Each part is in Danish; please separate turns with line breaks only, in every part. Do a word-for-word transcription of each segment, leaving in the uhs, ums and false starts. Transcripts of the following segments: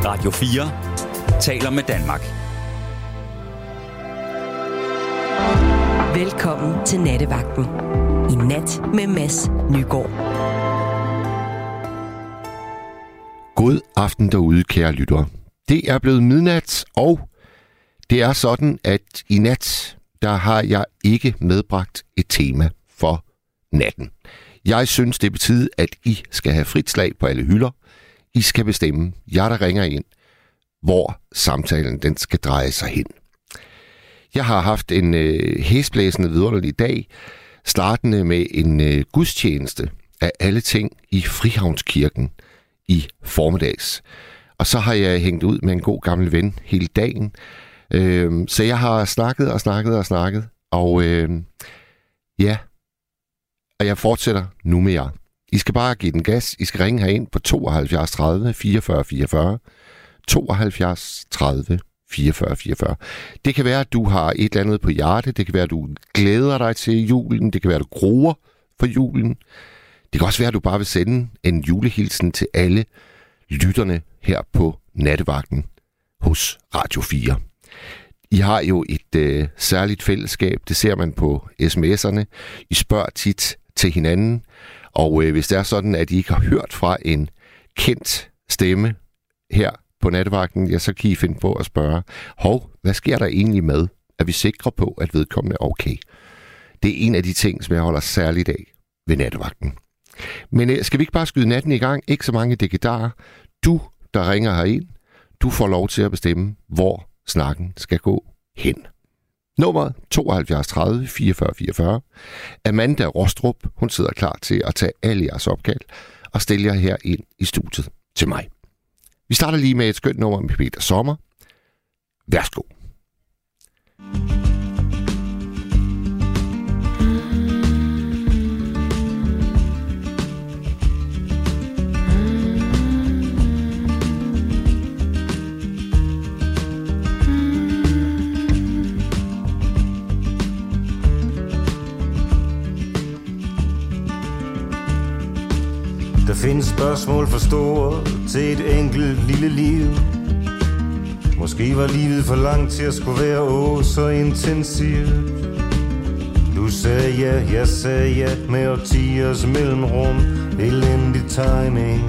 Radio fire taler med Danmark.
Velkommen til Nattevagten. I nat med Mads Nygaard.
God aften derude, kære lyttere. Det er blevet midnat, og det er sådan, at i nat, der har jeg ikke medbragt et tema for natten. Jeg synes, det er på tide, at I skal have frit slag på alle hylder. I skal bestemme, jer der ringer ind, hvor samtalen den skal dreje sig hen. Jeg har haft en øh, hæsblæsende vidunderlig dag, startende med en øh, gudstjeneste af alle ting i Frihavnskirken i formiddags. Og så har jeg hængt ud med en god gammel ven hele dagen. Øh, så jeg har snakket og snakket og snakket, og øh, ja, og jeg fortsætter nu med jer. I skal bare give den gas. I skal ringe herind på tooghalvfjerds tredive fireogfyrre fireogfyrre. tooghalvfjerds tredive fireogfyrre fireogfyrre. Det kan være, at du har et eller andet på hjerte. Det kan være, at du glæder dig til julen. Det kan være, at du gruer for julen. Det kan også være, at du bare vil sende en julehilsen til alle lytterne her på Nattevagten hos Radio fire. I har jo et øh, særligt fællesskab. Det ser man på sms'erne. I spørger tit til hinanden. Og øh, hvis det er sådan, at I ikke har hørt fra en kendt stemme her på Nattevagten, ja, så kan I finde på at spørge, hov, hvad sker der egentlig med? Er vi sikre på, at vedkommende er okay? Det er en af de ting, som jeg holder særligt af ved Nattevagten. Men øh, skal vi ikke bare skyde natten i gang? Ikke så mange dekedarer. Du, der ringer herind, du får lov til at bestemme, hvor snakken skal gå hen. Nummeret tooghalvfjerds tredive fireogfyrre fireogfyrre. Amanda Rostrup, hun sidder klar til at tage alle jeres opkald og stille jer her ind i studiet til mig. Vi starter lige med et skønt nummer med Peter Sommer. Værsgo.
Der findes spørgsmål for store til et enkelt lille liv. Måske var livet for langt til at skulle være åh så intensivt. Du sagde ja, jeg sagde ja med årtiers mellemrum. Elendig timing.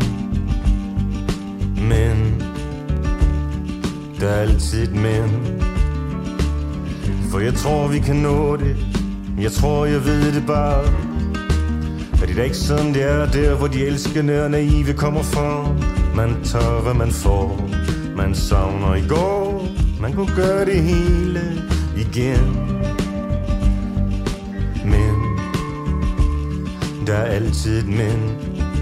Men der er altid et men. For jeg tror vi kan nå det. Jeg tror jeg ved det bare. Er det da ikke sådan, det er der, hvor de elskende og naive kommer fra? Man tager, hvad man får. Man savner i går. Man kunne gøre det hele igen. Men der er altid et men.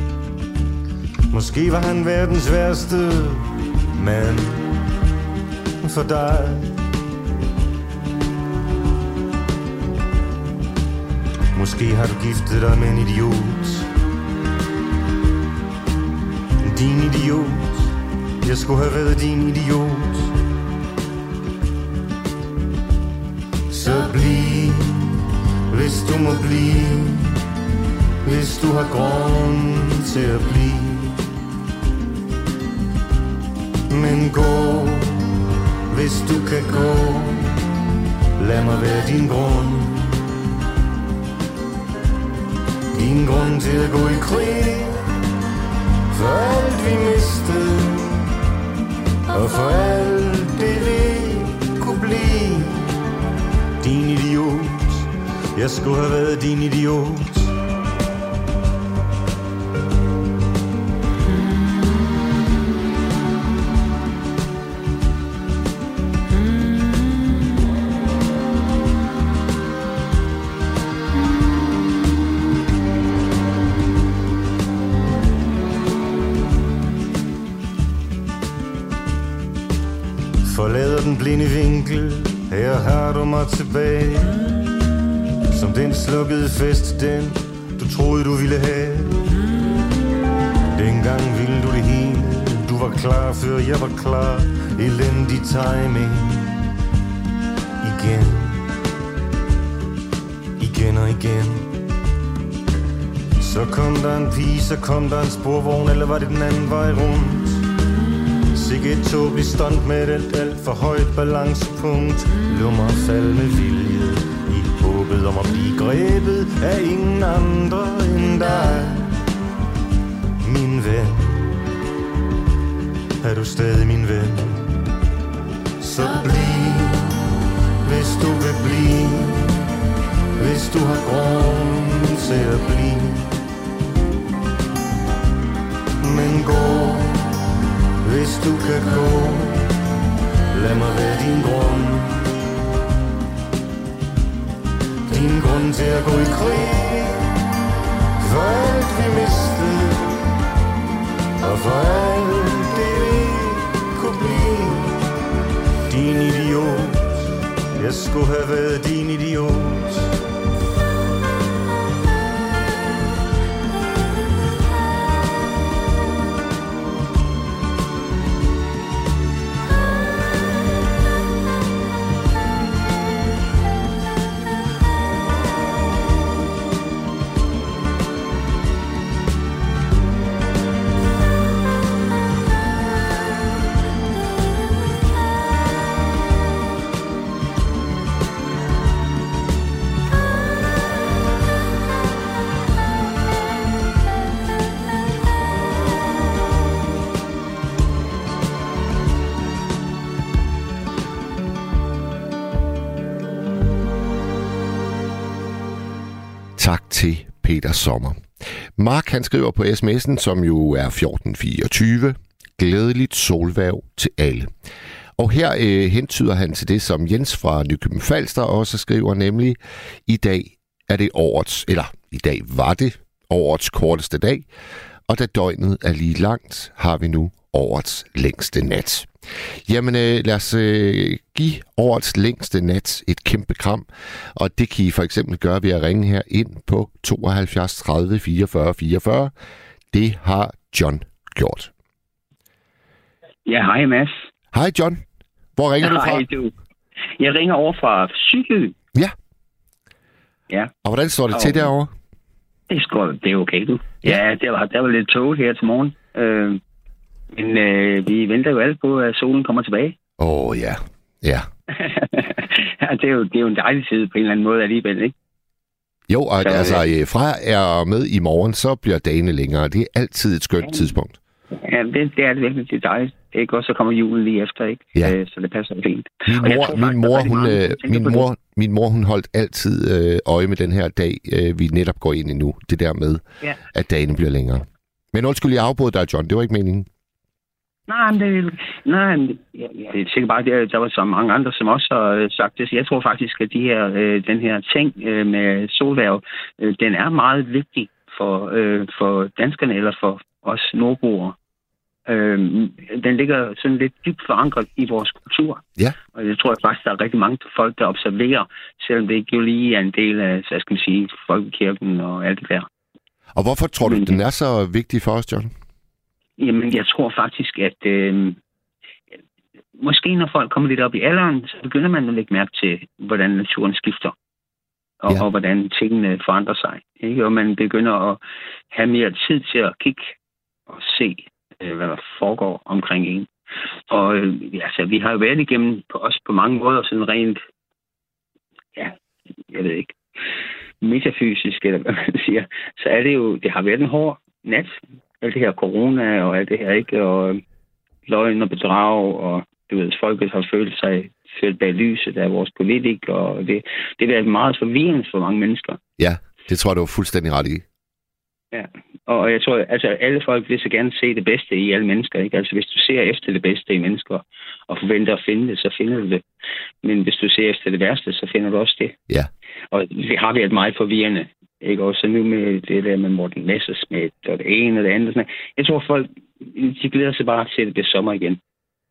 Måske var han verdens værste mand for dig. Måske har du giftet dig med en idiot. Din idiot. Jeg skulle have været din idiot. Så bliv, hvis du må blive. Hvis du har grund til at blive. Men gå, hvis du kan gå. Lad mig være din grund. Din grund til at gå i krig. For alt vi mistede. Og for alt det vi kunne blive. Din idiot. Jeg skulle have været din idiot. Forlader den blinde vinkel. Her har du mig tilbage. Som den slukkede fest, den du troede du ville have. Dengang ville du det hele. Du var klar før jeg var klar. Elendig timing. Igen. Igen og igen. Så kom der en pige, så kom der en sporvogn. Eller var det den anden vej rundt? Sikke et tåbeligt stunt med et alt, alt for højt balancepunkt. Lå mig falde med vilje i håbet om at blive grebet af ingen andre end dig. Min ven, er du stadig min ven? Så bliv, hvis du vil blive, hvis du har grund til at blive. Men gå, hvis du kan gå, lad mig være din grund. Din grund til at gå i krig, for alt vi mistede, og for alt det vi kunne blive. Din idiot, jeg skulle have været din idiot.
Tak til Peter Sommer. Mark han skriver på sms'en, som jo er fjorten fireogtyve. Glædeligt solværv til alle. Og her øh, hentyder han til det, som Jens fra Nykøbing Falster også skriver, nemlig i dag er det årets, eller i dag var det årets korteste dag, og da døgnet er lige langt, har vi nu årets længste nat. Jamen øh, lad os øh, give årets længste nat et kæmpe kram, og det kan I for eksempel gøre ved at ringe her ind på tooghalvfjerds tredive fireogfyrre fireogfyrre. Det har John gjort.
Ja, hej Mads.
Hej John. Hvor ringer du fra?
Hej du. Jeg ringer over fra Sydby.
Ja.
Ja.
Og hvordan står det og til derovre?
Det, sgu, det er okay, du. Ja, ja der, var, der var lidt tåget her til morgen. Øh, men øh, vi venter jo alt på, at solen kommer tilbage.
Åh, oh, ja. Ja.
Ja, det er, jo, det er jo en dejlig tid på en eller anden måde alligevel, ikke?
Jo, og
så,
altså fra er med i morgen, så bliver dagene længere. Det er altid et skønt ja, tidspunkt.
Ja, det, det er det virkelig til dig. Det er ikke også, så kommer julen lige efter, ikke?
Ja.
Øh, så det passer fint.
Min mor, tror, min, mor, hun, øh, min, mor, min mor, hun holdt altid øh, øje med den her dag, øh, vi netop går ind i nu. Det der med, ja. At dagene bliver længere. Men undskyld, jeg afbrød dig, John. Det var ikke meningen.
Nej, men det, nej, men, ja, det er sikkert bare, at der var så mange andre, som også har sagt det. Så jeg tror faktisk, at de her, øh, den her ting øh, med solværv, øh, den er meget vigtig for, øh, for danskerne eller for os nordboere. Øh, den ligger sådan lidt dybt forankret i vores kultur.
Ja.
Og jeg tror faktisk, der er rigtig mange folk, der observerer, selvom det ikke jo lige er en del af, så skal man sige, folkekirken og alt det der.
Og hvorfor tror du, men, den er så vigtig for os, John?
Jamen, jeg tror faktisk, at øh, måske når folk kommer lidt op i alderen, så begynder man at lægge mærke til, hvordan naturen skifter. Og, ja. og hvordan tingene forandrer sig. Ikke? Og man begynder at have mere tid til at kigge og se, øh, hvad der foregår omkring en. Og øh, altså, vi har jo været igennem på, også på mange måder sådan rent, ja, jeg ved ikke, metafysisk, eller hvad man siger. Så er det jo, det har været en hård nat. Alt det her corona og alt det her, ikke? Og løgn og bedrag, og du ved, folket har følt sig ført bag lyset af vores politikere, og det, det har været meget forvirrende for mange mennesker.
Ja, det tror jeg, du er fuldstændig ret i.
Ja, og jeg tror, altså alle folk vil så gerne se det bedste i alle mennesker, ikke? Altså hvis du ser efter det bedste i mennesker, og forventer at finde det, så finder du det. Men hvis du ser efter det værste, så finder du også det.
Ja.
Og det har været meget forvirrende. Ikke? Også nu med det der med Morten Messerschmidt og det ene og det andet. Jeg tror, folk de glæder sig bare til, at det bliver sommer igen.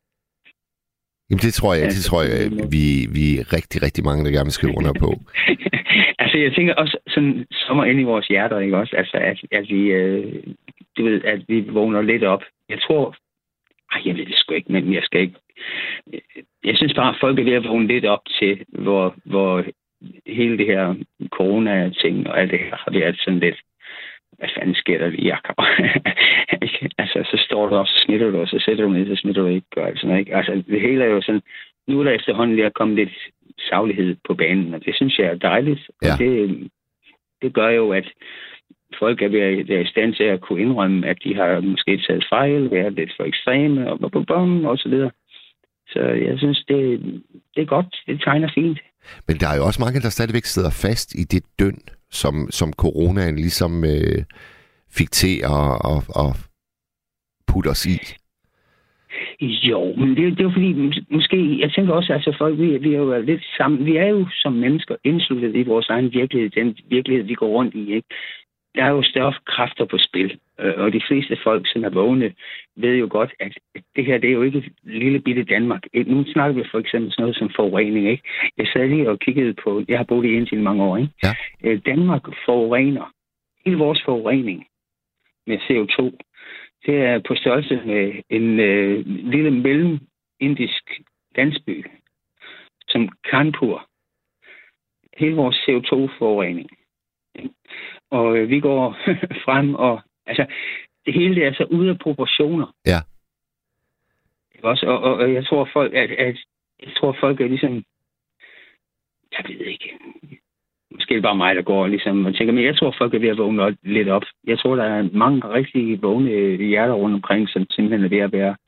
Jamen det tror jeg, det tror jeg, vi, vi er rigtig, rigtig mange, der gerne vil skrive under på.
Altså jeg tænker også sådan sommer ind i vores hjerter, ikke også? Altså at, at vi, øh, du ved, at vi vågner lidt op. Jeg tror, ej, jeg ved det sgu ikke, men jeg skal ikke. Jeg synes bare, at folk er ved at vågne lidt op til, hvor, hvor hele det her corona-ting og alt det her har været sådan lidt hvad fanden sker der lige, Jacob? Altså, så står du op, så smitter du, og så sætter du ned, så smitter du ikke, og alt sådan, ikke? Altså, det hele er jo sådan, nu er der efterhånden lige at komme lidt saglighed på banen, og det synes jeg er dejligt.
Ja.
Og det, det gør jo, at folk er ved at i stand til at kunne indrømme, at de har måske taget fejl, været lidt for ekstreme, og, og, og, og så videre. Så jeg synes, det, det er godt. Det tegner fint.
Men der er jo også mange, der stadigvæk sidder fast i det døn, som, som coronaen ligesom øh, fik til at, at, at putte os i.
Jo, men det, det er jo fordi, måske, jeg tænker også, at altså, folk, vi, vi er jo lidt sammen, vi er jo som mennesker indsluttet i vores egen virkelighed, den virkelighed, vi går rundt i, ikke? Der er jo større kræfter på spil, og de fleste folk, som er vågne, ved jo godt, at det her, det er jo ikke et lille bitte Danmark. Nu snakker vi for eksempel sådan noget som forurening, ikke? Jeg sad lige og kiggede på, jeg har boet i Indien i mange år, ikke?
Ja.
Danmark forurener, hele vores forurening med C O to, det er på størrelse med en øh, lille mellemindisk landsby, som Kanpur. Hele vores C O to forurening. Og øh, vi går frem, og altså, det hele det er så ude af proportioner.
Ja.
Også, og, og, og jeg tror, folk, at, at, jeg tror, folk er ligesom, jeg ved ikke, måske er det bare mig, der går ligesom og tænker, men jeg tror, folk er ved at vågne lidt op. Jeg tror, der er mange rigtig vågne hjerter rundt omkring, som simpelthen er ved at være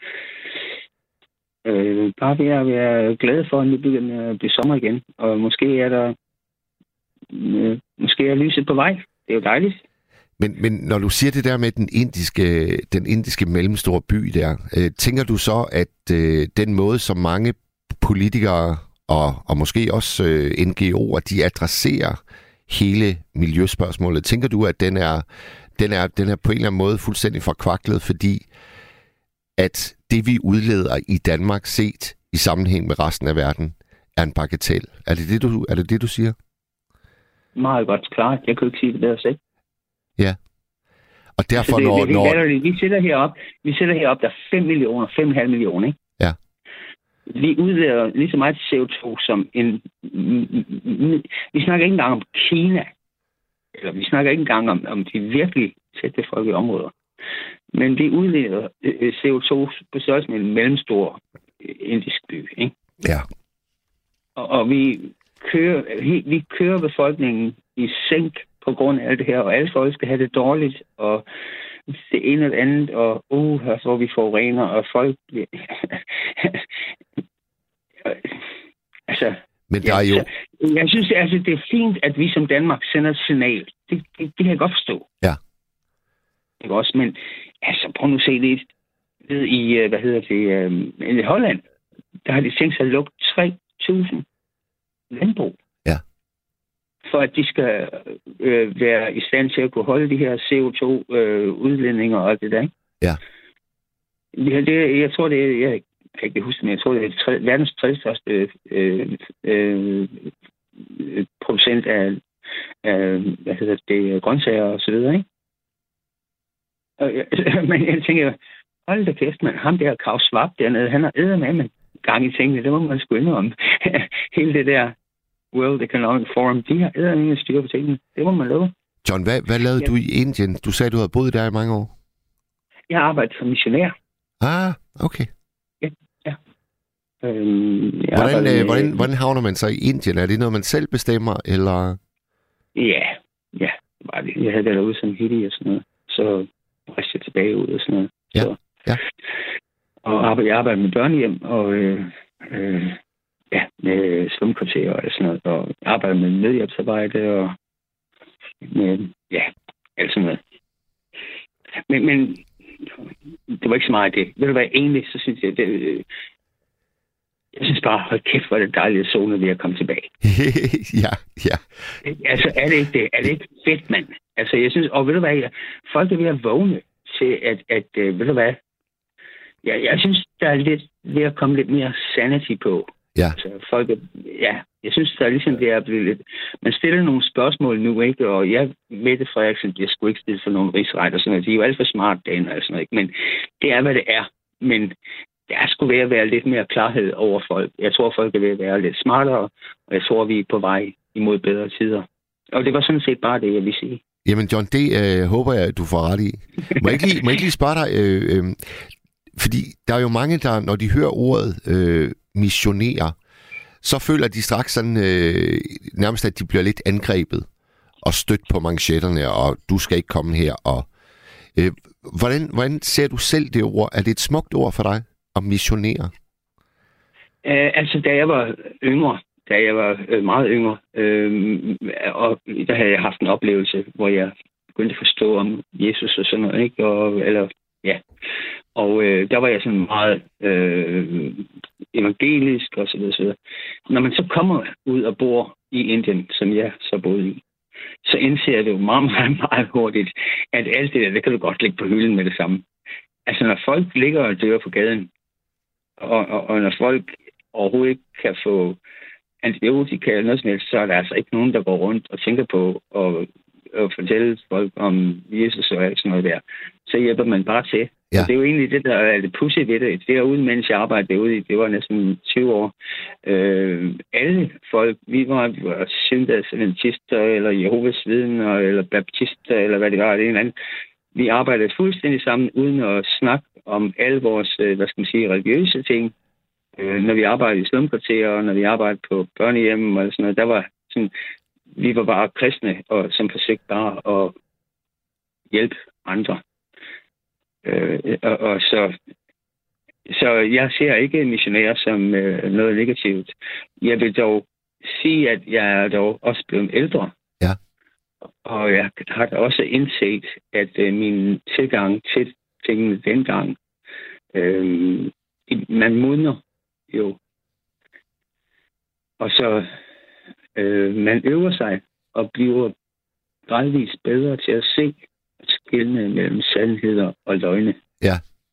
øh, bare ved at være glade for, at det bliver, bliver sommer igen. Og måske er der øh, måske er lyset på vej. Det er jo dejligt. Men,
men når du siger det der med den indiske, den indiske mellemstore by der, øh, tænker du så, at øh, den måde, som mange politikere og, og måske også øh, N G O'er, de adresserer hele miljøspørgsmålet, tænker du, at den er, den er, den er på en eller anden måde fuldstændig forkvaklet, fordi at det, vi udleder i Danmark set i sammenhæng med resten af verden, er en bagatel? Er det det, du, er det, det, du siger? Meget godt klart. Jeg kan ikke sige det der selv. Ja. Og derfor, altså det, når... når... Vi, vi sidder herop, vi sidder herop, der er fem millioner, fem komma fem millioner, ikke? Ja. Vi udleder lige så meget C O to som en... Vi snakker ikke engang om Kina. Eller vi snakker ikke engang om, om de virkelig tætbefolkede områder. Men vi udleder C O to på størrelse med en mellemstor indisk by, ikke? Ja. Og, og vi kører, vi kører befolkningen i sænk på grund af alt det her, og alle folk skal have det dårligt, og det ene og det andet, og uh, her får vi forurener, og folk... altså... Men der er jo... Jeg, jeg synes, altså, det er fint, at vi som Danmark sender et signal. Det, det, det kan jeg godt forstå. Ja. Ikke også, men altså, prøv nu at se lidt ved i, hvad hedder det, øh, i Holland, der har de tænkt sig at lukke tre tusind landbrug. Ja. For at de skal øh, være i stand til at kunne holde de her C O to udledninger øh, og alt det der, ikke? Ja. Det, det, jeg tror, det er, jeg kan ikke huske, men jeg tror, det er tre, verdens tredje største øh, øh, producent af, af, hvad hedder det, grøntsager og så videre, ikke? Og, men jeg tænker, hold da kæft, man, ham der Klaus Schwab dernede, han har eddermame gang i tingene, det må man sgu indrømme. Hele det der World Economic Forum, de har eddermame styr på tingene, det må man love. John, hvad, hvad lavede ja. du i Indien? Du sagde, du havde boet der i mange år. Jeg arbejdede som missionær. Ah, okay. Ja, ja. Øhm, hvordan, øh, hvordan, hvordan havner man så i Indien? Er det noget, man selv bestemmer, eller? Ja, ja. Var det. Jeg havde det derude som hippie og sådan noget. Så rejste jeg tilbage ud og sådan noget. Ja, så, ja. Og arbejde, jeg arbejder med børnehjem, og øh, øh, ja, med slumkvarterer og sådan noget. Og arbejder med nødhjælpsarbejde, og med, ja, alt sådan noget. Men, men det var ikke så meget det. Ved du hvad, egentlig, så synes jeg, det, øh, jeg synes bare, hold kæft, hvor er det dejligt, at solen er ved at komme tilbage. ja, ja. Altså, er det ikke det? Er det ikke fedt, mand? Altså, jeg synes, og ved du hvad, jeg, folk er ved at vågne til, at, at øh, ved du hvad, jeg, jeg synes, der er lidt ved at komme lidt mere sanity på. Ja. Altså, folk er, ja, jeg synes, der er ligesom det er blevet lidt, man stiller nogle spørgsmål nu, ikke? Og jeg, Mette Frederiksen, jeg skulle ikke stille for nogle rigsret og sådan noget. De er jo alt for smart, damer og sådan noget, ikke? Men det er, hvad det er. Men der skulle ved at være lidt mere klarhed over folk. Jeg tror, folk er ved at være lidt smartere, og jeg tror, vi er på vej imod bedre tider. Og det var sådan set bare det, jeg vil sige. Jamen John, det øh, håber jeg, du får ret i. Må jeg ikke lige, må jeg ikke lige spørge dig, øh, øh, fordi der er jo mange, der, når de hører ordet øh, missionere, så føler de straks sådan, øh, nærmest, at de bliver lidt angrebet og stødt på manchetterne, og du skal ikke komme her. Og, øh, hvordan, hvordan ser du selv det ord? Er det et smukt ord for dig at missionere?
Uh, altså, da jeg var yngre, da jeg var øh, meget yngre, øh, og der havde jeg haft en oplevelse, hvor jeg begyndte at forstå om Jesus og sådan noget, ikke? Og, eller, ja. Og øh, der var jeg sådan meget øh, evangelisk og så videre, så videre. Når man så kommer ud og bor i Indien, som jeg så boede i, så indser det jo meget, meget, meget hurtigt, at alt det der, det kan du godt lægge på hylden med det samme. Altså, når folk ligger og dør på gaden, og, og, og når folk overhovedet ikke kan få antibiotika eller noget som helst, så er der altså ikke nogen, der går rundt og tænker på at, at fortælle folk om Jesus og alt sådan noget der. Så hjælper man bare til. Ja. Og det er jo egentlig det, der er det pudsige ved det. Derude, mens jeg arbejdede derude i, det var næsten tyve år. Øh, alle folk, vi var, vi var syvendagsadventister, eller Jehovas vidner, eller baptister, eller hvad det var, det en eller anden. Vi arbejdede fuldstændig sammen, uden at snakke om alle vores, hvad skal man sige, religiøse ting. Øh, når vi arbejdede i slumkvarterer, og når vi arbejdede på børnehjem og sådan noget, der var sådan, vi var bare kristne, og som forsøgte bare at hjælpe andre. Øh, og, og så, så jeg ser ikke missionærer som øh, noget negativt. Jeg vil dog sige, at jeg er dog også blevet ældre.
Ja.
Og jeg har da også indset, at øh, min tilgang til tingene dengang, øh, man modner jo. Og så øh, man øver sig og bliver gradvist bedre til at se skillene mellem sandheder og løgne.
Ja.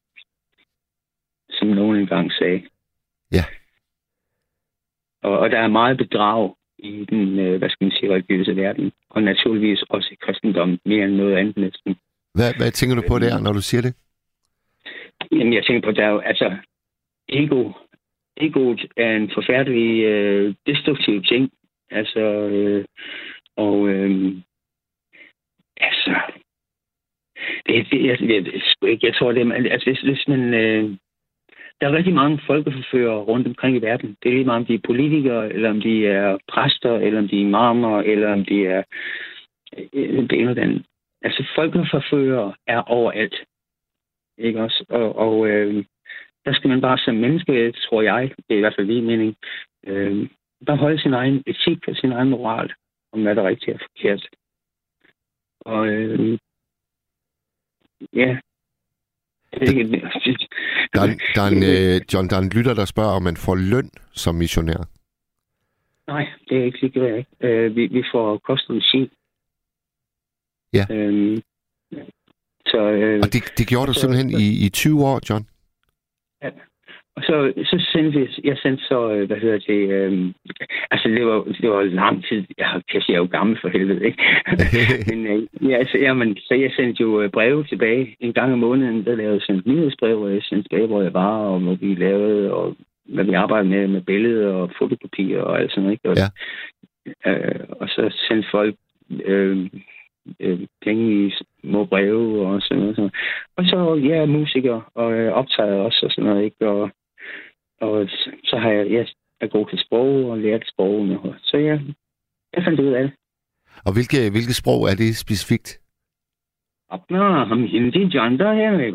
Som nogen engang sagde.
Ja.
Og, og der er meget bedrag i den, øh, hvad skal man sige, religiøse verden. Og naturligvis også i kristendommen, mere end noget andet næsten.
Hvad, hvad tænker du på der, når du siger det?
Jamen, jeg tænker på, der er jo, altså, ego. Egoet er en forfærdelig øh, destruktiv ting. Altså, øh, og øh, altså, det, det, jeg, jeg, jeg, jeg tror, det er, altså, hvis, hvis man, øh, der er rigtig mange folkeforførere rundt omkring i verden. Det er lige meget, om de er politikere, eller om de er præster, eller om de er imamer, eller om de er øh, det ene eller andet. Altså, folkeforførere er overalt. Ikke også? Og, og øh, der skal man bare som menneske, tror jeg, det er i hvert fald min mening, øh, bare holde sin egen etik og sin egen moral, om hvad der er rigtigt og forkert. Og øh, ja.
Der, der, er, der er en, øh, John, der er en lytter, der spørger, om man får løn som missionær.
Nej, det er ikke sikkert, ikke. Øh, vi, vi får kost og logi.
Ja.
Øh, så, øh,
og det, det gjorde du så, simpelthen i, i tyve år, John?
Ja. Og så, så sendte vi, jeg sendte så, hvad hedder det, øh, altså det var, det var lang tid, jeg kan sige, jeg er jo gammel for helvede, ikke? Men øh, ja, så, jamen, så jeg sendte jo breve tilbage en gang om måneden, der lavede jeg sendt nyhedsbrev, og jeg sendte tilbage, hvor jeg var, og hvor vi lavede, og hvad vi arbejdede med, med billeder og fotokopier og alt sådan noget, ikke? Og,
ja.
øh, og så sendte folk øh, øh, penge i små breve og sådan noget. Sådan. Og så, ja, musikere og øh, optager også og sådan noget, ikke? Og Og så har jeg, jeg er god til sprog og lært sprogene. Så ja, jeg fandt ud af det.
Og hvilke, hvilke sprog er det specifikt?
Apna, ham hindi janta hai.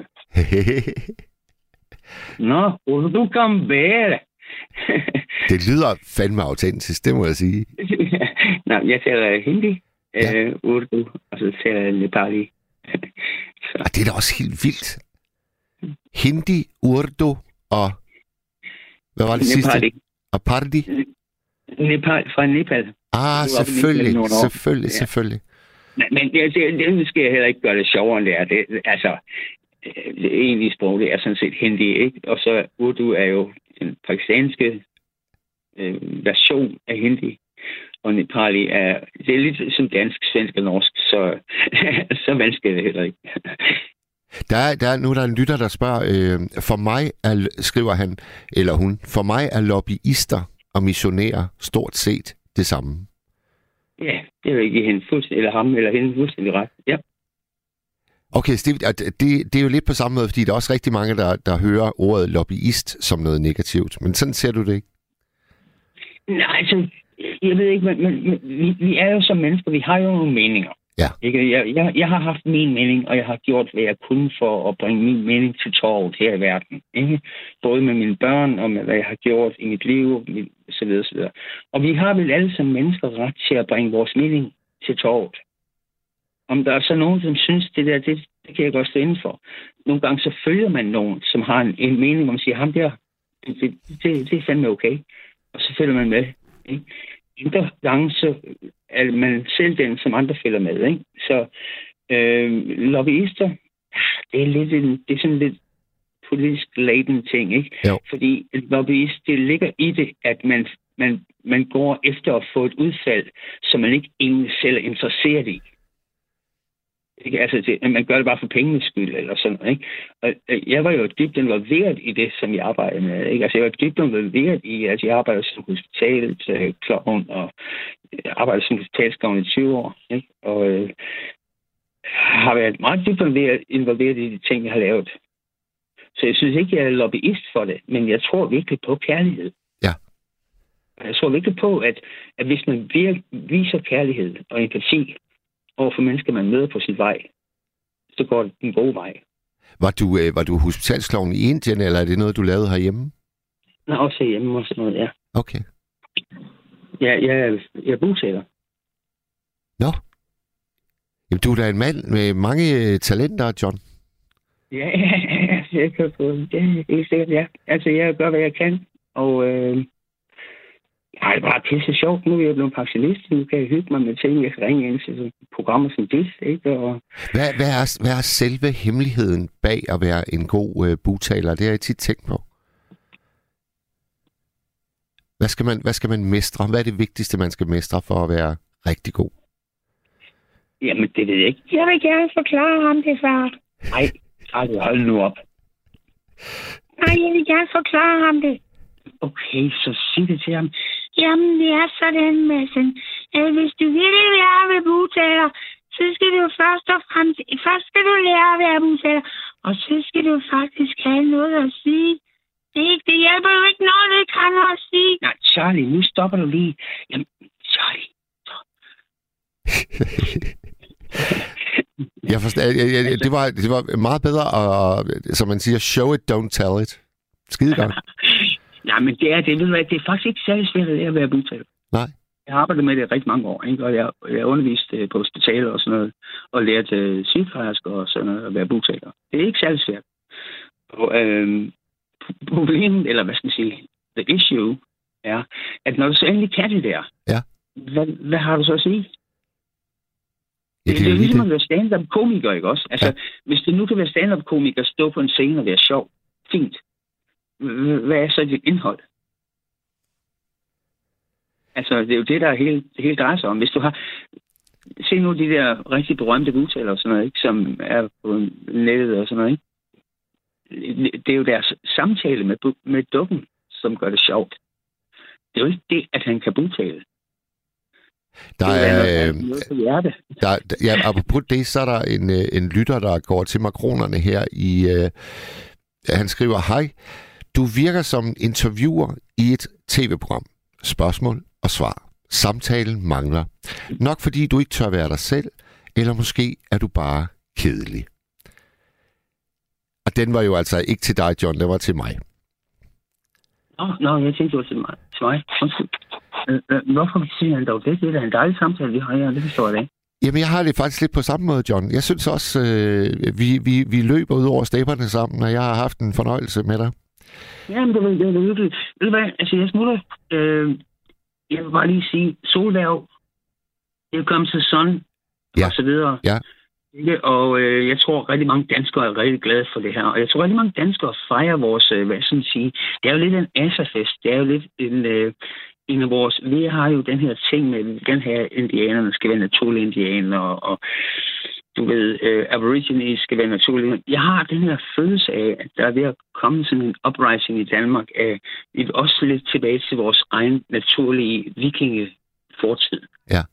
Nå, urdu kam bedre.
Det lyder fandme autentisk, det må jeg sige.
Nå, jeg taler hindi, ja. uh, urdu, og så taler jeg nepali.
Og det er da også helt vildt. Hindi, urdu og... Hvad var det
Nepali.
sidste? Og Pardi?
Nepal, fra Nepal.
Ah, selvfølgelig, selvfølgelig, ja. selvfølgelig.
Men, men det, det, det skal jeg heller ikke gøre det sjovere end det er. Det, altså, det egentlige sprog, det er sådan set hindi, ikke? Og så urdu er jo den pakistanske øh, version af hindi. Og Nepali er, det er lidt som dansk, svensk og norsk, så, så vanskeligt er det heller ikke.
Der er, der er, nu er der en lytter, der spørger, øh, for mig er, skriver han, eller hun, for mig er lobbyister og missionærer stort set det samme.
Ja, det vil ikke hende fuldstændig, eller ham, eller hende fuldstændig ret. Ja.
Okay, Steve, det, det er jo lidt på samme måde, fordi der er også rigtig mange, der, der hører ordet lobbyist som noget negativt. Men sådan ser du det ikke?
Nej, altså, jeg ved ikke, men, men, men vi, vi er jo som mennesker, vi har jo nogle meninger.
Ja.
Ikke? Jeg, jeg, jeg har haft min mening, og jeg har gjort, hvad jeg kunne for at bringe min mening til torvet her i verden. Ikke? Både med mine børn, og med hvad jeg har gjort i mit liv, og så videre, så videre. Og vi har vel alle som mennesker ret til at bringe vores mening til torvet. Om der er så nogen, som synes, det der, det, det kan jeg godt stå inden for. Nogle gange så følger man nogen, som har en, en mening, hvor man siger, ham der, det, det, det, det er fandme okay. Og så følger man med. Ikke? Andre gange, så er man selv den, som andre følger med. Ikke? Så øh, lobbyister, det er, lidt en, det er sådan lidt politisk laden ting. Ikke? Fordi lobbyist, det ligger i det, at man, man, man går efter at få et udfald, som man ikke egentlig selv er interesseret i. Ikke? Altså, det, man gør det bare for pengenes skyld, eller sådan noget, ikke? Og jeg var jo dybt involveret i det, som jeg arbejdede med, ikke? Altså, jeg var dybt involveret i, at jeg arbejdede som hospitalsklovn, og jeg arbejdede som hospitalsklovn i tyve år, ikke? Og øh, har været meget dybt involveret, involveret i de ting, jeg har lavet. Så jeg synes ikke, jeg er lobbyist for det, men jeg tror virkelig på kærlighed.
Ja.
Jeg tror virkelig på, at, at hvis man vir- viser kærlighed og empati over for mennesker, man møder på sin vej, så går det den gode vej.
Var du, øh, var du hospitalsklovn i Indien, eller er det noget, du lavede herhjemme?
Nej, også herhjemme og sådan noget, ja.
Okay.
Ja, jeg, jeg er bogtaler.
Nå. Jamen, du er da en mand med mange talenter, John.
Ja, ja, ja, jeg kan få det. Det er helt sikkert, ja. Altså, jeg gør, hvad jeg kan, og øh, jeg har det bare pisse sjovt. Nu er jeg blevet pensionist, nu kan jeg hygge mig med ting, jeg kan ringe ind til programmer som dit, ikke? Og
hvad, hvad, er, hvad er selve hemmeligheden bag at være en god øh, bugtaler? Det har jeg tit tænkt på. Hvad skal, man, hvad skal man mestre? Hvad er det vigtigste, man skal mestre for at være rigtig god?
Jamen, det ved jeg ikke. Jeg vil gerne forklare ham det, far. Nej, Charlie, hold nu op. Nej, jeg vil gerne forklare ham det. Okay, så sig det til ham. Jamen, det er sådan, Madsen. At hvis du virkelig vil lære at være bugtaler, så skal du først og fremmest... Først skal du lære at være bugtaler, og så skal du faktisk have noget at sige. Det, det hjælper jo ikke noget, det kan at sige. Nej, Charlie, nu stopper du lige. Jamen, Charlie.
Jeg forstår, jeg, jeg, det, var, det var meget bedre at, som man siger, show it, don't tell it. Skide godt.
Ja, men det er det. Ved du hvad, det er faktisk ikke særlig svært at være bugtaler.
Nej.
Jeg har arbejdet med det rigtig mange år, ikke? Og jeg har undervist på hospitaler og sådan noget, og lært uh, sygeplejersker og sådan noget at være bugtaler. Det er ikke særlig svært. Og øhm, problemet, eller hvad skal man sige, the issue, er, at når du så endelig kan det der,
ja. hvad,
hvad har du så at sige?
Ja,
det, det, det er ligesom at være stand-up komiker, ikke også? Altså, ja. Hvis det nu kan være stand-up komiker, stå på en scene og være sjov, fint. Hvad er så dit indhold? Altså, det er jo det, der er helt, helt drejer sig om. Hvis du har... Se nu de der rigtig berømte bugtaler og sådan noget, ikke? Som er på nettet og sådan noget, ikke? Det er jo deres samtale med, med dukken, som gør det sjovt. Det er jo ikke det, at han kan bugtale.
Der er, øh, der, der, ja, apropos det, så er der en, en lytter, der går til makronerne her i... Øh, han skriver, hej, du virker som interviewer i et tv-program. Spørgsmål og svar. Samtalen mangler. Nok fordi du ikke tør være dig selv, eller måske er du bare kedelig. Og den var jo altså ikke til dig, John, den var til mig.
Nå, oh, no, jeg tænkte, det var til mig. Til mig. Hvorfor siger han dog det? Det er da en dejlig samtale, vi har her, det forstår jeg ikke. Jamen,
jeg har det faktisk lidt på samme måde, John. Jeg synes også, øh, vi, vi, vi løber ud over stæberne sammen, og jeg har haft en fornøjelse med dig.
Jamen, det er det er virkelig. Ved du hvad? Altså, jeg smutter. Øh, jeg vil bare lige sige, solværv, det kommer til sun,
ja.
Og så videre.
Ja.
Og øh, jeg tror, rigtig mange danskere er rigtig glade for det her. Og jeg tror, rigtig mange danskere fejrer vores, øh, hvad sådan sige, det er jo lidt en asafest. Det er jo lidt en... Øh, en af vores, vi har jo den her ting med, den her indianerne skal være naturlige indianer, og, og du ved, uh, aborigines skal være naturlige. Jeg har den her følelse af, at der er ved at komme sådan en uprising i Danmark, af vi også lidt tilbage til vores egen naturlige vikingefortid.
Ja.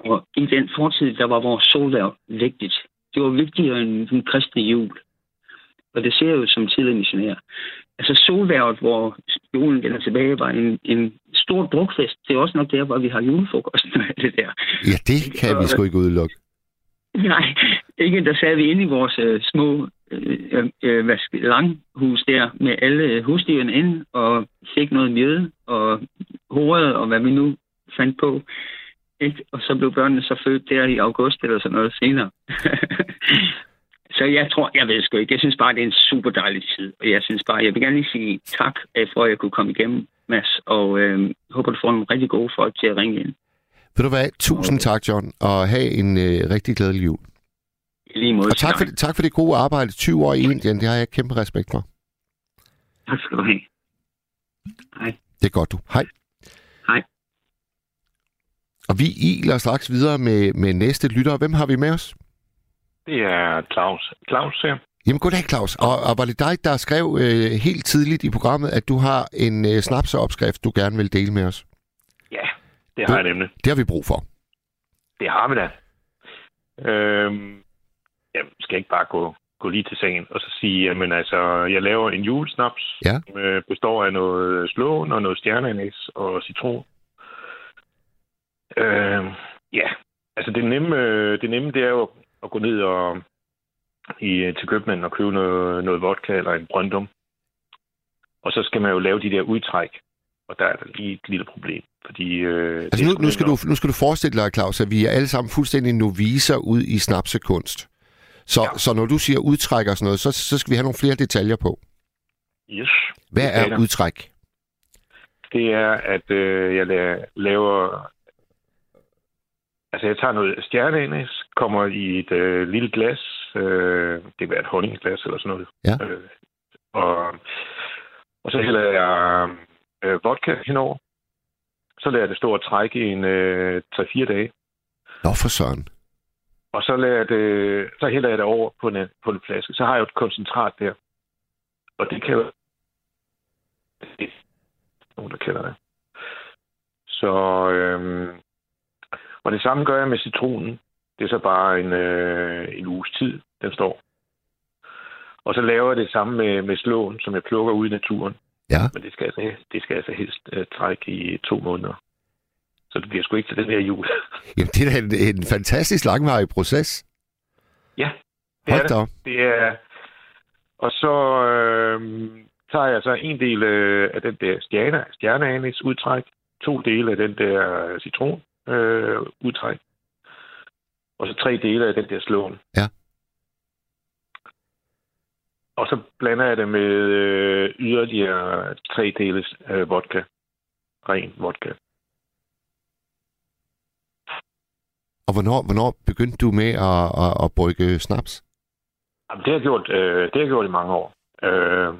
Og i den fortid, der var vores solværv vigtigt. Det var vigtigere end den kristne jul. Og det ser jo som tidligere missionær. Altså solværvet, hvor julen vender tilbage, var en, en stor drukfest. Det er også nok der, hvor vi har julefrokost og alt det der.
Ja, det kan og, vi sgu ikke udelukke.
Nej, ikke. Der sad vi inde i vores uh, små uh, uh, langhus der, med alle husdyrene inde, og fik noget mjød, og hovedet, og hvad vi nu fandt på. Ikke? Og så blev børnene så født der i august, eller sådan noget senere. Så jeg tror, jeg ved sgu ikke. Jeg synes bare, det er en super dejlig tid. Og jeg synes bare, jeg vil gerne lige sige tak, for at jeg kunne komme igennem, Mads. Og øh, håber, du får nogle rigtig gode folk til at ringe ind.
Ved du hvad? Tusind okay. tak, John. Og have en øh, rigtig glædelig jul.
I lige måde.
Og tak for, tak for det gode arbejde. tyve år i Indien, det har jeg kæmpe respekt for.
Tak skal du have. Hej.
Det er godt, du. Hej.
Hej.
Og vi iler straks videre med, med næste lytter. Hvem har vi med os?
Det er Claus. Claus her.
Jamen goddag, Claus. Og, og var det dig, der skrev øh, helt tidligt i programmet, at du har en øh, snapseopskrift, du gerne vil dele med os?
Ja, det har du, jeg nemlig.
Det har vi brug for.
Det har vi da. Øhm, jeg skal ikke bare gå, gå lige til sagen og så sige, jamen altså, jeg laver en julesnaps,
ja.
som øh, består af noget slåen og noget stjerneanis og citron. Øhm, ja, altså det nemme, det nemme, det er jo at gå ned og i, til købmanden og købe noget, noget vodka eller en Brøndum. Og så skal man jo lave de der udtræk. Og der er der lige et lille problem. Fordi, øh,
altså nu, nu, skal du, nu skal du forestille dig, Claus, at vi er alle sammen fuldstændig noviser ud i snapsekunst. Så, ja. så når du siger udtræk og sådan noget, så, så skal vi have nogle flere detaljer på.
Yes.
Hvad er der. udtræk?
Det er, at øh, jeg laver... Altså, jeg tager noget stjerneanis, kommer i et øh, lille glas. Øh, det kan være et honningglas eller sådan noget.
Ja.
Øh, og, og så hælder jeg øh, vodka henover. Så lader jeg det stå og trække i en øh, tre fire dage.
Nå, for søren.
Og så, lader jeg det, så hælder jeg det over på en, på en flaske. Så har jeg jo et koncentrat der. Og det kan jo... Det er nogen, der kender det. Så... Øh, Og det samme gør jeg med citronen. Det er så bare en, øh, en uges tid, den står. Og så laver jeg det samme med, med slåen, som jeg plukker ud i naturen.
Ja.
Men det skal altså, det skal altså helst øh, trække i to måneder. Så det bliver sgu ikke til den her jul.
Jamen, det er da en, en fantastisk langvarig proces.
Ja, det
Hold
er det. det er, og så øh, tager jeg så en del øh, af den der stjerne, stjerneanis udtræk, to dele af den der citron. Øh, udtræk. Og så tre dele af den der slåen.
Ja.
Og så blander jeg det med øh, yderligere tre dele øh, vodka. Ren vodka.
Og hvornår, hvornår begyndte du med at, at, at brygge snaps?
Jamen, det har jeg gjort, øh, det har jeg gjort i mange år. Øh,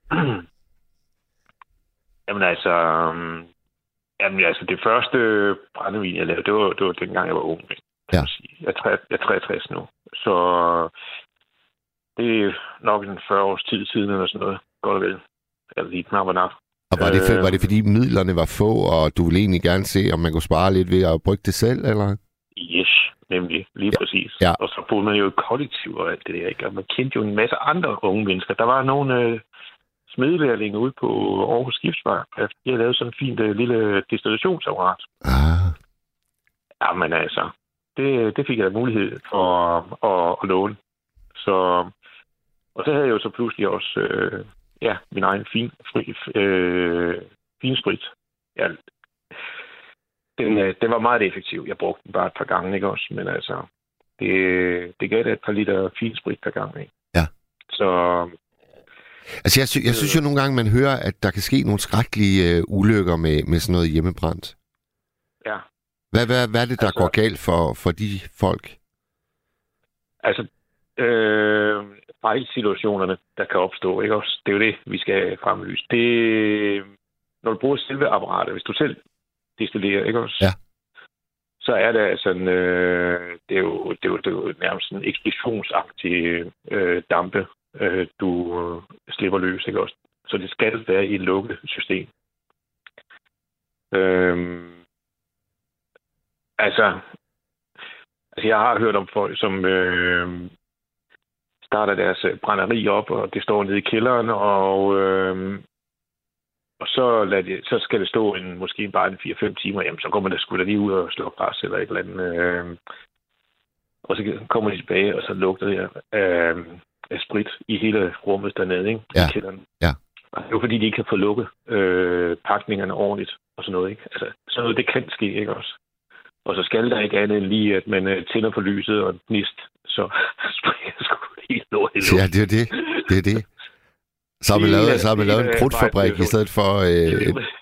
jamen altså... Øh, Jamen altså, det første brændevin, jeg lavede, det var, det var dengang, jeg var ung.
Ja.
Jeg er, jeg er treogtres nu. Så det er nok en fyrre års tid siden, eller sådan noget. Godt og vel. Eller lige knap og nap.
Og var det, for, var det fordi midlerne var få, og du ville egentlig gerne se, om man kunne spare lidt ved at brygge det selv, eller?
Yes, nemlig. Lige
ja.
præcis.
Ja.
Og så boede man jo i kollektiv og alt det der, ikke? Og man kendte jo en masse andre unge mennesker. Der var nogle... Øh, smedelærlinge ude på Aarhus Skibsvej. De har lavet sådan en fint uh, lille destillationsapparat.
Ah.
Jamen altså, det, det fik jeg mulighed for at, at, at låne. Så, og så havde jeg jo så pludselig også øh, ja, min egen fin, fri, øh, finsprit. Ja, den, øh, den var meget effektiv. Jeg brugte den bare et par gange, ikke også? Men altså, det, det gav da et par liter finsprit per gang, ikke?
Ja.
Så...
Altså, jeg, sy- jeg synes jo nogle gange, man hører, at der kan ske nogle skrækkelige øh, ulykker med, med sådan noget hjemmebrændt.
Ja.
Hvad, hvad, hvad er det, der altså, går galt for, for de folk?
Altså, øh, fejlsituationerne, der kan opstå, ikke også? Det er jo det, vi skal fremlyse. Det, når du bruger selve apparatet, hvis du selv destillerer, ikke også?
Ja.
Så er det altså en, øh, det, er jo, det, er jo, det er jo nærmest en eksplosionsagtig øh, dampe, øh, du øh, slipper løs, ikke også? Så det skal være i et lukket system. Øhm, altså, Altså, jeg har hørt om folk, som øh, starter deres brænderi op, og det står nede i kælderen, og, øh, og så, lad det, så skal det stå en, måske bare en fire fem timer. Jamen, så går man da sgu da lige ud og slår græs eller et eller andet. Øh, og så kommer de tilbage, og så lugter det af, af sprit i hele rummet dernede, ikke?
Ja.
I kælderen.
Ja.
Og det er jo fordi, de ikke kan få lukket øh, pakningerne ordentligt og sådan noget, ikke? Altså, sådan noget, det kan ske, ikke også? Og så skal der ikke andet end lige, at man uh, tænder på lyset og en gnist, så springer sgu helt lort i luften.
Ja, det er det. Det er det. Så har man lavet, så har man lavet en krudtfabrik i stedet for... Øh,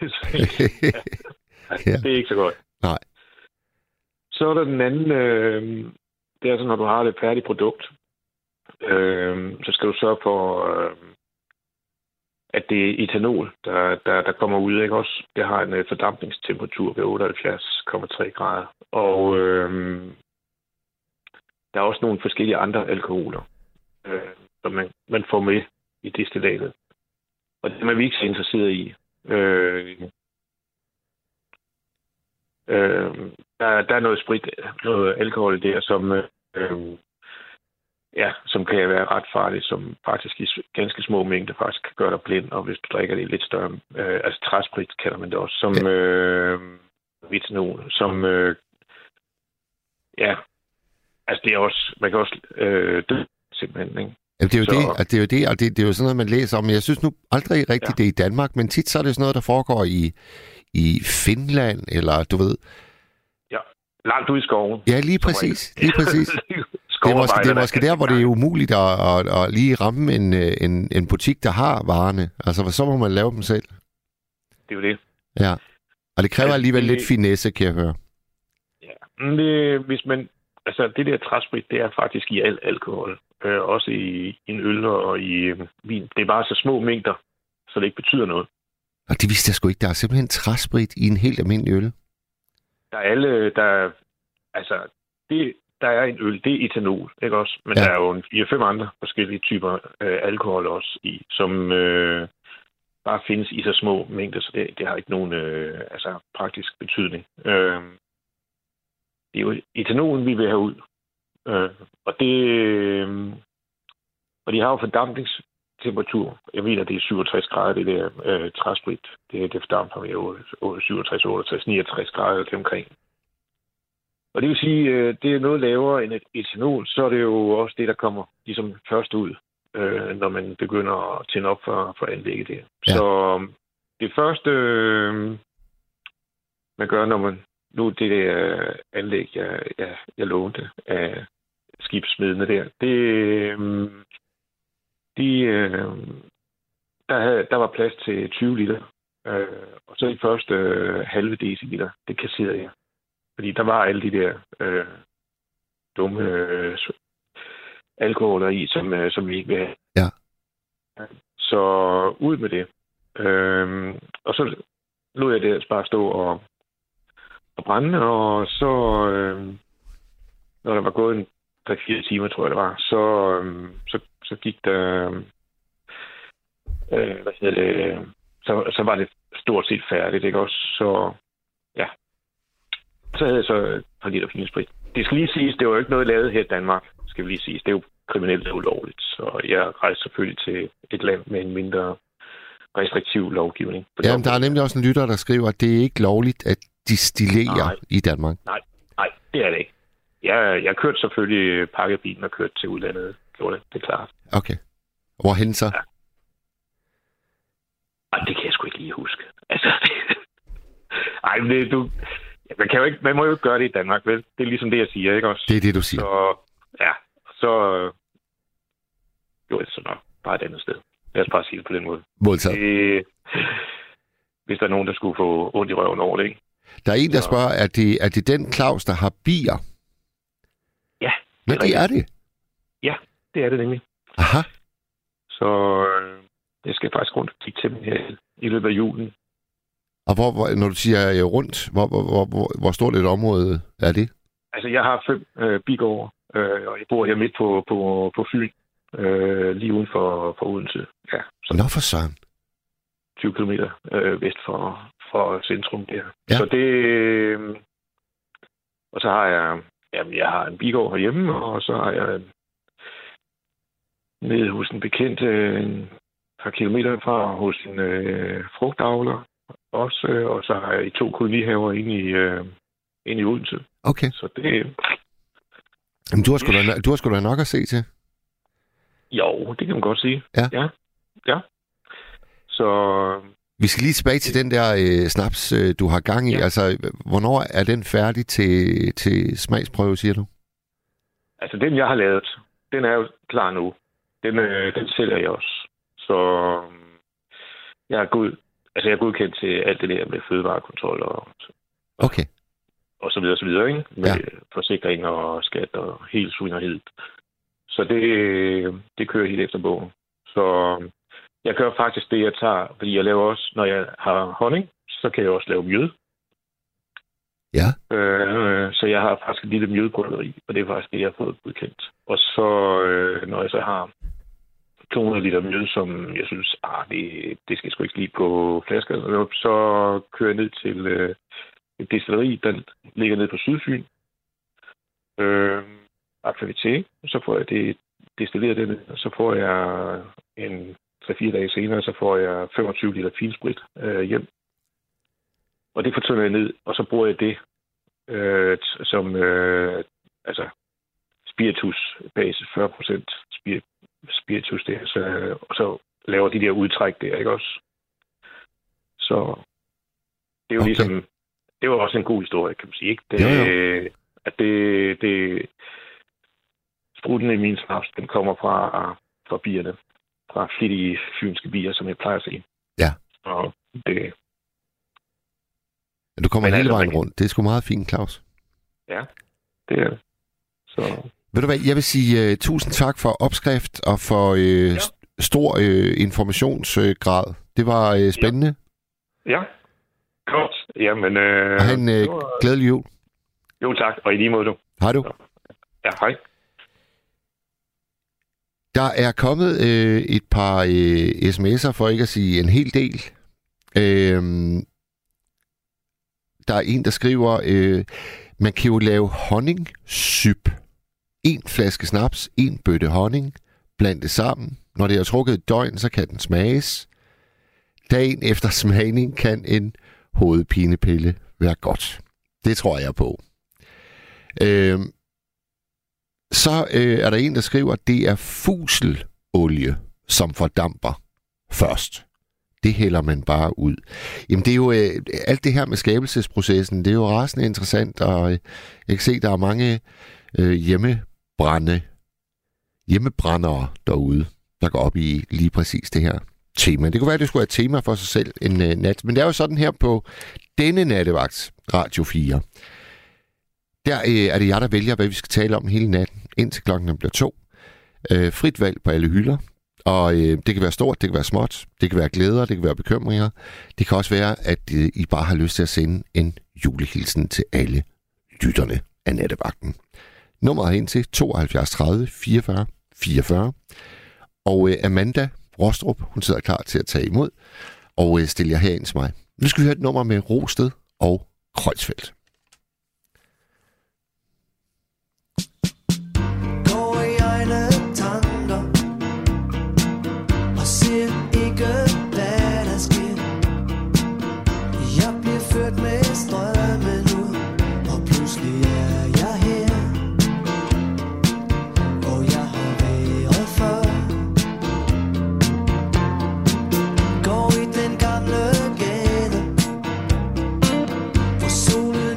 ja, det er ikke så godt.
Nej.
Så er der den anden... Øh, det er sådan, når du har et færdigt produkt, øh, så skal du sørge for, øh, at det er etanol, der, der, der kommer ud, ikke også? Det har en fordampningstemperatur ved otteoghalvfjerds komma tre grader. Og øh, der er også nogle forskellige andre alkoholer, øh, som man, man får med i destillatet. Og det er man ikke så interesseret i. Øh, øh, der, der er noget sprit, noget alkohol der, som, øh, ja, som kan være ret farligt, som faktisk i ganske små mængder faktisk kan gøre dig blind, og hvis du drikker det lidt større, øh, altså træsprit kalder man det også, som øh, vitanol, som øh, ja, altså det er også, man kan også øh, dø simpelthen, ikke?
Jamen, det er jo
så...
det, og det er jo det, og det, det er jo sådan noget, man læser om. Jeg synes nu aldrig rigtigt, ja. Det er i Danmark, men tit så er det sådan noget, der foregår i, i Finland, eller du ved...
Ja, langt ude i skoven.
Ja, lige præcis, lige præcis. Det er måske, det er måske der, hvor det er umuligt at, at, at lige ramme en, en, en butik, der har varerne. Altså, så må man lave dem selv.
Det er jo det.
Ja, og det kræver alligevel det... lidt finesse, kan jeg høre.
Ja, men det, hvis man... Altså, det der træsprit, det er faktisk i al alkohol. Øh, også i, i en øl og i øh, vin. Det er bare så små mængder, så det ikke betyder noget.
Og det vidste jeg sgu ikke. Der er simpelthen træsprit i en helt almindelig øl.
Der er alle... Der, altså, det, der er en øl, det er etanol, ikke også? Men ja. Der er jo en fire-fem andre forskellige typer øh, alkohol også i, som øh, bare findes i så små mængder, så det, det har ikke nogen øh, altså, praktisk betydning. Øh, det er jo etanolen, vi vil have ud. Øh, og det øh, og de har jo fordampningstemperatur. Jeg ved, at det er syvogtres grader, det der øh, træsprit. Det, det fordamper med syvogtres, otteogtres, niogtres grader til omkring. Og det vil sige, øh, det er noget lavere end et etanol, så er det jo også det, der kommer ligesom først ud, øh, når man begynder at tænde op for, for anlægget der. Ja. Så det første, øh, man gør, når man nu det der anlæg, jeg, jeg, jeg lånte af skibssmedene der, det, øh, de, øh, der, havde, der var plads til tyve liter, øh, og så de første øh, halve deciliter, det kasserede jeg. Fordi der var alle de der øh, dumme øh, alkoholer i, som, øh, som vi ikke vil have.
Ja.
Så ud med det. Øh, og så lod jeg det bare stå og, og brænde, og så, øh, når der var gået en tre fire timer, tror jeg det var, så, øh, så, så gik der, øh, hvad hedder det, så, så var det stort set færdigt, ikke også? Så, ja. Så havde jeg så et par liter finsprit. Det skal lige siges, det var jo ikke noget lavet her i Danmark, skal vi lige siges. Det er jo kriminelt og ulovligt, så jeg rejste selvfølgelig til et land med en mindre restriktiv lovgivning.
Jamen, der er nemlig også en lytter, der skriver, at det er ikke lovligt at distillere nej. i Danmark.
Nej, nej, det er det ikke. Jeg, jeg kørte selvfølgelig pakkebilen og kørte til udlandet. Gjorde det, det er klart.
Okay. Hvorhen så?
Ja. Ej, det kan jeg sgu ikke lige huske. Altså, ej, men det, du... Man, kan jo ikke, man må jo ikke gøre det i Danmark, vel? Det er ligesom det, jeg siger, ikke også?
Det er det, du siger.
Så, ja, så jo, så nok bare et andet sted. Lad os bare sige det på den måde.
Modtaget.
Det, hvis der er nogen, der skulle få ondt i røven over det, ikke?
Der er en, der så... spørger, er det, er det den Claus, der har bier?
Ja.
Hvad det, det er det?
Ja, det er det nemlig.
Aha.
Så øh, jeg skal faktisk rundt og kigge til dem her i løbet af julen.
Og hvor, hvor, når du siger rundt, hvor, hvor, hvor, hvor, hvor stort et område er det?
Altså, jeg har fem øh, bigårde, øh, og jeg bor her midt på, på, på Fyn, øh, lige uden for, for Odense. Ja,
så nå for søren.
tyve kilometer øh, vest for, for centrum der.
Ja.
Så det... Øh, og så har jeg Jamen, jeg har en bigård herhjemme, og så har jeg nede hos en bekendt øh, en par kilometer fra hos en øh, frugtavler også, øh, og så har jeg to kolonihaver inde i, øh, inde i Odense.
Okay.
Så det...
Jamen, du har sgu da, du har sgu da nok at se til.
Jo, det kan man godt sige.
Ja.
Ja. ja. Så...
Vi skal lige tilbage til den der øh, snaps, øh, du har gang i. Ja. Altså, hvornår er den færdig til, til smagsprøve, siger du?
Altså, den jeg har lavet, den er jo klar nu. Den, øh, den sælger jeg også. Så øh, jeg er god, altså jeg er godkendt til alt det der med fødevarekontrol og,
okay.
og så videre, så videre, ikke? Med
ja.
forsikring og skat og helt svinderhed. Så det, det kører helt efter bogen. Så jeg gør faktisk det, jeg tager, fordi jeg laver også, når jeg har honning, så kan jeg også lave mjød.
Ja.
Øh, så jeg har faktisk et lille mjødbryggeri, og det er faktisk det, jeg har fået godkendt. Og så, øh, når jeg så har to hundrede liter mjød, som jeg synes, ah, det, det skal sgu ikke lige på flasker, så kører jeg ned til øh, et destilleri, der ligger nede på Sydfyn. Øh, Aktivité, så får jeg det destilleret det, og så får jeg en tre fire dage senere, så får jeg femogtyve liter finsprit øh, hjem. Og det fortønder jeg ned, og så bruger jeg det øh, som øh, altså spiritus base, fyrre procent spiritus der, så, og så laver de der udtræk der, ikke også? Så det er jo okay. Ligesom, det var også en god historie, kan man sige, ikke? Det,
jo, jo.
At det, det spruten i min snaps, den kommer fra, fra bierne, fra flittige fynske bier, som jeg plejer at sige.
Ja.
Og det...
Du kommer
Men
hele
altså,
vejen rundt. Det er sgu meget fint, Claus.
Ja, det er det. Så...
Ved du hvad, jeg vil sige uh, tusind tak for opskrift og for uh, ja. stor uh, informationsgrad. Uh, det var uh, spændende.
Ja, ja. Godt. Jamen, øh,
og have en uh, var... glædelig jul.
Jo, tak. Og i lige måde, du.
Hej du.
Ja, hej.
Der er kommet øh, et par øh, sms'er, for ikke at sige en hel del. Øh, der er en, der skriver, øh, man kan jo lave honningsyp. En flaske snaps, en bøtte honning, bland det sammen. Når det er trukket et døgn, så kan den smages. Dagen efter smagning kan en hovedpinepille være godt. Det tror jeg på. Øh, Så øh, er der en, der skriver, at det er fuselolie, som fordamper først. Det hælder man bare ud. Jamen det er jo øh, alt det her med skabelsesprocessen, det er jo rasende interessant, og øh, jeg kan se, at der er mange øh, hjemmebrænde, hjemmebrændere derude, der går op i lige præcis det her tema. Det kunne være, at det skulle være et tema for sig selv en øh, nat, men det er jo sådan her på denne nattevagt, Radio fire. Der øh, er det jeg, der vælger, hvad vi skal tale om hele natten, indtil klokken bliver to. Øh, frit valg på alle hylder. Og øh, det kan være stort, det kan være småt, det kan være glæder, det kan være bekymringer. Det kan også være, at øh, I bare har lyst til at sende en julehilsen til alle lytterne af nattevagten. Nummeret hen til tooghalvfjerds tredive fireogfyrre fireogfyrre. Og øh, Amanda Rostrup, hun sidder klar til at tage imod og øh, stille jer herind til mig. Nu skal vi høre et nummer med Rosted og Kreuzfeldt.
Solen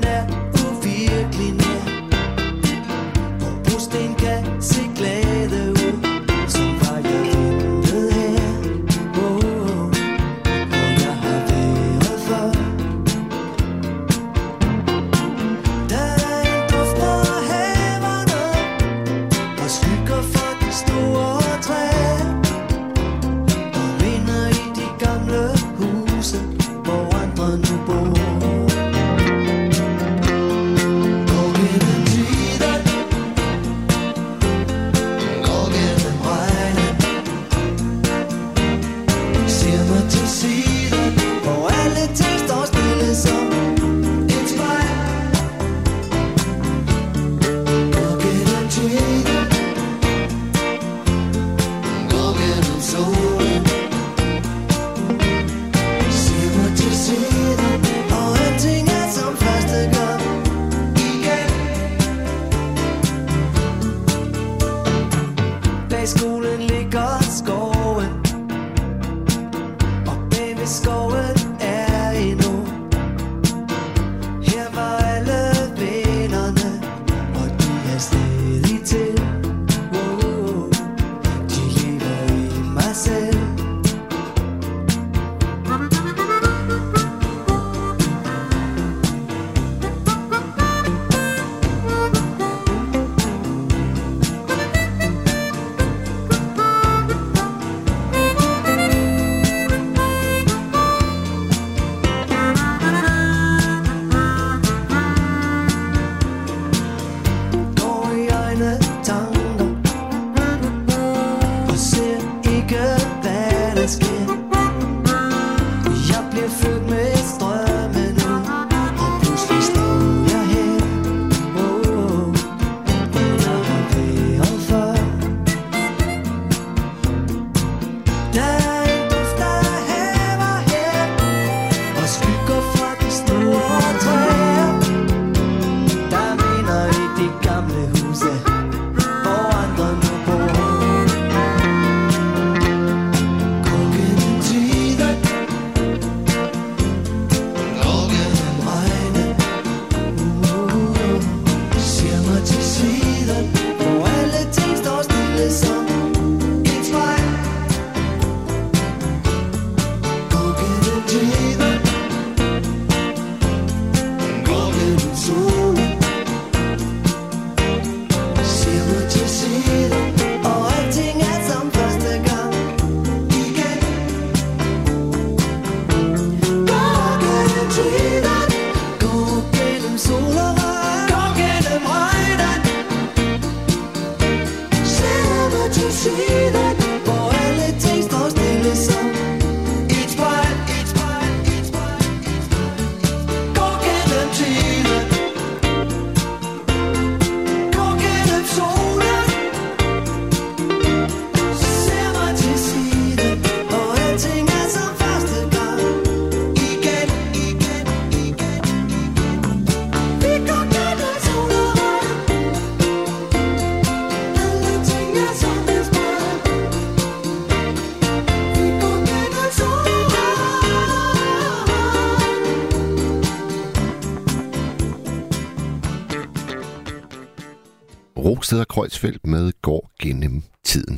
Rosted og Kreuzfeldt med Går gennem tiden.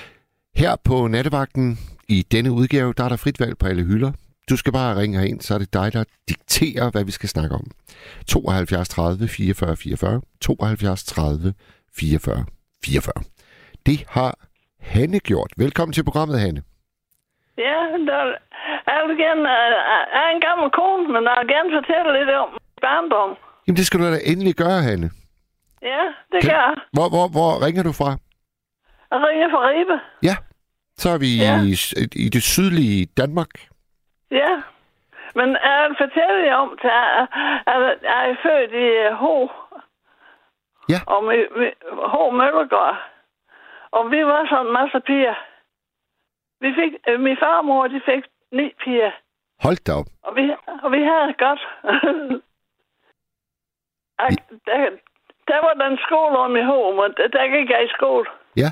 Her på nattevagten i denne udgave, der er der frit valg på alle hylder. Du skal bare ringe herind, så er det dig, der dikterer, hvad vi skal snakke om. tooghalvfjerds tredive fireogfyrre fireogfyrre, tooghalvfjerds tredive fireogfyrre fireogfyrre. Det har Hanne gjort. Velkommen til programmet, Hanne.
Ja, der, jeg vil gerne... Jeg er en gammel kone, men jeg vil gerne fortælle lidt om barndom.
Jamen, det skal du da endelig gøre, Hanne.
Ja, det kan jeg.
Hvor, hvor, hvor ringer du fra?
Jeg ringer fra Ribe.
Ja, så er vi ja. i, i det sydlige Danmark.
Ja, men jeg vil fortælle jer om, at jeg, jeg, jeg er født i H.
Ja.
Og med, med H. Møllegård. Og vi var sådan en masse piger. Vi fik, min far og mor, de fik ni piger.
Hold da op.
Og vi, og vi havde det godt. jeg, der, der var den skole om i H, men der, der gik jeg i skole.
Ja.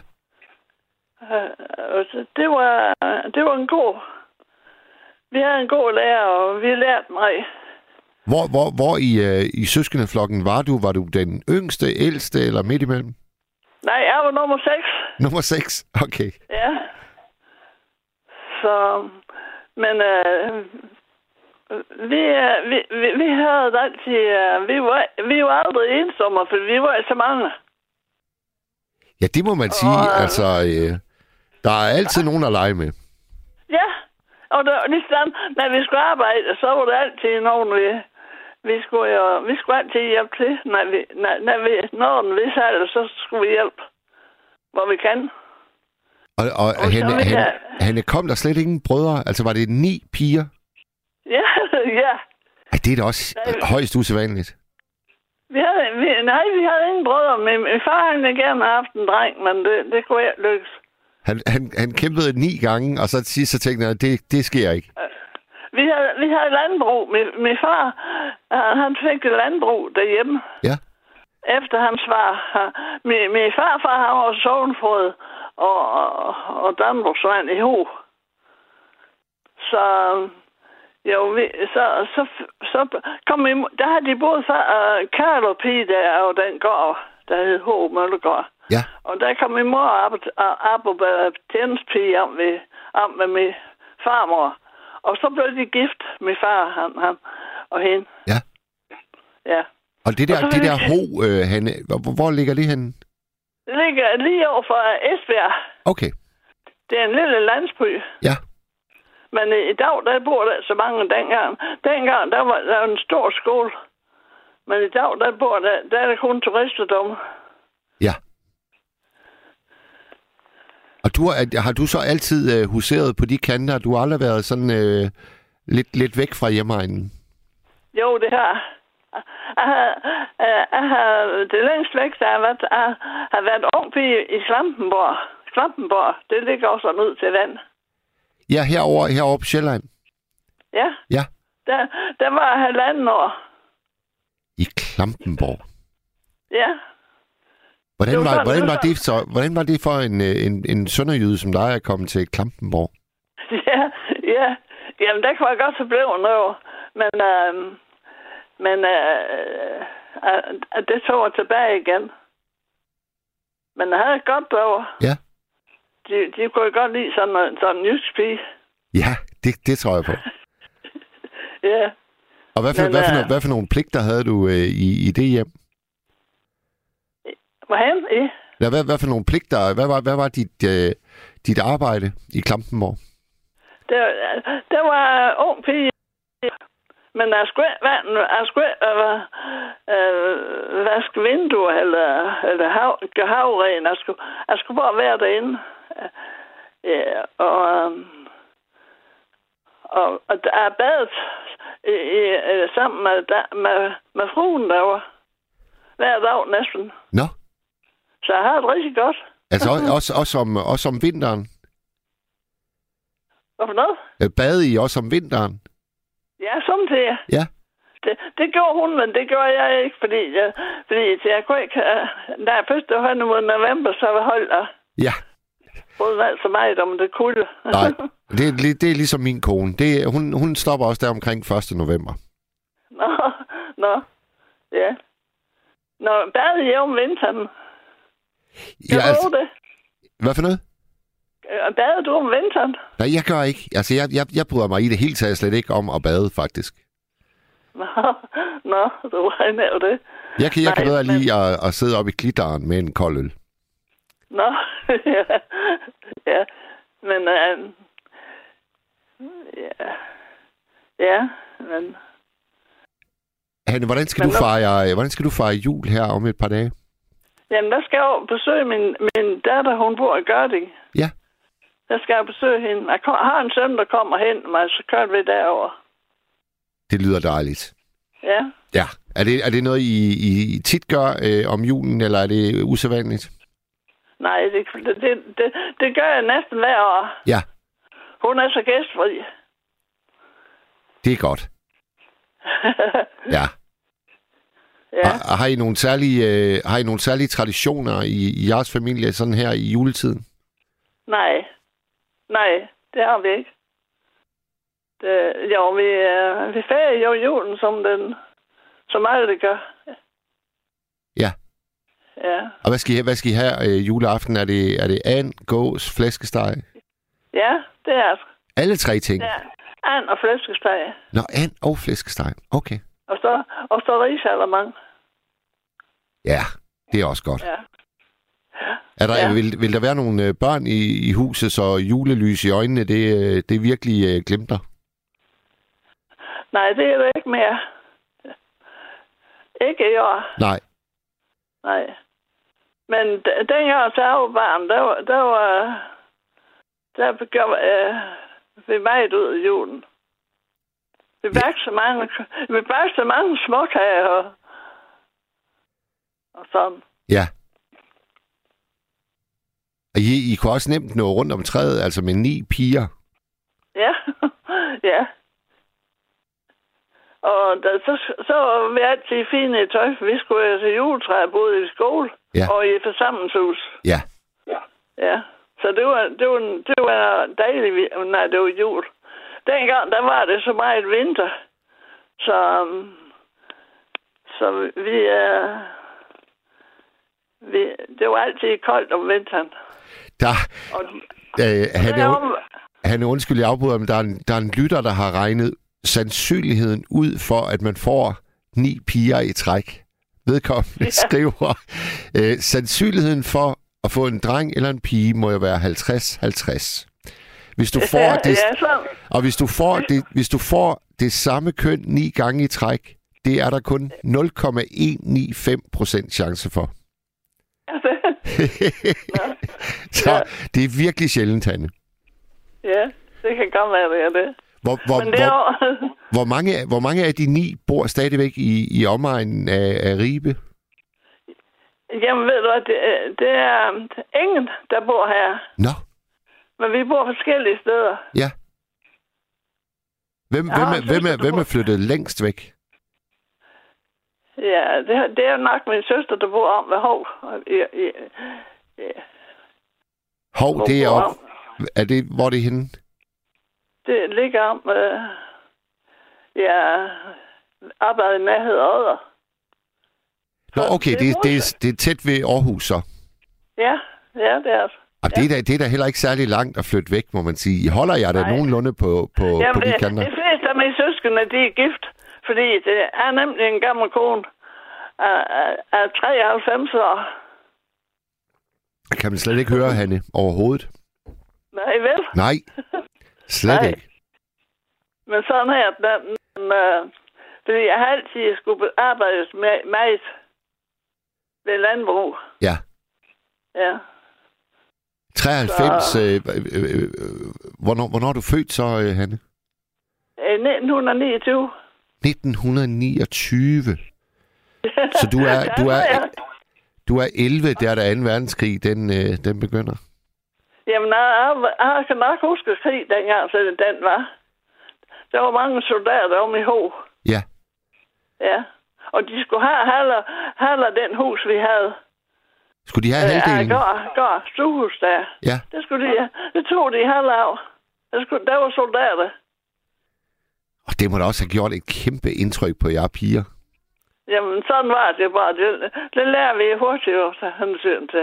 Uh, det var, det var en god... Vi havde en god lærer, og vi lærte mig.
Hvor, hvor, hvor i, uh, i søskendeflokken var du? Var du den yngste, ældste eller midt imellem?
Nej, jeg var nummer seks.
Nummer seks? Okay.
Ja. Så... Men... Uh, vi, uh, vi, vi, vi havde altid... Uh, vi, var, vi var aldrig ensomme, for vi var så mange.
Ja, det må man sige. Og, altså, uh, der er altid ja. nogen at lege med.
Ja. Og der, ligesom, når vi skulle arbejde, så var der altid nogen, vi, vi, skulle, jo, vi skulle altid hjælpe til. Når, vi, når, når, vi, når den vis alder, så skulle vi hjælpe, hvor vi kan.
Og, og, og hende, hende, kan... hende kom der slet ingen brødre? Altså var det ni piger?
Ja, ja.
Ej, det er da også nej, højst usædvanligt.
Vi havde, vi, nej, vi havde ingen brødre. Min, min far han ville gerne have haft en dreng, men det, det kunne ikke lykkes. Han,
han, han kæmpede ni gange, og så til sidst så tænkte jeg, det, det sker ikke.
Vi havde, vi havde landbrug. Min, min far, han fik et landbrug derhjemme.
Ja.
Efter hans far. Min, min farfar, han var sognefrød og, og, og landbrugsvand i Ho. Så Jo, vi, så, så, så kom vi, der har de boet for uh, Karl og Pige der, og den gård, der hed H. Møllegård.
Ja.
Og der kom min mor op og arbejde tjenestepige om, ved, om med min farmor. Og så blev de gift, min far han, han, og hende.
Ja.
Ja.
Og det der,
og
det der H, øh, Hanne, hvor, hvor ligger det henne?
Det ligger lige over for Esbjerg.
Okay.
Det er en lille landsby.
Ja.
Men i dag, der bor der så mange dengang. Dengang, der var der en stor skole. Men i dag, der bor der, der er der kun turisterdom.
Ja. Og du, har, har du så altid øh, huseret på de kanter? Du har aldrig været sådan øh, lidt, lidt væk fra hjemegnen?
Jo, det har jeg. Har, jeg har det længst væk, der har været, jeg har været ung pige i Klampenborg. Klampenborg, det ligger også ud til vand.
Ja, herovre, herovre på Sjælland.
Ja.
Ja.
Der, der var jeg halvanden år.
I Klampenborg?
Ja.
Hvordan
det var,
var, hvordan, var
sådan.
det så, hvordan var det for en, en, en sønderjyde som dig at komme til Klampenborg?
Ja, ja. Jamen, der kunne jeg godt have blevet noget. Men, øh, men øh, øh, det tog jeg tilbage igen. Men jeg havde et godt derovre.
Ja.
De, de kunne godt lide sådan en, sådan en jysk pige.
Ja, det, det tror jeg på.
Ja.
Og hvad for,
Men,
hvad, for,
uh,
no, hvad for nogle pligter havde du øh, i, i det hjem?
Hvorhen i?
Ja, hvad, hvad for nogle pligter? Hvad var, hvad var dit, øh, dit arbejde i Klampenborg?
Det, det var ung pige. Men jeg skulle ikke, jeg skulle ikke øh, øh, vaske vinduer eller, eller hav, gøre havren. Jeg skulle, jeg skulle bare være derinde. Ja, og, og, og jeg er badet i, i, sammen med, med, med fruen derovre. Hver dag næsten.
Nå.
Så jeg har det rigtig godt.
Altså også, også, om, også om vinteren?
Hvorfor noget?
Bade I også om vinteren?
Ja, samtidig.
Ja.
Det, det gjorde hun, men det gjorde jeg ikke, fordi jeg, fordi jeg kunne ikke... Da jeg først var hen mod november, så var holdt jeg.
Ja.
Både alt så meget om det kulde.
Nej, det er, det er ligesom min kone. Det, hun, hun stopper også der omkring første november.
Nå, nå, ja. Nå, bade I om vinteren?
Ja,
Jeg
altså,
det.
hvad for noget?
Bader du om vinteren?
Nej, jeg gør ikke. Altså, jeg, jeg, jeg bryder mig i det hele taget slet ikke om at bade, faktisk.
Nå, nå du regner jo det.
Jeg kan, jeg
Nej,
kan bedre
men...
lide at, at sidde oppe i klitteren med en kold øl.
Nå, ja. Ja, men... Uh, ja. Ja, men...
Hanne, hvordan skal,
men
du
nu...
fejre, hvordan skal du fejre jul her om et par dage?
Jamen, der skal jeg jo besøge min, min datter, hun bor i Gørding.
Ja.
Der skal jeg besøge hende. Jeg har en søn, der kommer hen, og så kører vi derover.
Det lyder dejligt.
Ja.
Ja. Er det, er det noget, I, I tit gør øh, om julen, eller er det usædvanligt?
Nej, det, det, det, det gør jeg næsten hver år.
Ja.
Hun er så gæstfri.
Det er godt. Ja.
Ja.
Har, har I nogle særlige, øh, har I nogle særlige traditioner i, i jeres familie sådan her i juletiden?
Nej. Nej, det har vi ikke. Det, jo, vi, øh, vi fejrer jo julen, som den, som alle gør.
Ja.
Ja.
Og hvad skal I, hvad skal I have øh, juleaften? Er det, er det and, gås, flæskesteg?
Ja, det er det.
Alle tre ting?
Ja, and og flæskesteg.
Nå, and og flæskesteg. Okay.
Og så, og så risalamang.
Ja, det er også godt.
Ja.
Er der,
Ja.
vil, vil der være nogle øh, børn i, i huset, så julelys i øjnene, det, øh, det virkelig øh, glimter?
Nej, det er det ikke mere. Ikke i år.
Nej.
Nej. Men d- dengang jeg var barn, der var, der var, der begyndte øh, vi meget ud i julen. Vi bagte så mange, vi bagte så mange småkager og, og sådan.
Ja. Og I, I kunne også nemt nå rundt om træet, altså med ni piger.
Ja, ja. Og da, så, så var vi altid fine i tøj, for vi skulle til juletræ både i skole
Ja.
og i forsamlingshus.
Ja.
Ja, så det var, det var, det var dejligt, nej, det var jul. dengang, der var det så meget vinter. Så, um, så vi, uh, vi... Det var altid koldt om vinteren.
Der...
Og,
øh, han, er,
derom,
han er undskyld, jeg afbryder, men der er, en, der er en lytter, der har regnet sandsynligheden ud for, at man får ni piger i træk. Vedkommende ja. skriver, øh, sandsynligheden for at få en dreng eller en pige må jo være halvtreds halvtreds. Hvis du får
ja,
det,
ja,
og hvis du får det, hvis du får det samme køn ni gange i træk, det er der kun nul komma en ni fem procent chance for. Så ja. Det er virkelig sjældent, Hanne.
Ja, det kan godt være, det er det.
Hvor, hvor,
Men det
hvor,
er...
hvor, mange, hvor mange af de ni bor stadigvæk i, i omegnen af, af Ribe?
Jamen ved du hvad, det, det er ingen, der bor her.
Nå.
Men vi bor forskellige steder.
Ja. Hvem, hvem, er, hvem, er, hvem er flyttet længst væk?
Ja, det, det er nok min søster, der bor om ved Hov. Ja, ja, ja.
Hov, det er op. Er det, hvor er det henne?
Det ligger om, øh, ja, arbejder i nærhed af Odder.
Nå, okay, det, det, er, det er tæt ved Aarhus, så.
Ja, ja, det er det.
Og det er, da, det er da heller ikke særlig langt at flytte væk, må man sige. I holder jeg da nogenlunde på, på,
Jamen,
på de
det,
kanter?
de fleste af mine søskende, de er gift, fordi det er nemlig en gammel kone af, af, af treoghalvfems år.
Kan man slet ikke høre, Hanne, overhovedet?
Nej, vel?
Nej, slet
Nej.
ikke.
Men sådan her, den, den, øh, fordi jeg har altid skulle arbejde med meget ved landbrug.
Ja.
Ja.
treoghalvfems, øh, øh, øh, hvornår, hvornår er du født så, øh, Hanne?
nitten niogtyve.
nitten niogtyve. Så du er, du er, du er elleve, der da anden verdenskrig, den, øh, den begynder.
Jamen, jeg, jeg kan nok huske krig dengang, så den var. Der var mange soldater om i H.
Ja.
Ja. Og de skulle have halve, halve den hus, vi havde.
Skulle de have halvdelen?
Ja, går, går, stuehus der.
Ja.
Det skulle de, det tog de halve af. Der, skulle, der var soldater.
Og det må da også have gjort et kæmpe indtryk på jer piger.
Jamen, sådan var det bare. Det, det lærer vi hurtigt at tage hensyn til.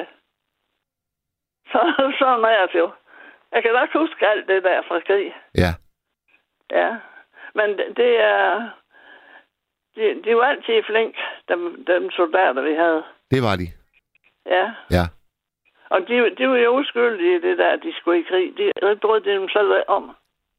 Så, sådan er det jo. Jeg kan nok huske alt det der fra krig.
Ja.
Ja. Men det, det er... De, de var altid flink, dem, dem soldater, vi havde.
Det var de.
Ja.
Ja.
Og de, de var jo uskyldige i det der, de skulle i krig. De brød dem selv om.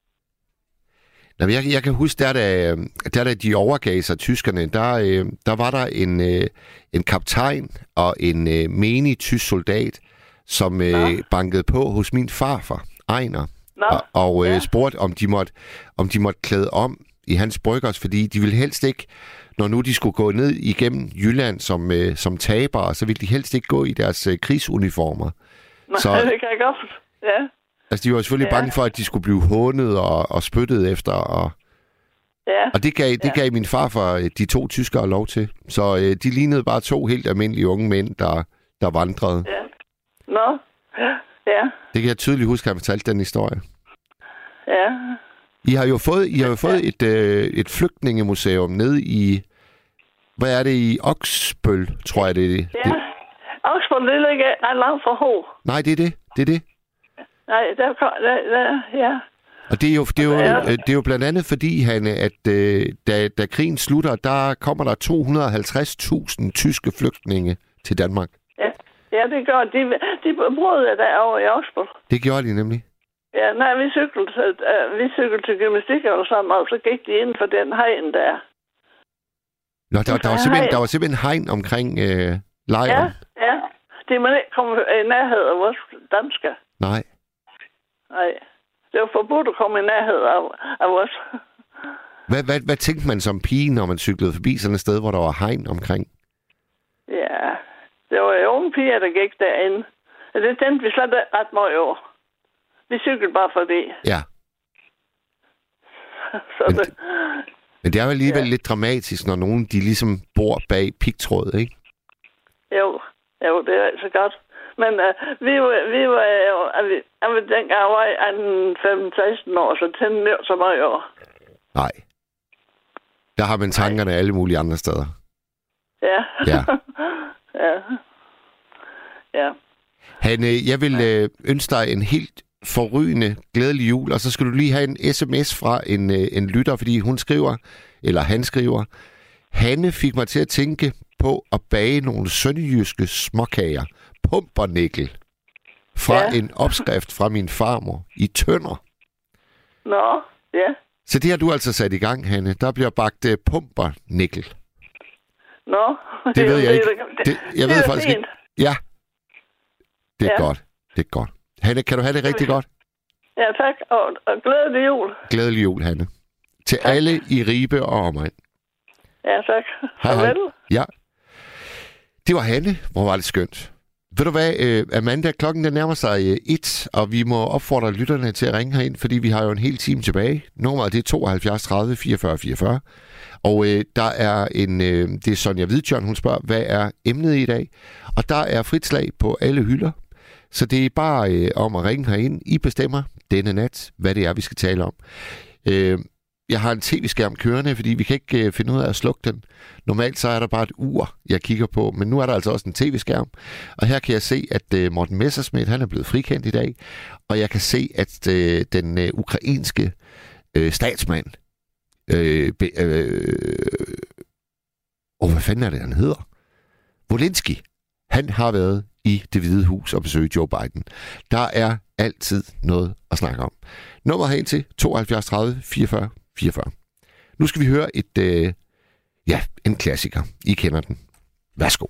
Nå, jeg, jeg kan huske, der da, der da de overgav sig tyskerne, der, der var der en, en kaptajn og en menig tysk soldat, som Nå. bankede på hos min farfar, Ejner, Nå. og, og ja. spurgte, om de, måtte, om de måtte klæde om i hans bryggers, fordi de ville helst ikke, når nu de skulle gå ned igennem Jylland som, som tabere, så ville de helst ikke gå i deres uh, krigsuniformer.
Nej, så, det kan jeg godt. Ja.
Altså, de var selvfølgelig ja. bange for, at de skulle blive hånet og, og spyttet efter. Og,
ja.
og det gav, det gav ja. min farfar de to tyskere lov til. Så uh, de lignede bare to helt almindelige unge mænd, der, der vandrede.
Ja. Nå, ja. ja.
Det kan jeg tydeligt huske, at han fortalte den historie.
Ja.
I har jo fået, I har jo fået et, øh, et flygtningemuseum nede i, hvad er det, i Oksbøl, tror jeg, det er det.
Ja, Oksbøl, det ligger ret langt fra H.
Nej, det er det, det er det.
Nej, der, der, der ja.
Og det er jo, det er jo, ja. det er jo blandt andet fordi, Hanne, at øh, da, da krigen slutter, der kommer der to hundrede og halvtreds tusind tyske flygtninge til Danmark.
Ja, ja det gør de. De brød derovre i Oksbøl.
Det gjorde de nemlig.
Ja, nej, vi cyklede, uh, vi cyklede til gymnastik og sådan noget, så gik de inden for den hegn der.
Nå, der, der, var, simpelthen, der var simpelthen hegn omkring øh, lejren?
Ja, ja. Det må ikke komme i nærhed af vores danskere.
Nej.
Nej. Det var forbudt at komme i nærhed af, af vores.
Hvad, hvad, hvad tænkte man som pige, når man cyklede forbi sådan et sted, hvor der var hegn omkring?
Ja, det var jo unge piger, der gik derinde. Det tænkte vi slet ret meget over. Vi cyklede bare forbi.
Ja.
Så
men,
det,
men det er jo alligevel
ja.
lidt dramatisk, når nogen de ligesom bor bag pigtråd, ikke?
Jo, jo, det er altså godt. Men uh, vi var, vi var jo, jeg ved, dengang var jeg femten seksten år, så tændte jeg så meget år. Nej.
Der har man tankerne alle mulige andre steder.
Ja.
Ja.
ja. Ja.
Hanne, jeg vil øh, ønske dig en helt forrygende glædelig jul, og så skal du lige have en sms fra en, øh, en lytter, fordi hun skriver, eller han skriver, Hanne fik mig til at tænke på at bage nogle sønderjyske småkager, pumpernikkel, fra ja. en opskrift fra min farmor i Tønder.
Nå, ja.
Så det har du altså sat i gang, Hanne. Der bliver bagt uh, pumpernikkel.
Nå.
Det, det ved jeg ikke. Det, det, jeg det ved faktisk fint. ikke. Ja. Det er ja. godt. Det er godt. Hanne, kan du have det rigtig godt?
Ja, tak. Og, og glædelig jul.
Glædelig jul, Hanne. Til tak. alle i Ribe og omegn.
Ja, tak.
Hej, hej. Ja. Det var Hanne. Hvor var det skønt. Ved du hvad, uh, Amanda, klokken der nærmer sig uh, et, og vi må opfordre lytterne til at ringe herind, fordi vi har jo en hel time tilbage. Nummeret det er tooghalvfjerds tredive fireogfyrre fireogfyrre. Og uh, der er en, uh, det er Sonja Hvidtjørn, hun spørger, hvad er emnet i dag? Og der er frit slag på alle hylder. Så det er bare uh, om at ringe herind. I bestemmer denne nat, hvad det er, vi skal tale om. Uh, Jeg har en tv-skærm kørende, fordi vi kan ikke øh, finde ud af at slukke den. Normalt så er der bare et ur, jeg kigger på, men nu er der altså også en tv-skærm. Og her kan jeg se, at øh, Morten Messerschmidt, han er blevet frikendt i dag. Og jeg kan se, at øh, den øh, ukrainske øh, statsmand, øh, be, øh, oh, hvad fanden er det, han hedder? Volensky, han har været i Det Hvide Hus og besøgt Joe Biden. Der er altid noget at snakke om. Nummer herind til tooghalvfjerds tredive fireogfyrre fireogfyrre. Nu skal vi høre et, øh, ja, en klassiker. I kender den. Værsgo.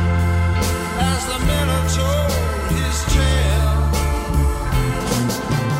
As the miller told his tale,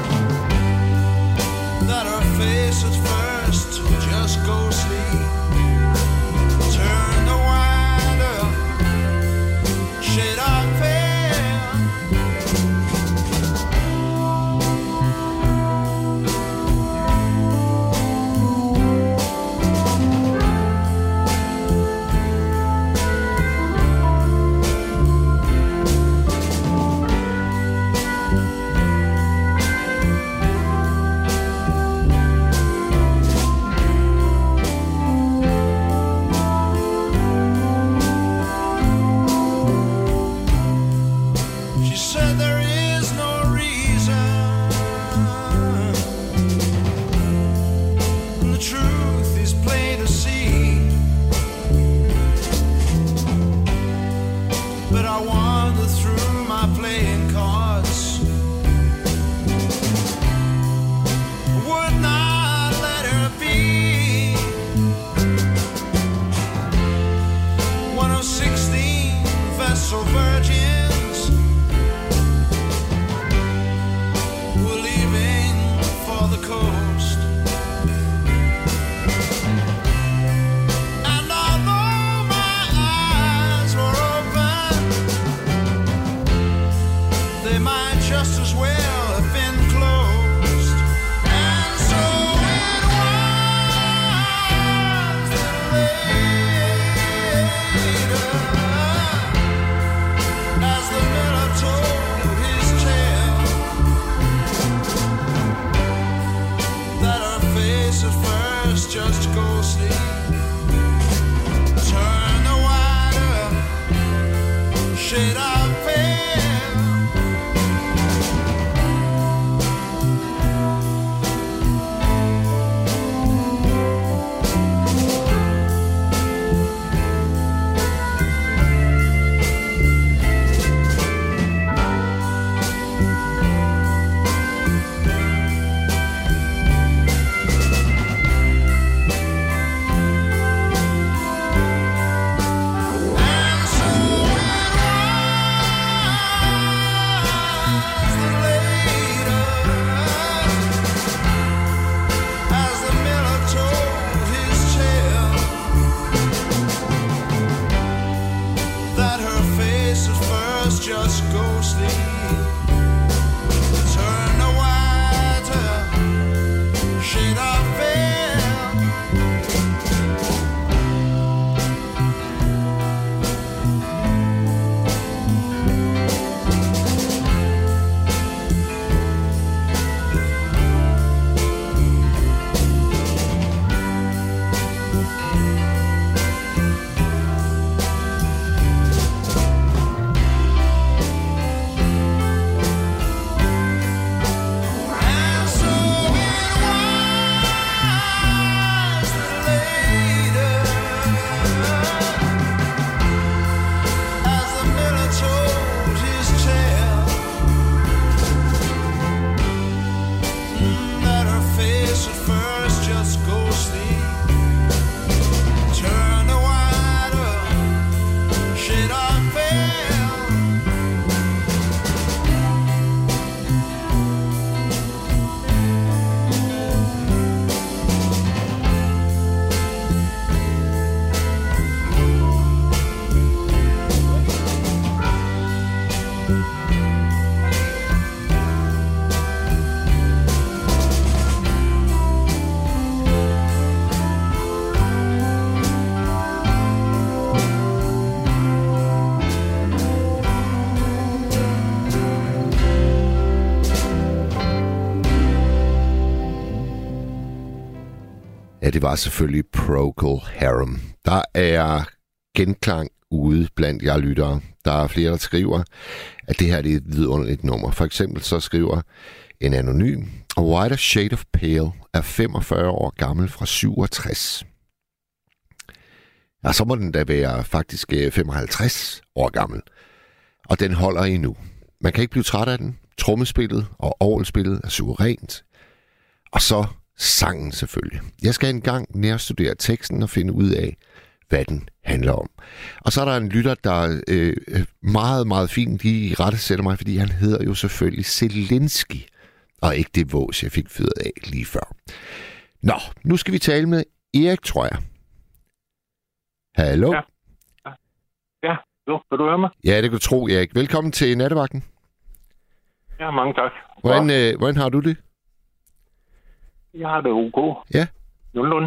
det var selvfølgelig Procol Harum. Der er genklang ude blandt jer lyttere. Der er flere, der skriver, at det her er et vidunderligt nummer. For eksempel så skriver en anonym, A Whiter Shade of Pale er femogfyrre år gammel fra syvogtres. Ja, så må den da være faktisk femoghalvtreds år gammel. Og den holder endnu. Man kan ikke blive træt af den. Trommespillet og orgelspillet er suverænt. Og så sangen selvfølgelig. Jeg skal engang nærstudere teksten og finde ud af, hvad den handler om. Og så er der en lytter, der øh, meget, meget fint lige rettesætter mig, fordi han hedder jo selvfølgelig Zelensky, og ikke det vås, jeg fik fyret af lige før. Nå, nu skal vi tale med Erik, tror jeg. Hallo?
Ja, ja. Jo, kan du høre mig?
Ja, det kan du tro, Erik. Velkommen til Nattevagten.
Ja, mange tak.
Hvordan, øh, hvordan har du det?
Jeg har det ok.
Ja.
Nogenlunde.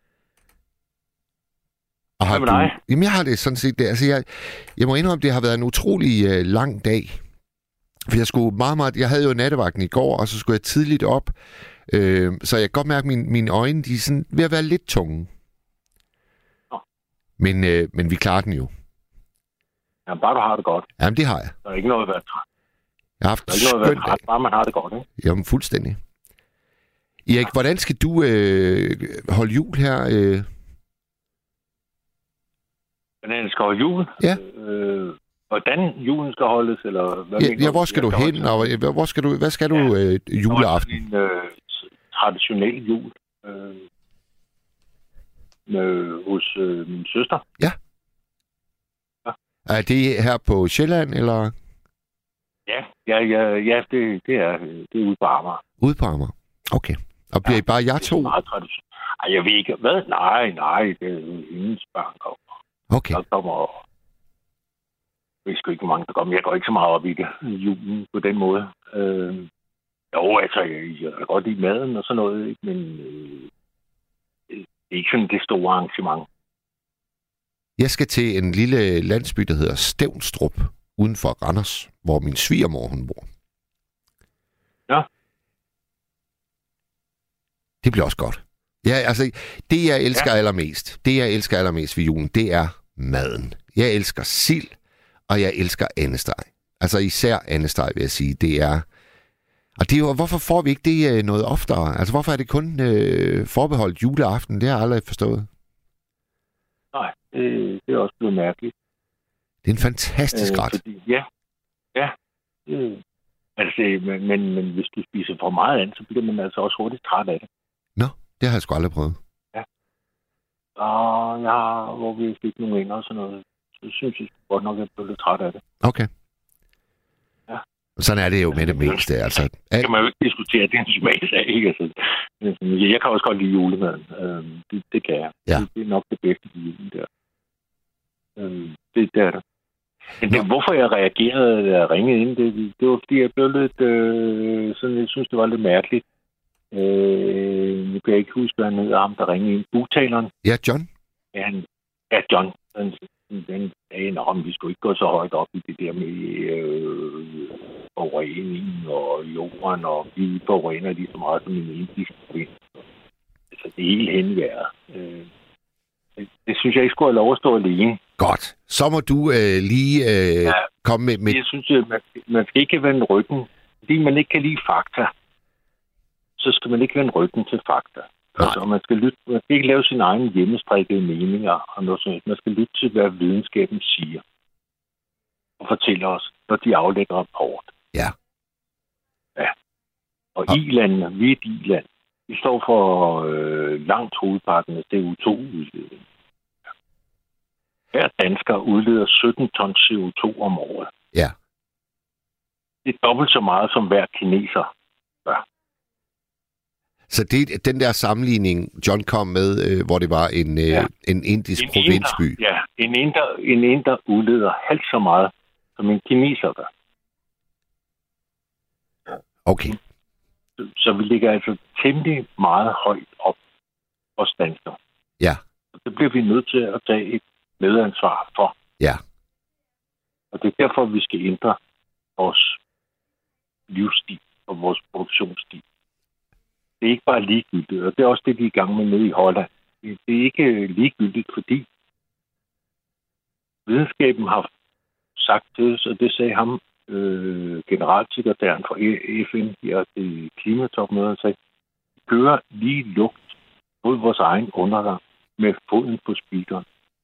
Og har
Hvad med
du...
dig?
Jamen, jeg har det sådan set. Det. Altså, jeg, jeg må indrømme, det har været en utrolig øh, lang dag. For jeg skulle meget, meget... Jeg havde jo nattevagten i går, og så skulle jeg tidligt op. Øh, så jeg kan godt mærke, at mine, mine øjne, de er sådan ved at være lidt tunge.
Nå.
Men, øh, men vi klarer den jo.
Ja, bare du har det godt.
Jamen, det har jeg.
Der er ikke noget at være træt.
Jeg har haft
Der er ikke noget at
skønt
være
dag.
træt, bare man har det godt, ikke?
Jamen, fuldstændig. Erik, hvordan skal du øh, holde jul her? Øh?
Hvordan skal holde jul?
Ja.
Øh, hvordan julen skal holdes, eller hvad
Ja,
mener
ja, hvor skal du hen, og øh, hvor skal du, hvad skal du øh, juleaften?
En øh, traditionel jul øh, med, hos øh, min søster.
Ja.
Ja.
Er det her på Sjælland, eller?
Ja, ja, ja, ja det, det, er, det er ude på Amager.
Ude på Amager. Okay. Og bliver ja, I bare jer to?
Det er meget tradition. Ej, jeg ved ikke. Hvad? Nej, nej, det er jo hendes børn kommer.
Okay.
Der kommer... Jeg ved sgu ikke, hvor mange der kommer. Jeg går ikke så meget op i det, julen på den måde. Øh, jo, altså, jeg, jeg kan godt lide maden og sådan noget, ikke? Men øh, det er ikke sådan det store arrangement.
Jeg skal til en lille landsby, der hedder Stevnstrup, uden for Randers, hvor min svigermor, hun bor.
Ja.
Det bliver også godt. Ja, altså, det jeg elsker ja. allermest, det jeg elsker allermest ved julen, det er maden. Jeg elsker sild, og jeg elsker andesteg. Altså især andesteg, vil jeg sige. Det er... Og det er jo, hvorfor får vi ikke det noget oftere? Altså, hvorfor er det kun øh, forbeholdt juleaften? Det har jeg aldrig forstået.
Nej, det, det er også blevet mærkeligt.
Det er en fantastisk ret.
Øh, fordi, ja, ja. Det, altså, men, men, men hvis du spiser for meget andet, så bliver man altså også hurtigt træt af det.
Nå, det har jeg sgu aldrig prøvet.
Ja. Og ja, hvor vi fik nogle venner og sådan noget, så synes jeg godt nok, at jeg blev lidt træt af det.
Okay.
Ja.
Sådan er det jo med det meste, altså.
Det kan man jo ikke diskutere, det er en smagsag, ikke? Altså, jeg kan også godt lide julemaden. Det, det kan jeg.
Ja.
Det, det er nok det bedste i julen der. Det, det er det. Men det, hvorfor jeg reagerede, da jeg ringede ind, det, det var, fordi jeg blev lidt, øh, sådan, jeg synes, det var lidt mærkeligt. Øh, nu kan jeg ikke huske, hvad han hedder, ham, der ringede ind. Bugtaleren.
Ja, John.
Ja, han, ja John. Han, den sagde, at vi skulle ikke gå så højt op i det der med øh, forurening og jorden, og vi forurener lige så meget som en indisk provins. Altså, det er helt henværret. Øh, det, det synes jeg ikke skulle have lov at stå alene.
Godt. Så må du øh, lige øh, ja, komme med... med...
Jeg synes, at man, man skal ikke vende ryggen. Fordi man ikke kan lide fakta, så skal man ikke vende ryggen til fakta. Altså, man skal, lytte, man skal ikke lave sine egne hjemmestrikkede meninger og noget sådan. Man skal lytte til, hvad videnskaben siger. Og fortæller os, når de aflægger rapport.
Ja.
Ja. Og ja. I-landene, vi er et I-land. Vi står for øh, langt hovedparten af C O to udledning. Hver dansker udleder sytten ton C O to om året.
Ja.
Det er dobbelt så meget, som hver kineser gør.
Så det den der sammenligning, John kom med, øh, hvor det var en, øh, ja. en indisk en provinsby.
Inder, ja, en inder, en inder udleder halvt så meget, som en kineser gør.
Okay.
Så, så vi ligger altså temmelig meget højt op hos danskere.
Ja.
Og det bliver vi nødt til at tage et medansvar for.
Ja.
Og det er derfor, vi skal ændre vores livsstil og vores produktionsstil. det er ikke bare ligegyldigt, og det er også det, de er i gang med nede i Holland. Det er ikke ligegyldigt, fordi videnskaben har sagt til os, og det sagde ham, øh, generalsekretæren for F N her til klimatopmødet, sagde, vi kører lige lugt mod vores egen undergang med foden på speederen.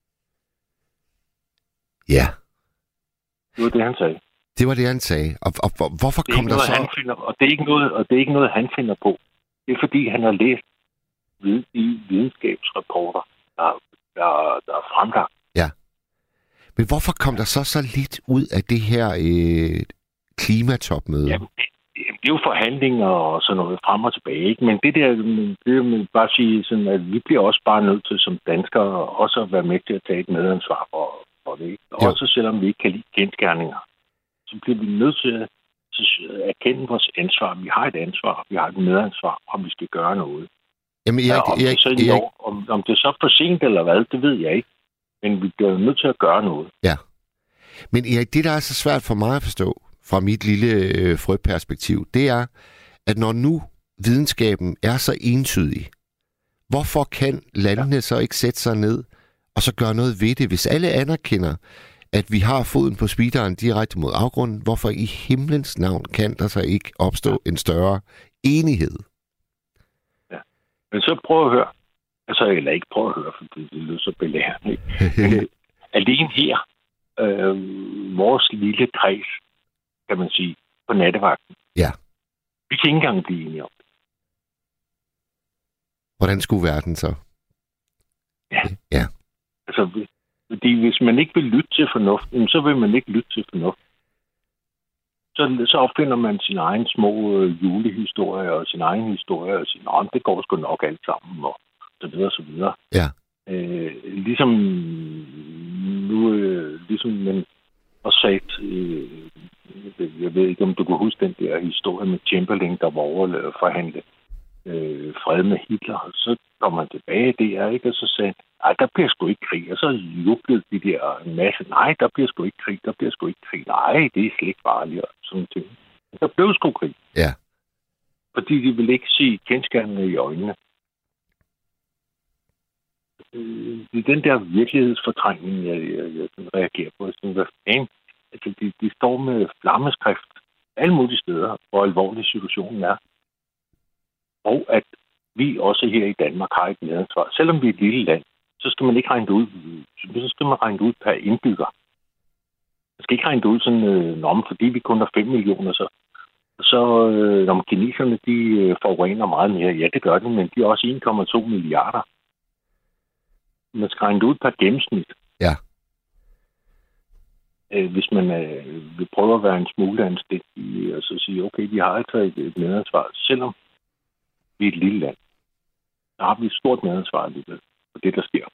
Ja.
Det var det, han sagde.
Det var det, han sagde. Og, og, og hvorfor kom der
noget,
så...
Finder, og, det er ikke noget, og det er ikke noget, han finder på. Det er, fordi han har læst vid, i videnskabsrapporter, der, der, der er fremgang.
Ja. Men hvorfor kom der så så lidt ud af det her øh, klimatopmøde?
Jamen, det, det er jo forhandlinger og sådan noget frem og tilbage, ikke? Men det der, det vil bare sige sådan, at vi bliver også bare nødt til som danskere også at være med til at tage et medansvar for, for det, ikke? Også selvom vi ikke kan lide kendsgerninger, så bliver vi nødt til at erkende vores ansvar. Vi har et ansvar, vi har et medansvar, om vi skal gøre noget.
Jamen, jeg,
ja, om,
jeg,
det så
jeg,
år, om, om det er så for sent eller hvad, det ved jeg ikke. Men vi bliver nødt til at gøre noget.
Ja. Men Erik, det, der er så svært for mig at forstå, fra mit lille øh, frøperspektiv, det er, at når nu videnskaben er så entydig, hvorfor kan landene ja. så ikke sætte sig ned og så gøre noget ved det? Hvis alle anerkender, at vi har foden på speederen direkte mod afgrunden, hvorfor i himlens navn kan der så ikke opstå en større enighed?
Ja. Men så prøv at høre. Altså, eller ikke prøv at høre, for det lyder så belærende. Men alene her, øh, vores lille kreds, kan man sige, på nattevagten.
Ja.
Vi kan ikke engang blive enige om det.
Hvordan skulle verden så?
Ja.
Ja.
Altså, fordi hvis man ikke vil lytte til fornuften, så vil man ikke lytte til fornuft. Så, så opfinder man sin egen små øh, julehistorier og sin egen historie og siger, at det går sgu nok alt sammen, og så videre, så videre.
Ja.
Øh, ligesom nu, øh, ligesom man også sagt, øh, jeg ved ikke, om du kan huske den der historie med Chamberlain, der var over at forhandle øh, fred med Hitler. Så kommer man tilbage der, ikke? Og så sagde nej, der bliver sgu ikke krig. Og så jublede de der en masse, nej, der bliver sgu ikke krig, der bliver sgu ikke krig. Nej, det er slet ikke farligt, og sådan ting. Der blev sgu krig.
Ja.
Fordi de ville ikke se kendskærnene i øjnene. Det er den der virkelighedsfortrængning, jeg, jeg, jeg reagerer på. Sådan, hvad fanden? Altså, de, de står med flammeskrift alle mulige steder, hvor alvorlig situationen er. Og at vi også her i Danmark har et medansvar. Selvom vi er et lille land, så skal man ikke regne det ud. Så skal man regne det ud per indbygger. Man skal ikke regne det ud sådan, øh, om, fordi vi kun har fem millioner, så, så øh, når kineserne de øh, forurener meget mere. Ja, det gør de, men de er også en komma to milliarder. Man skal regne det ud per gennemsnit.
Ja.
Øh, hvis man øh, vil prøve at være en smule anstændig, og så sige, okay, vi har altså et, et medansvar, selvom vi er et lille land. Så har vi et stort medansvar alligevel for det, der sker.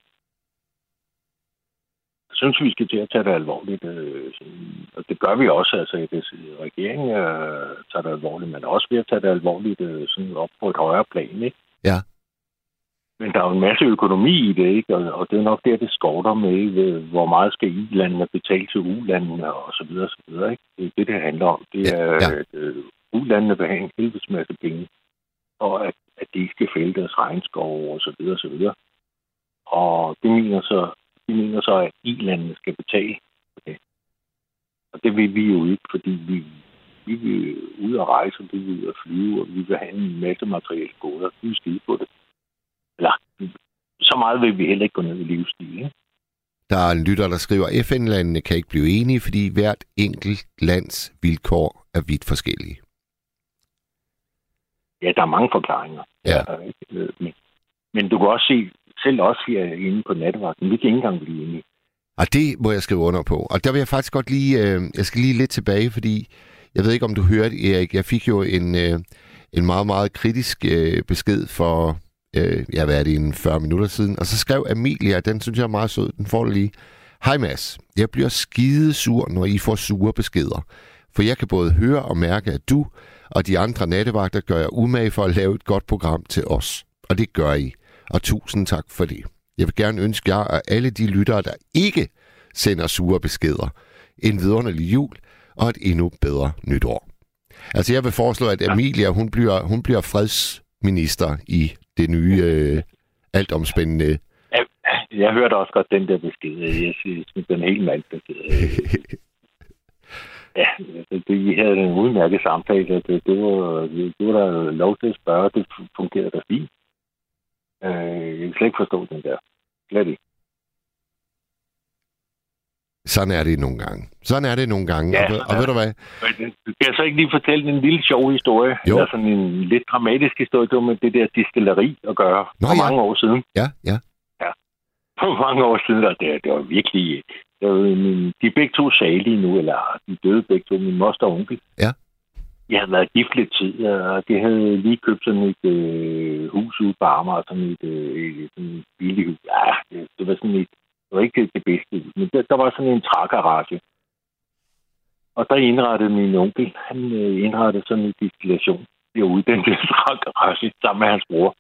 Jeg synes, vi skal til at tage det alvorligt. Øh, og det gør vi også. Altså, regeringen øh, tager det alvorligt, men også ved at tage det alvorligt øh, sådan op på et højere plan, ikke?
Ja. Men
der er jo en masse økonomi i det, ikke? Og, og det er nok der, det skorter med, ved, hvor meget skal I-landene betale til U-landene, og så videre, så videre, ikke? Det er det, det handler om. Det er, ja. at øh, U-landene vil have en helvedes masse penge, og at, at de ikke skal fælde deres regnskov, og så videre, så videre. Og det mener så, de mener så, at I-landene skal betale for det. Og det vil vi jo ikke, fordi vi, vi vil ud og rejse, og vi vil ud og flyve, og vi vil have en masse materielle goder. Vi vil skide på det. Eller, så meget vil vi heller ikke gå ned i livsstil, ikke?
Der er en lytter, der skriver, at F N-landene kan ikke blive enige, fordi hvert enkelt lands vilkår er vidt forskellige.
Ja, der er mange forklaringer.
Ja.
Men, men du kan også se, selv også herinde på nattevagten, vi kan ikke engang blive enige.
Og det må jeg skrive under på. Og der vil jeg faktisk godt lige, øh, jeg skal lige lidt tilbage, fordi jeg ved ikke, om du hørte, Erik, jeg fik jo en, øh, en meget, meget kritisk øh, besked for, øh, jeg hvad er det, en fyrre minutter siden, og så skrev Amelia, den synes jeg er meget sød, den får du lige. Hej Mads, jeg bliver skidesur, når I får sure beskeder, for jeg kan både høre og mærke, at du og de andre nattevagter gør jeg umage for at lave et godt program til os. Og det gør I. Og tusind tak for det. Jeg vil gerne ønske jer og alle de lyttere, der ikke sender sure beskeder, en vidunderlig jul og et endnu bedre nytår. Altså jeg vil foreslå, at Amelia, hun bliver, hun bliver freds minister i det nye øh, altomspændende.
Jeg, jeg hørte også godt den der besked. Jeg synes, den er helt mand besked. Ja, det, vi havde en udmærket samtale. Det, det, var, det var der lov til at spørge. Det fungerede da fint. Jeg kan slet ikke forstå den der. Slet ikke.
Sådan er det nogle gange. Sådan er det nogle gange. Ja, og, og ved du hvad?
Kan jeg så ikke lige fortælle en lille sjov historie?
Jo.
Eller sådan en lidt dramatisk historie. Det var med det der distilleri at gøre.
Nå,
for
ja.
mange år siden.
Ja, ja.
Ja. For mange år siden, der, det, det var virkelig... Det var min, de er begge to salige nu, eller de døde begge to, min moster og onkel.
Ja.
Jeg havde været gift lidt tid, og de havde lige købt sådan et øh, hus ude på Amager, sådan et, øh, et billigt hus. Ja, det, det var sådan et... Det var ikke det bedste, men der, der var sådan en trægarage. Og der indrettede min onkel, han øh, indrettede sådan en distillation derude, den der trægarage, sammen med hans bror.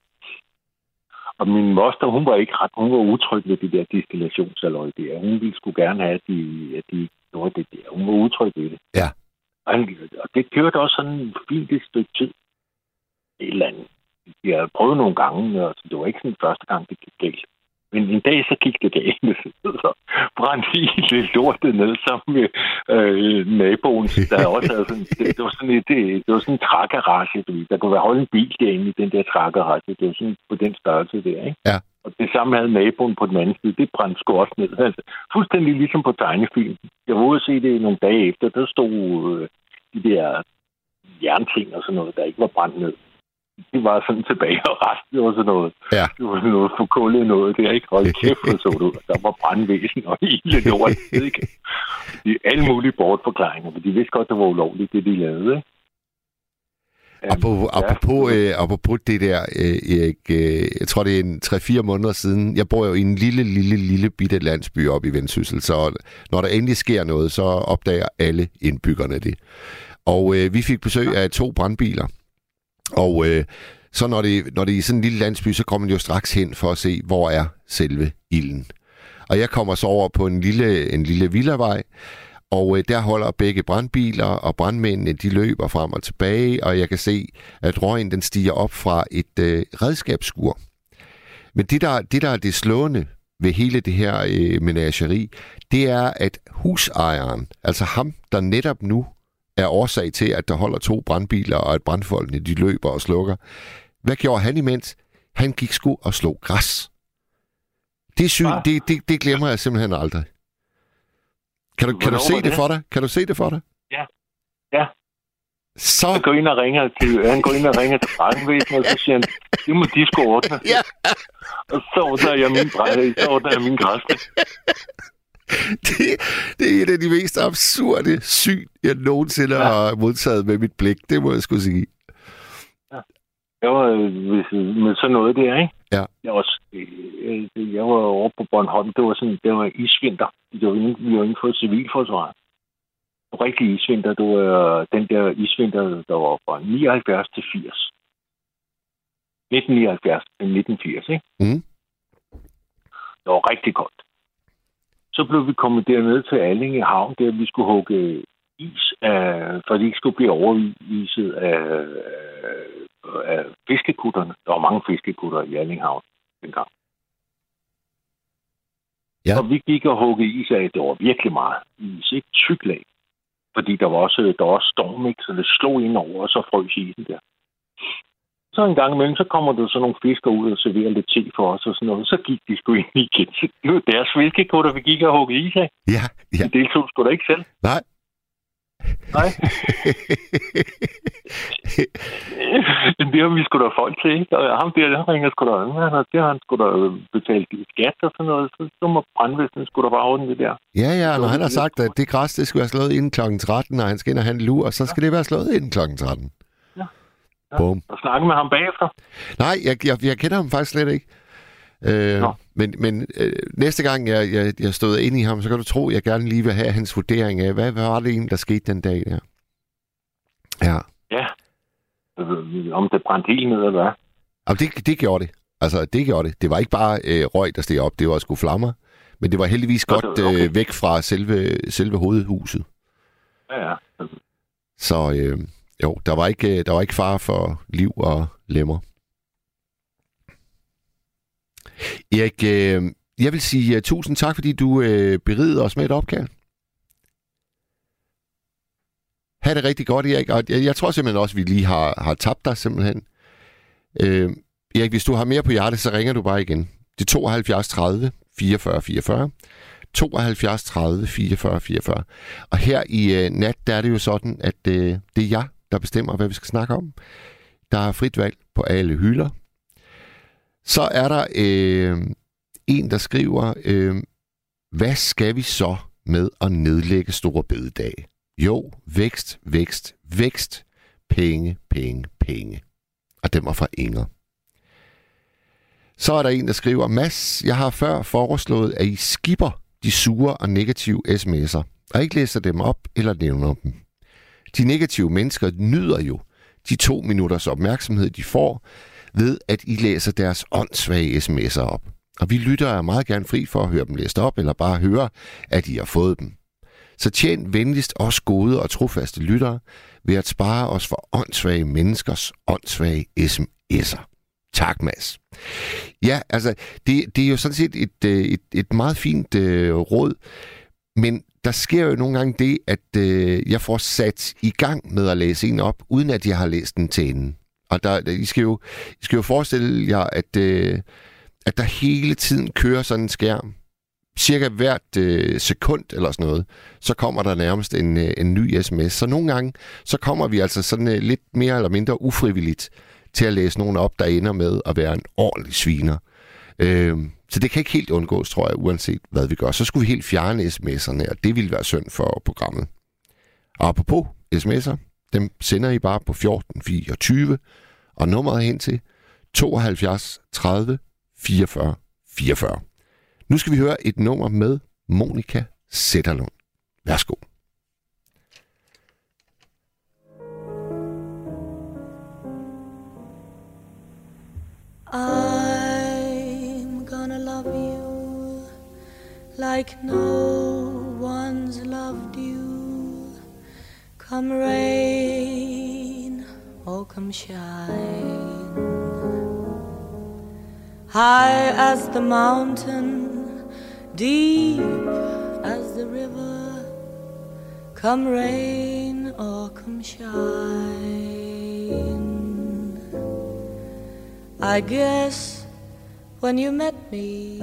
Og min moster, hun var ikke ret, hun var utryg ved det der distillationssaløj der. Hun ville sgu gerne have, at de, at de gjorde det der. Hun var utryg ved det.
Ja.
Og, han, og det kørte også sådan en fint et stykke tid. Et eller andet. Jeg havde prøvet nogle gange, og det var ikke sådan første gang, det gik galt. Men en dag så gik det galt, så brændte hele lortet ned sammen med øh, naboen, der også havde sådan, det, det var sådan et, det, det var sådan en trægarage, der kunne være holde en bil derinde i den der trægarage, det var sådan på den størrelse der, ikke?
Ja.
Og det samme havde naboen på den anden side, det brændte sgu også ned. Altså, fuldstændig ligesom på tegnefilm. Jeg var ude at se det nogle dage efter, der stod øh, de der jernting og sådan noget, der ikke var brændt ned. Det var sådan tilbage, og resten var sådan noget.
Ja.
Det var sådan noget forkullet noget. Det er ikke holdt kæft, og så ud. Der var brandvæsen og hele lort. Ikke? Det er alle mulige bortforklaringer, for de vidste godt, det var ulovligt, det de lavede. Ikke?
Apropos, ja. apropos, øh, apropos det der, øh, Erik, øh, jeg tror, det er en tre fire måneder siden. Jeg bor jo i en lille, lille, lille bitte landsby oppe i Vendsyssel, så når der endelig sker noget, så opdager alle indbyggerne det. Og øh, vi fik besøg af to brandbiler. Og øh, så når det, når det er i sådan en lille landsby, så kommer man jo straks hen for at se, hvor er selve ilden. Og jeg kommer så over på en lille, en lille villavej, og øh, der holder begge brandbiler, og brandmændene, de løber frem og tilbage, og jeg kan se, at røgen, den stiger op fra et øh, redskabsskur. Men det der, det der er det slående ved hele det her øh, menageri, det er, at husejeren, altså ham, der netop nu er årsag til, at der holder to brandbiler, og at brandfolkene, de løber og slukker. Hvad gjorde han imens? Han gik sgu og slog græs. Det, syn, ja. det, det, det glemmer jeg simpelthen aldrig. Kan du, kan du se det, det for dig? Kan du se det for dig?
Ja. Ja.
Så...
Han går ind og ringer til, han går ind og ringer til brandvæsenet, og så siger han, det må de sgu ordne.
Ja.
Og så ordner jeg min brand, så ordner jeg min græsne.
Det, det er en af de mest absurde syn, jeg nogensinde ja. har modtaget med mit blik. Det må jeg sgu sige.
Ja. Jeg var med sådan noget der, ikke?
Ja.
Jeg var, jeg var over på Bornholm. Det var sådan, det var isvinter. Det var inden, vi var inden for civilforsvaret. Rigtig isvinter. Det var den der isvinter, der var fra nioghalvfjerds til firs. nitten nioghalvfjerds til nitten firs, ikke?
Mm.
Det var rigtig godt. Så blev vi kommet dernede til Allinge Havn, der vi skulle hugge is, af, for de ikke skulle blive overviset af, af fiskekutterne. Der var mange fiskekutter i Allinge Havn dengang. Ja. Og vi gik og hugge is af, det var virkelig meget is, ikke tyk lag. Fordi der var også, der var også storm, ikke? Så det slog ind over, og så frøs isen der. Så en gang imellem, så kommer der så nogle fisker ud og serverer lidt te for os og sådan noget. Så gik de sgu ind igen. Det var deres fiskekutter, vi gik og hugge is af.
Ja, ja.
De deltog sgu da ikke selv.
Nej.
Nej. Det har vi sgu da folk til, ikke? Og ham der, der ringer sgu da, det har han sgu da betalt skat og sådan noget. Så, så må brandvæsenet sgu da bare ordne det der.
Ja, ja, når han har sagt, at det græs, det skulle være slået inden klokken tretten, og han skal ind og have en lur, og så skal ja. det være slået inden klokken tretten.
Ja. Ja, og snakke med ham bagefter?
Nej, jeg, jeg, jeg kender ham faktisk slet ikke. Øh, men men øh, næste gang jeg, jeg, jeg stod ind i ham, så kan du tro, at jeg gerne lige vil have hans vurdering af, hvad, hvad var det egentlig, der skete den dag der? Ja.
Ja. Om det brændte helt ned, eller hvad?
Jamen, det, det gjorde det. Altså, det gjorde det. Det var ikke bare øh, røg, der steg op. Det var sgu flammer. Men det var heldigvis godt okay. øh, væk fra selve, selve hovedhuset.
Ja, ja.
Så... Øh, Jo, der var ikke der var ikke fare for liv og lemmer. Erik, øh, jeg vil sige uh, tusind tak, fordi du øh, berigede os med et opkald. Ha' det rigtig godt, Erik. Og jeg, jeg tror simpelthen også, at vi lige har, har tabt dig simpelthen. Øh, Erik, hvis du har mere på hjertet, så ringer du bare igen. Det er tooghalvfjerds tredive fireogfyrre fireogfyrre. tooghalvfjerds tredive fireogfyrre fireogfyrre. Og her i øh, nat, der er det jo sådan, at øh, det er jeg, der bestemmer, hvad vi skal snakke om. Der er frit valg på alle hylder. Så er der øh, en, der skriver, øh, hvad skal vi så med at nedlægge Store Bededag? Jo, vækst, vækst, vækst, penge, penge, penge. Og den var fra Inger. Så er der en, der skriver, Mads, jeg har før foreslået, at I skipper de sure og negative sms'er, og ikke læser dem op eller nævner dem. De negative mennesker nyder jo de to minutters opmærksomhed, de får, ved at I læser deres åndssvage sms'er op. Og vi lytter er meget gerne fri for at høre dem læst op, eller bare høre, at I har fået dem. Så tjen venligst os gode og trofaste lyttere ved at spare os for åndssvage menneskers åndssvage sms'er. Tak, Mads. Ja, altså, det, det er jo sådan set et, et, et meget fint øh, råd, men der sker jo nogle gange det, at øh, jeg får sat i gang med at læse en op, uden at jeg har læst den til enden. Og der, I, skal jo, I skal jo forestille jer, at, øh, at der hele tiden kører sådan en skærm. Cirka hvert øh, sekund eller sådan noget, så kommer der nærmest en, øh, en ny sms. Så nogle gange, så kommer vi altså sådan øh, lidt mere eller mindre ufrivilligt til at læse nogen op, der ender med at være en ordentlig sviner. Øh, så det kan ikke helt undgås, tror jeg, uanset hvad vi gør. Så skulle vi helt fjerne sms'erne, og det ville være synd for programmet. Og apropos sms'er, dem sender I bare på fjorten fireogtyve, og nummeret hen til tooghalvfjerds tredive fireogfyrre fireogfyrre. Nu skal vi høre et nummer med Monica Zetterlund. Værsgo.
I'm gonna love you like no one's loved you. Come rain or come shine, high as the mountain, deep as the river. Come rain or come shine. I guess when you met me,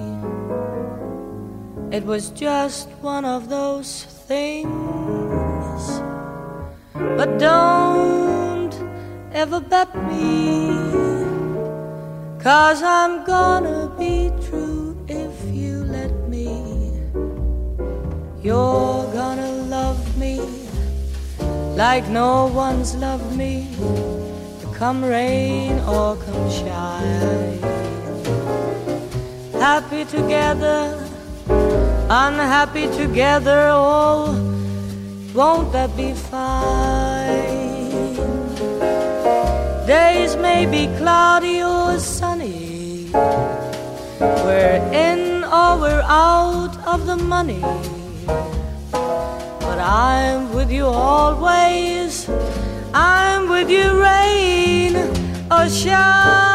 it was just one of those things. But don't ever bet me, 'cause I'm gonna be true if you let me. You're gonna love me like no one's loved me. Come rain or come shine, happy together, unhappy together, oh, won't that be fine? Days may be cloudy or sunny, we're in or we're out of the money, but I'm with you always. I'm with you, rain or shine.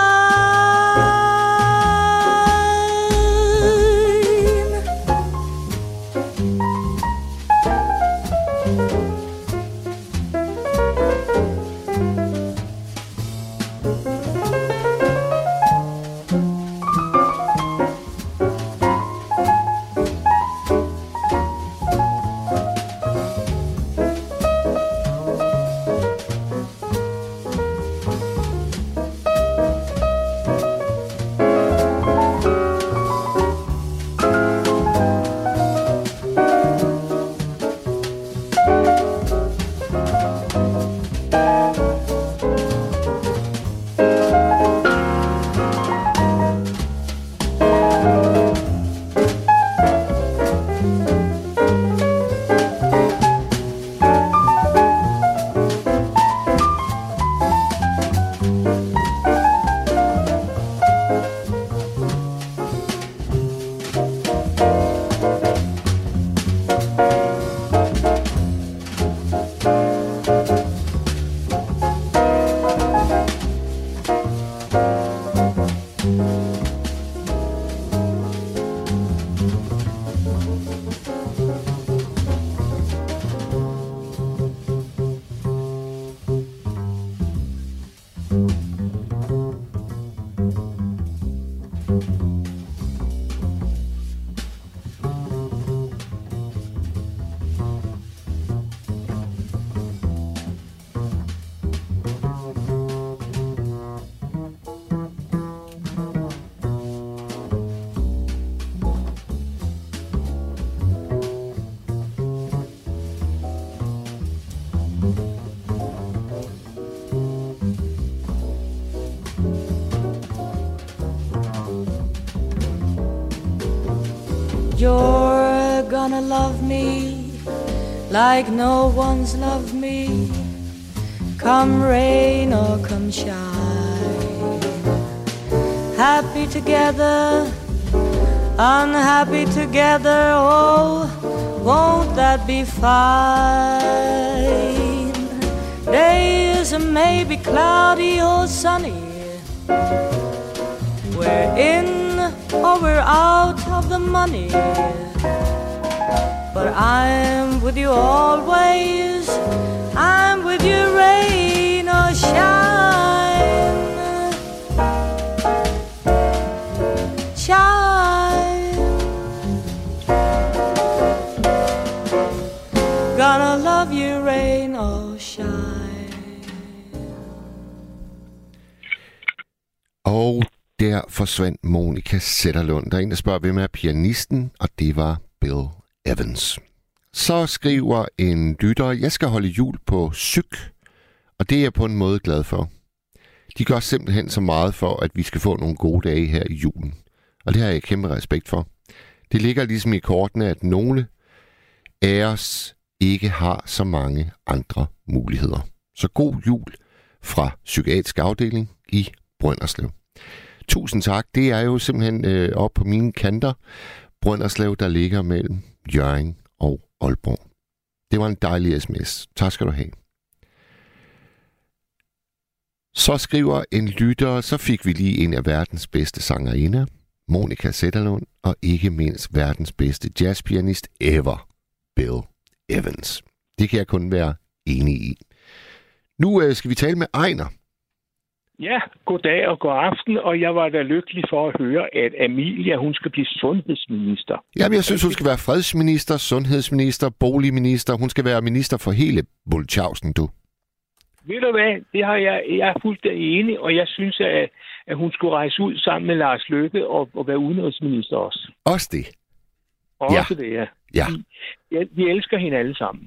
You're gonna love me like no one's loved me, come rain or come shine. Happy together, unhappy together, oh, won't that be fine? Days may be cloudy or sunny, we're in or we're out of the money, but I'm with you always, I'm with you rain or shine. Shine. Gonna love you rain or shine.
Og der forsvandt Monica Zetterlund. Der er en, der spørger, hvem er pianisten, og det var Bill Evans. Så skriver en lytter, jeg skal holde jul på Syk, og det er jeg på en måde glad for. De gør simpelthen så meget for, at vi skal få nogle gode dage her i julen. Og det har jeg kæmpe respekt for. Det ligger ligesom i kortene, at nogle af os ikke har så mange andre muligheder. Så god jul fra Psykiatrisk Afdeling i Brønderslev. Tusind tak. Det er jo simpelthen øh, op på mine kanter. Brønderslev, der ligger mellem Hjørring og Aalborg. Det var en dejlig sms. Tak skal du have. Så skriver en lytter, så fik vi lige en af verdens bedste sangerinder, Monica Zetterlund, og ikke mindst verdens bedste jazzpianist ever, Bill Evans. Det kan jeg kun være enig i. Nu øh, skal vi tale med Ejner.
Ja, goddag og god aften, og jeg var da lykkelig for at høre, at Amelia, hun skal blive sundhedsminister.
Jamen, jeg synes, hun skal være fredsminister, sundhedsminister, boligminister. Hun skal være minister for hele Bultjausen, du.
Ved du hvad, det har jeg, jeg er fuldstændig enig, og jeg synes, at, at hun skulle rejse ud sammen med Lars Løkke og, og være udenrigsminister også.
Også det?
Også
ja.
det, ja.
Ja.
Vi, vi elsker hende alle sammen.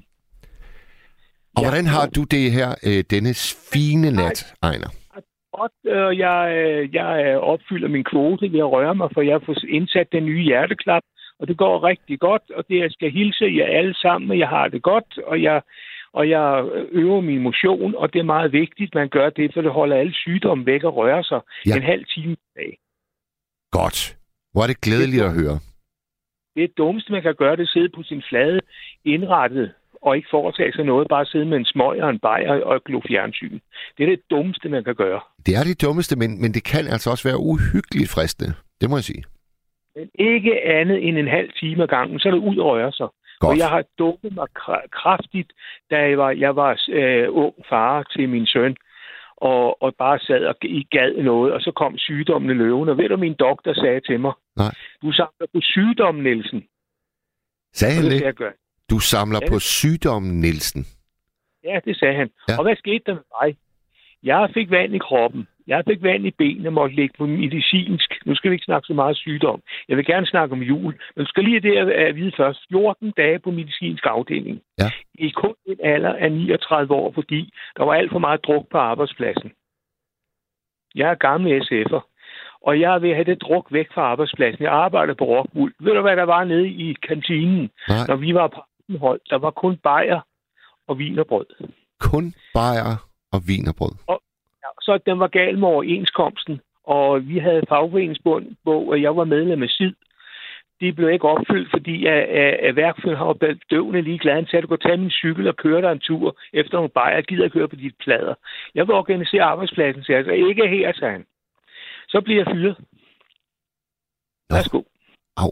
Og
ja.
Hvordan har du det her, øh, denne fine nat, Ejner?
Og jeg, jeg opfylder min kvote ved at røre mig, for jeg har fået indsat den nye hjerteklap, og det går rigtig godt, og det jeg skal hilse jer alle sammen, og jeg har det godt, og jeg, og jeg øver min motion, og det er meget vigtigt, at man gør det, for det holder alle sygdomme væk og rører sig ja. en halv time dag.
Godt. Hvor er det glædeligt at høre.
Det er det dummeste, man kan gøre, det sidde på sin flade indrettet, og ikke foretage sig noget, bare sidde med en smøg og en bajer og glo fjernsyn. Det er det dummeste, man kan gøre.
Det er det dummeste, men, men det kan altså også være uhyggeligt fristende. Det må jeg sige.
Men ikke andet end en halv time ad gangen, så er det ud og røre sig. Godt. Og jeg har dummet mig kraftigt, da jeg var, jeg var øh, ung far til min søn, og, og bare sad og i gad noget, og så kom sygdommen i løven. Og ved du, min doktor sagde til mig,
nej.
Du samler på sygdommen, Nielsen.
Sagde han det?
Jeg gøre.
Du samler ja. på sygdommen, Nielsen.
Ja, det sagde han.
Ja.
Og hvad skete der med mig? Jeg fik vand i kroppen. Jeg fik vand i benene og måtte ligge på medicinsk. Nu skal vi ikke snakke så meget sygdom. Jeg vil gerne snakke om jul. Men du skal lige det at vide først. fjorten dage på medicinsk afdeling.
Ja.
I kun en alder af niogtredive år, fordi der var alt for meget druk på arbejdspladsen. Jeg er gammel S F'er. Og jeg vil have det druk væk fra arbejdspladsen. Jeg arbejder på Rockwool. Ved du, hvad der var nede i kantinen,
nej.
Når vi var på hold? Der var kun bajer og wienerbrød.
Kun bajer og wienerbrød?
Og ja, så den var gal med overenskomsten. Og vi havde fagforeningsbund, hvor jeg var medlem af S I D. De blev ikke opfyldt, fordi at, at, at værkføren har bedøvende ligeglad. Han sagde, at du kan tage min cykel og køre dig en tur efter nogle bajer. Jeg gider køre på dit plader. Jeg vil organisere arbejdspladsen, så jeg ikke her, sagde han. Så bliver jeg fyret. Værsgo.
Au.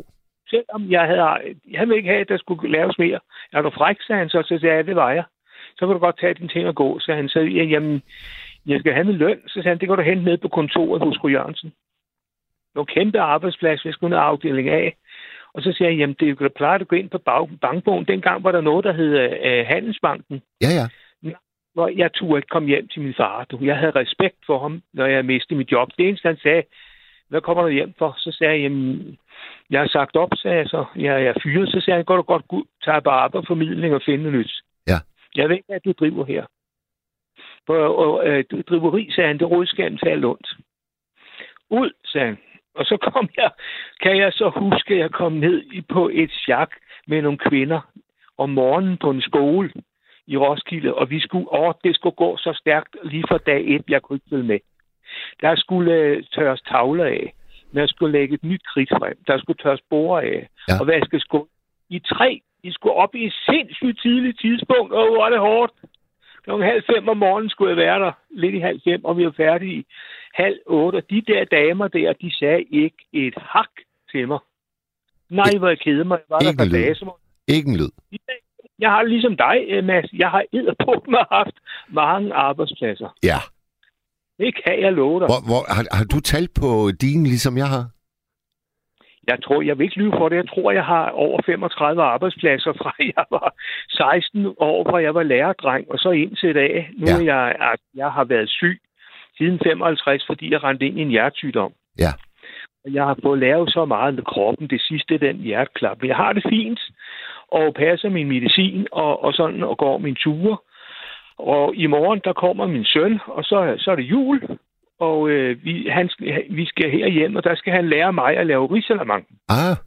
selvom jeg havde... Jeg ville ikke have, at der skulle laves mere. Er du fræk, sagde han så. Så sagde jeg, det var jeg. Så kan du godt tage dine ting og gå. Så han sagde, ja, jamen, jeg skal have min løn. Så sagde han, det kan du hente ned på kontoret hos fru Jørgensen. Det var en kæmpe arbejdsplads, jeg skulle have afdeling af. Og så sagde jeg, jamen, det er jo klart at gå ind på bankbogen. Dengang var der noget, der hed uh, Handelsbanken.
Ja, ja.
Hvor jeg turde ikke komme hjem til min far. Jeg havde respekt for ham, når jeg mistede mit job. Det eneste, han sagde, hvad kommer du hjem for? Så sagde jeg, jamen, jeg har sagt op, sagde jeg så. Jeg er fyret. Så sagde han, går du godt ud, tage på arbejdsformidling og finde nyt.
Ja.
Jeg ved ikke, at du driver her. For og, øh, driveri, sagde han, det rådskabet til alt ondt. Ud, sagde han. Og så kom jeg, kan jeg så huske, at jeg kom ned på et sjak med nogle kvinder om morgenen på en skole i Roskilde, og vi skulle, åh, det skulle gå så stærkt lige fra dag et, jeg kunne ikke følge med. Der skulle tørres tavler af, der skulle lægge et nyt kridt frem, der skulle tørres borde af, ja. Og vaske skål. I tre, de skulle op i et sindssygt tidligt tidspunkt, og hvor var det hårdt. Klokken halv fem om morgenen skulle jeg være der, lidt i halv fem, og vi var færdige i halv otte. Og de der damer der, de sagde ikke et hak til mig. Nej, hvor jeg kede mig. Jeg var der for dage, som...
Ikke en lyd.
Jeg har ligesom dig, Mads. Jeg har edderpå mig haft mange arbejdspladser.
Ja.
Det kan jeg love dig.
Hvor, hvor, har, har du talt på din, ligesom jeg har?
Jeg tror, jeg vil ikke lyve for det. Jeg tror, jeg har over femogtredive arbejdspladser fra jeg var seksten år, fra jeg var lærerdreng, og så indtil i dag. Nu ja. er jeg, at jeg har været syg siden femoghalvtreds, fordi jeg rendte ind i en hjertesygdom.
Ja.
Og jeg har fået lavet så meget med kroppen. Det sidste, den hjerteklap. Jeg har det fint, og passer min medicin, og, og sådan, og går min ture. Og i morgen, der kommer min søn, og så, så er det jul. Og øh, vi, han, vi skal herhjem, og der skal han lære mig at lave risalamande.
Ah.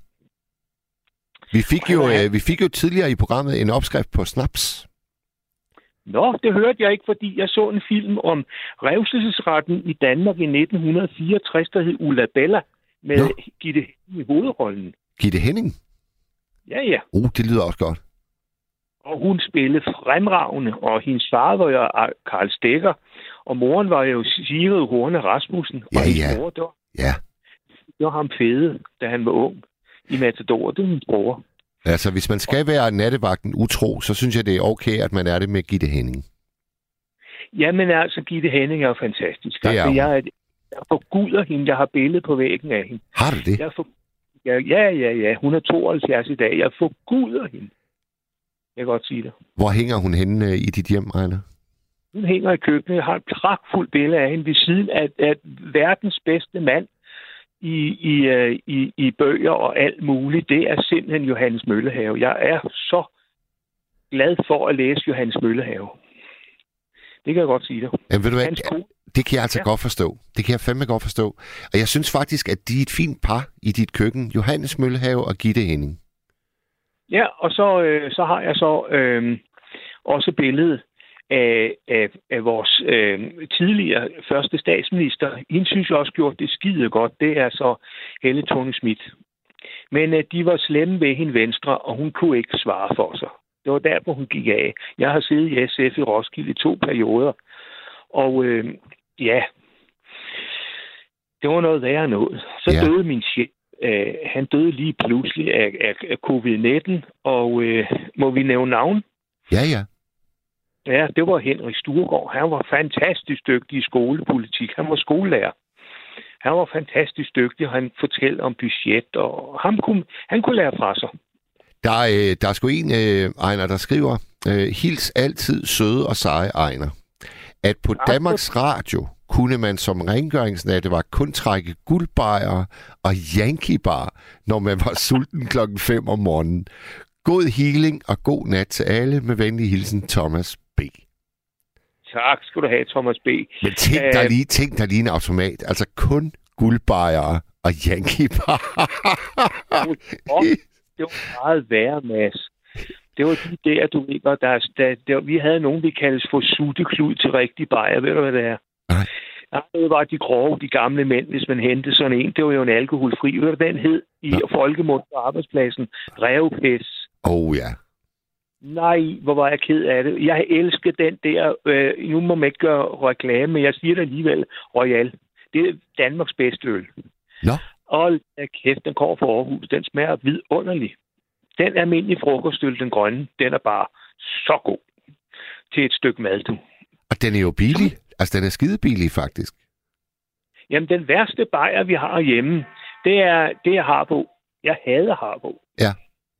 Vi fik, jo, øh, vi fik jo tidligere i programmet en opskrift på snaps.
Nå, det hørte jeg ikke, fordi jeg så en film om revselsesretten i Danmark i nitten fireogtres, der hed Ulla Bella, med Nå. Gitte Henning i hovedrollen.
Gitte Henning?
Ja, ja.
Uh, det lyder også godt.
Og hun spillede fremragende, og hendes far var jo Karl Stikker, og moren var jo Sigrid Horne Rasmussen.
Ja,
og
ja.
Mor, det var,
ja.
Det var ham fede, da han var ung i Matador. Det var min bror.
Altså, hvis man skal være nattevagten utro, så synes jeg, det er okay, at man er det med Gitte Henning.
Jamen altså, Gitte Henning er jo fantastisk.
Det er
altså, jeg, jeg forguder hende. Jeg har billede på væggen af hende.
Har du det?
Jeg for, ja, ja, ja, ja. Hun er tooghalvfjerds i dag. Jeg forguder hende. Jeg kan godt sige det.
Hvor hænger hun henne i dit hjem, Ejner?
Hun hænger i køkkenet. Jeg har et pragtfuldt billede af hende ved siden af, af verdens bedste mand i, i, i, i bøger og alt muligt. Det er simpelthen Johannes Møllehave. Jeg er så glad for at læse Johannes Møllehave. Det kan jeg godt sige dig.
Jamen, ved du hvad? Det kan jeg altså ja. godt forstå. Det kan jeg fandme godt forstå. Og jeg synes faktisk, at de er et fint par i dit køkken. Johannes Møllehave og Gitte Henning.
Ja, og så, øh, så har jeg så øh, også billedet af, af, af vores øh, tidligere første statsminister. Hende synes jeg også gjort det skide godt. Det er så Helle Thorning-Schmidt. Men øh, de var slemme ved hende venstre, og hun kunne ikke svare for sig. Det var derfor, hun gik af. Jeg har siddet i S F i Roskilde i to perioder. Og øh, ja, det var noget værre noget. Så ja. døde min chef. Uh, han døde lige pludselig af, af, af covid nitten, og uh, må vi nævne navn?
Ja, ja.
Ja, det var Henrik Sturegård. Han var fantastisk dygtig i skolepolitik. Han var skolelærer. Han var fantastisk dygtig, og han fortalte om budget, og han kunne, han kunne lære fra sig.
Der er, der er sgu en, uh, Ejner, der skriver, uh, hils altid søde og seje Ejner. At på ja, Danmarks Radio kunne man som rengøringsnatte kun trække guldbajere og Yankee-bar, når man var sulten klokken fem om morgenen. God healing og god nat til alle. Med venlig hilsen, Thomas B.
Tak skal du have, Thomas B.
Men tænk dig lige, tænk dig lige en automat. Altså kun guldbajere og Yankee-bar.
Det var meget værre, Mads. Det var de der, du ved godt, der, der, der, vi havde nogen, vi kaldes for sutteklud til rigtig bajer. Ved du, hvad det er?
Nej.
Det var de grove, de gamle mænd, hvis man hentede sådan en. Det var jo en alkoholfri. Ved du, hvad den hed i ja. folkemund på arbejdspladsen? Revpæs.
Oh ja.
Nej, hvor var jeg ked af det. Jeg elsker den der, øh, nu må man ikke gøre reklame, men jeg siger det alligevel, Royal. Det er Danmarks bedste øl.
Nå.
Og kæft, den kommer fra Aarhus. Den smager vidunderlig. Den almindelige frokostøl, den grønne, den er bare så god til et stykke mad, du.
Og den er jo billig. Altså, den er skide billig, faktisk.
Jamen, den værste bajer, vi har hjemme, det er, det er Harbo. Jeg hader Harbo.
Ja.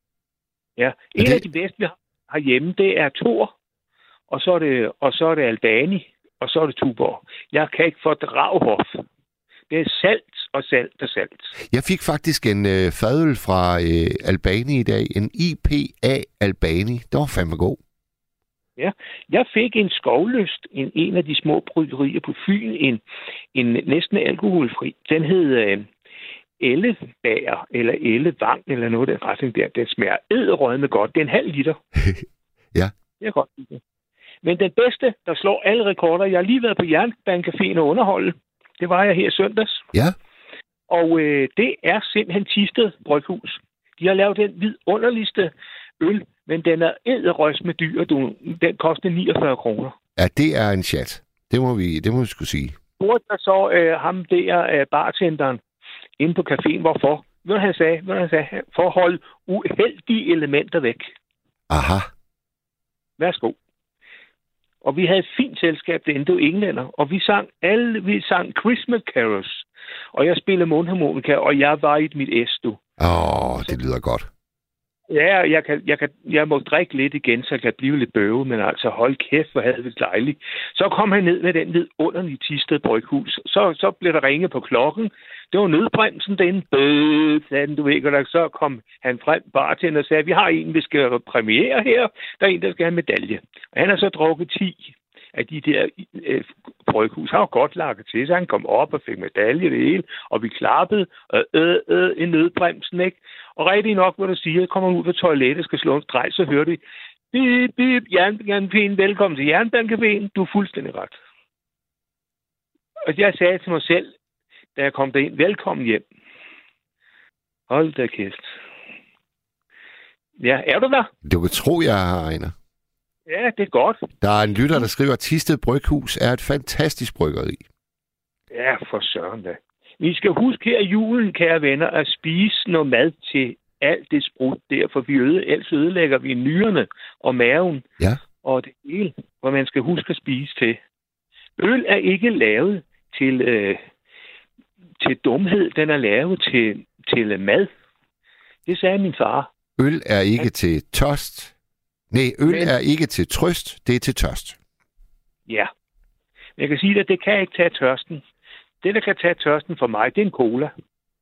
Ja. En
det...
af de bedste, vi har hjemme, det er Thor, og så er det, og så er det Albani, og så er det Tuborg. Jeg kan ikke fordrage Hof. Det er salt og salt og salt.
Jeg fik faktisk en øh, fadøl fra øh, Albani i dag. En I P A Albani. Det var fandme god.
Ja, jeg fik en Skovlyst, en, en af de små bryggerier på Fyn, en, en næsten alkoholfri. Den hed øh, Ellebager, eller Ellevang, eller noget af den retning der. Den smager edderrødende godt. Det er en halv liter.
Ja.
Det er godt. Men den bedste, der slår alle rekorder, jeg har lige været på Jernbanecaféen og underholde. Det var jeg her søndags.
Ja.
Og øh, det er simpelthen Thisted Bryghus. De har lavet den vidunderligste øl, men den er edderrøs med dyr. Du, den koster niogfyrre kroner.
Ja, det er en chat. Det må vi, det må vi skulle sige.
Spurgte der så øh, ham der, øh, bartenderen, inde på caféen, hvorfor? Ved du, han sagde? Ved du, han sagde? For at holde uheldige elementer væk.
Aha.
Værsgo. Og vi havde et fint selskab, det endte englænder, og vi sang alle, vi sang Christmas carols, og jeg spillede mundharmonika, og jeg var i mit æs, du.
Åh, oh, det lyder godt.
Ja, jeg, kan, jeg, kan, jeg må drikke lidt igen, så jeg kan blive lidt bøve, men altså hold kæft, hvor havde vi det dejligt. Så kom han ned med den vidunderlige Thisted Bryghus. Så, så blev der ringet på klokken. Det var nødbremsen, den bøh, den, du ved, og så kom han frem, bartender, og sagde, vi har en, vi skal premiere her. Der er en, der skal have medalje. Og han har så drukket ti af de der øh, bryghus. Han var godt lagt til, så han kom op og fik medalje det hele, og vi klappede øh, øh, øh, i nødbremsen, ikke? Og rigtig nok, hvor du siger, kommer ud på toilettet, skal slå en streg, så hører du, bip, bip, Jernbanecaféen, velkommen til Jernbanecaféen, du er fuldstændig ret. Og jeg sagde til mig selv, da jeg kom derind, velkommen hjem. Hold da kæft. Ja, er du der?
Du kan tro, jeg har, Ejner.
Ja, det er godt.
Der er en lytter, der skriver, at Thisted Bryghus er et fantastisk bryggeri.
Ja, for søren da. Vi skal huske her i julen, kære venner, at spise noget mad til alt det sprut der, for vi øde, ellers ødelægger vi nyrerne og maven
ja.
og det hele, hvor man skal huske at spise til. Øl er ikke lavet til, øh, til dumhed, den er lavet til, til mad. Det sagde min far.
Øl er ikke ja. til tørst. Nej, øl
Men,
er ikke til trøst, det er til tørst.
Ja. Men jeg kan sige, at det kan ikke tage tørsten. Det, der kan tage tørsten for mig, det er en cola.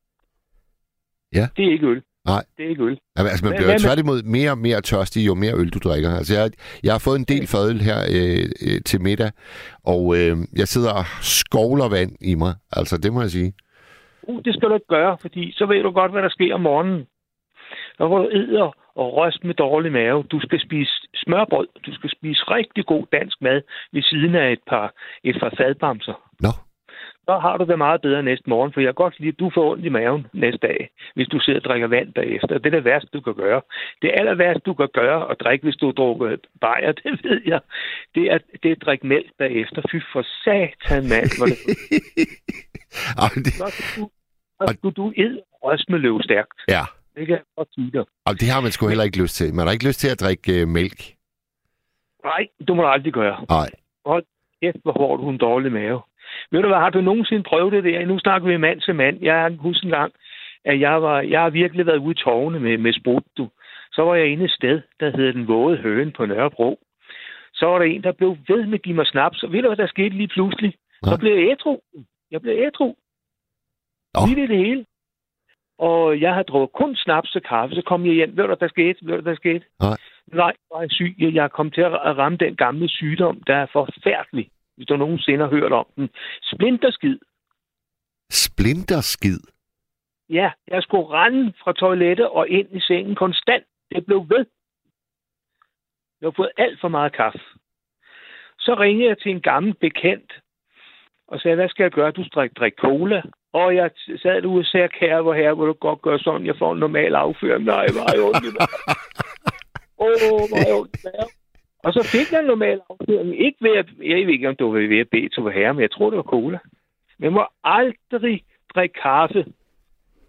Ja.
Det er ikke øl.
Nej.
Det er ikke øl.
Jamen, altså, man bliver jo tværtimod mere og mere tørstig, jo mere øl du drikker. Altså, jeg, jeg har fået en del fadøl her øh, øh, til middag, og øh, jeg sidder og skovler vand i mig. Altså, det må jeg sige.
Uh, det skal du ikke gøre, fordi så ved du godt, hvad der sker om morgenen. Der hvor du æder og røst med dårlig mave. Du skal spise smørbrød. Du skal spise rigtig god dansk mad ved siden af et par, et par fadbamser.
Nå.
Så har du det meget bedre næste morgen, for jeg kan godt lide, at du får ondt i maven næste dag, hvis du sidder og drikker vand bagefter. Det er det værste, du kan gøre. Det aller værste, du kan gøre at drikke, hvis du drukker bajer, det ved jeg, det er, det er at drikke mælk bagefter. Fy for satan, mand. Hvor det...
det...
Så skal du, så skal du æde røstmeløv stærkt.
Ja.
Det kan jeg godt sige dig.
Og det har man sgu heller ikke lyst til. Man har ikke lyst til at drikke øh, mælk.
Nej, du må aldrig gøre.
Nej.
Hold kæft, hvor får du en dårlig mave. Ved du hvad, har du nogensinde prøvet det der? Nu snakker vi mand til mand. Jeg husker en gang, at jeg, var, jeg har virkelig været ude i tårne med, med sprut, du. Så var jeg inde et sted, der hedder Den Våde Høen på Nørrebro. Så var der en, der blev ved med at give mig snaps. Og ved du hvad, der skete lige pludselig? Ja. Så blev jeg ædru. Jeg blev ædru.
Oh.
Lige det hele. Og jeg har drukket kun snaps og kaffe, så kom jeg hjem. Ved du, der skete? Ved du, der skete?
Nej.
Nej, jeg er syg. Jeg er kommet til at ramme den gamle sygdom, der er forfærdelig, hvis du nogensinde har hørt om den. Splinterskid.
Splinterskid?
Ja, jeg skulle rende fra toilettet og ind i sengen konstant. Det blev ved. Jeg har fået alt for meget kaffe. Så ringede jeg til en gammel bekendt og sagde, hvad skal jeg gøre? Du skal drikke cola. Og jeg sad derude og sagde, kære, hvor her, hvor du godt gøre sådan, jeg får en normal afføring. Nej, hvor er jeg ondt i maven. Åh, hvor er jeg ondt i maven. Og så fik jeg en normal afføring. Ikke ved at, jeg ved ikke, om du var ved at bede til herre, men jeg tror, det var cola. Men jeg må aldrig drikke kaffe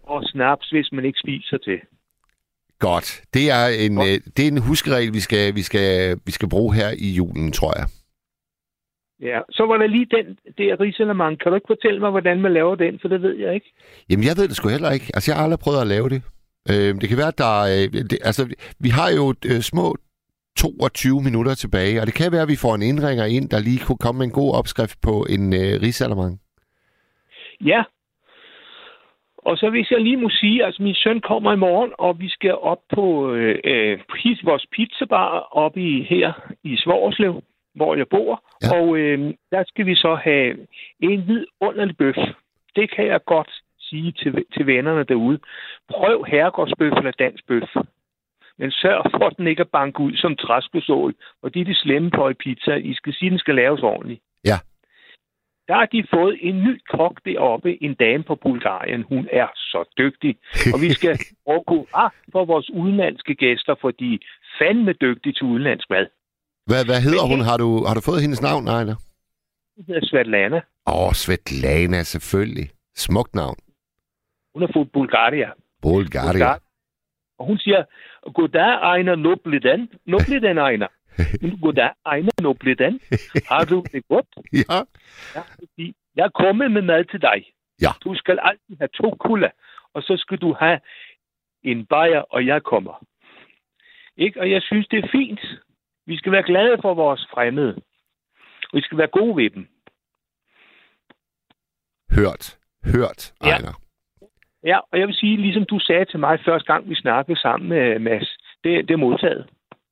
og snaps, hvis man ikke spiser til.
Godt. Det er en, øh, det er en huskeregel, vi skal, vi, skal, vi skal bruge her i julen, tror jeg.
Ja, så var der lige den der risalamande. Kan du ikke fortælle mig, hvordan man laver den, for det ved jeg ikke.
Jamen, jeg ved det sgu heller ikke. Altså, jeg har aldrig prøvet at lave det. Øh, det kan være, at der øh, det, altså, vi har jo øh, små toogtyve minutter tilbage, og det kan være, at vi får en indringer ind, der lige kunne komme med en god opskrift på en øh, risalamande.
Ja. Og så hvis jeg lige må sige, altså min søn kommer i morgen, og vi skal op på øh, øh, vores pizzabar oppe i, her i Svorslev, hvor jeg bor. Ja. Og øh, der skal vi så have en vidunderlig bøf. Det kan jeg godt sige til, til vennerne derude. Prøv herregårdsbøf eller dansk bøf. Men sørg for, at den ikke er banket ud som træskesål. Og det er det slemme på i pizza. I skal sige, at den skal laves ordentligt.
Ja.
Der har de fået en ny kok deroppe, en dame på Bulgarien. Hun er så dygtig. Og vi skal overgå ah, for vores udenlandske gæster, for de er fandme dygtige til udenlandsk mad.
Hvad, hvad hedder Men, hun? Har du, har du fået hendes navn, Ejner?
Hun hedder Svetlana.
Åh, oh, Svetlana, selvfølgelig. Smukt navn.
Hun er fra Bulgaria.
Bulgaria. Bulgar-
Og hun siger, goddag, Ejner, nu bliver den. Nu bliver den, Ejner. Goddag, Ejner, nu bliver den. Har du det godt?
Ja.
Jeg er kommet med mad til dig.
Ja.
Du skal altid have to kulder, og så skal du have en bajer, og jeg kommer. Ikke? Og jeg synes, det er fint. Vi skal være glade for vores fremmede. Vi skal være gode ved dem.
Hørt. Hørt, Ejner.
Ja. Ja, og jeg vil sige, ligesom du sagde til mig første gang, vi snakkede sammen med Mads, det, det er modtaget.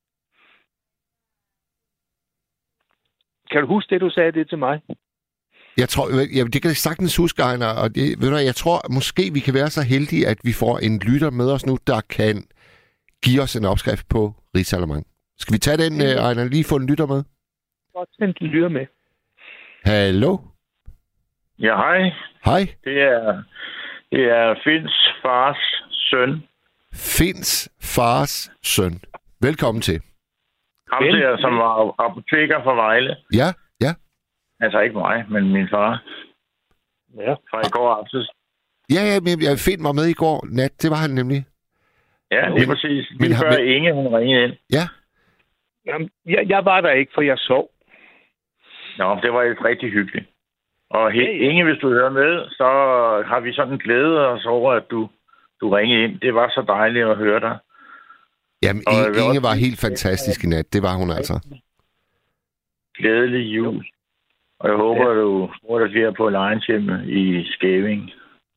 Kan du huske det, du sagde det til mig?
Jeg tror, ja, det kan jeg sagtens huske, Ejner, og det, ved du, jeg tror måske, vi kan være så heldige, at vi får en lytter med os nu, der kan give os en opskrift på risalamande. Skal vi tage den, mm. Ejner, lige få en lytter med?
Godt, den lytter med.
Hallo?
Ja, hej.
Hej.
Det er, det er Finns fars søn.
Finns fars søn. Velkommen til.
Ham der, som var apoteker fra Vejle.
Ja, ja.
Altså ikke mig, men min far.
Ja.
Fra i går aftes.
Ja, ja, men jeg Finn var med i går nat. Det var han nemlig.
Ja, det er præcis. Lige før men... Inge, hun ringede ind.
Ja.
Jamen, jeg, jeg var der ikke, for jeg sov.
Nå, det var et rigtig hyggeligt. Og he- ja, ja. Inge, hvis du hører med, så har vi sådan glædet os over, at du, du ringede ind. Det var så dejligt at høre dig.
Jamen, og Inge også... var helt fantastisk i nat. Det var hun altså.
Glædelig jul. Og jeg håber, ja. du får dig flere på Lions i Skæving.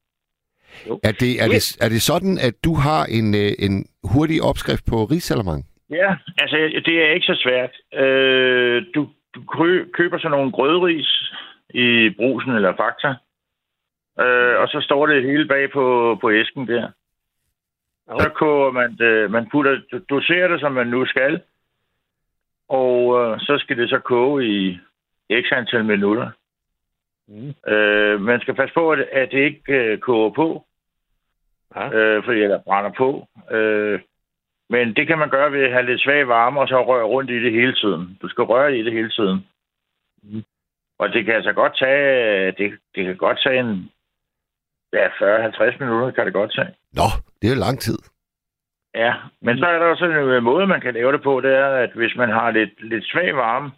Er det, er, det, er det sådan, at du har en, en hurtig opskrift på risalamande?
Ja, altså det er ikke så svært. Øh, du, du køber sådan nogle grødris i Brugsen eller Fakta. Øh, og så står det hele bag på, på æsken der. Så koger man det, man putter, doserer det, som man nu skal. Og øh, så skal det så koge i x antal minutter. Mm. Øh, man skal passe på, at, at det ikke øh, koger på. Ja. Øh, fordi det brænder på. Øh, men det kan man gøre ved at have lidt svag varme, og så røre rundt i det hele tiden. Du skal røre i det hele tiden. Mm. Og det kan altså godt tage, det, det kan godt tage en ja, fyrre til halvtreds minutter, kan det godt tage.
Nå, det er lang tid.
Ja, men så er der også en måde, man kan lave det på, det er, at hvis man har lidt, lidt svag varme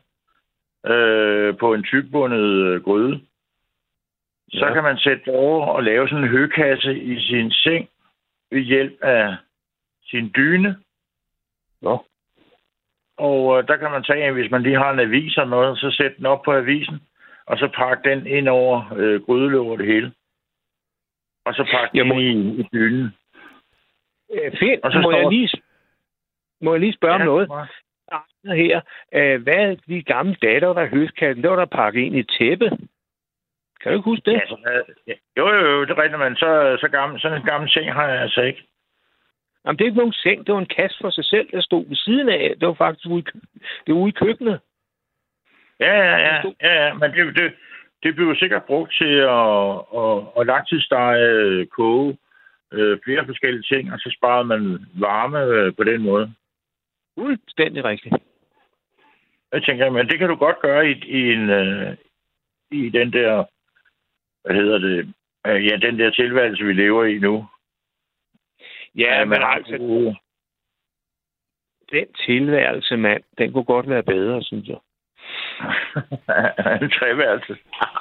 øh, på en tyktbundet gryde, ja. Så kan man sætte over og lave sådan en høkasse i sin seng ved hjælp af sin dyne.
Ja.
Og øh, der kan man tage, hvis man lige har en avis eller noget, så sætte den op på avisen, og så pakke den ind over øh, grydelåg og det hele. Og så pakke den må... i, i dynen.
Øh, fint. Og så må, står... jeg lige, må jeg lige spørge ja, om noget? Her. Øh, hvad er de gamle dage, der var høstkassen? Det var der pakket ind i et tæppe. Kan du ikke huske det?
Ja, så, ja. Jo, jo, jo, det regner man. Så, så gammel, sådan en gammel seng har jeg altså ikke.
Jamen, det er ikke nogen seng. Det var en kasse for sig selv, der stod ved siden af. Det var faktisk ude i, det var ude i køkkenet.
Ja, ja, ja. ja, ja. Men det, det, det blev sikkert brugt til at, at, at langtidsstege, koge øh, flere forskellige ting, og så sparede man varme øh, på den måde.
Fuldstændig rigtigt.
Jeg tænker, men det kan du godt gøre i, i, en, øh, i den der, hvad hedder det, øh, ja, den der tilværelse, vi lever i nu.
Ja,
Ja,
men
men
altså,
altså...
den tilværelse, mand, den kunne godt være bedre, synes jeg.
En treværelse.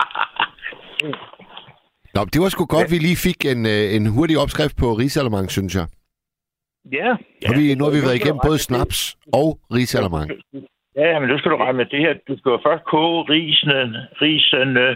Nå, det var sgu godt, ja. Vi lige fik en, en hurtig opskrift på risalamande, synes jeg.
Ja.
Nu, vi, nu har vi været igennem både snaps og risalamande.
Ja, men nu skal du regne med det her. Du skal jo først koge risene, risene,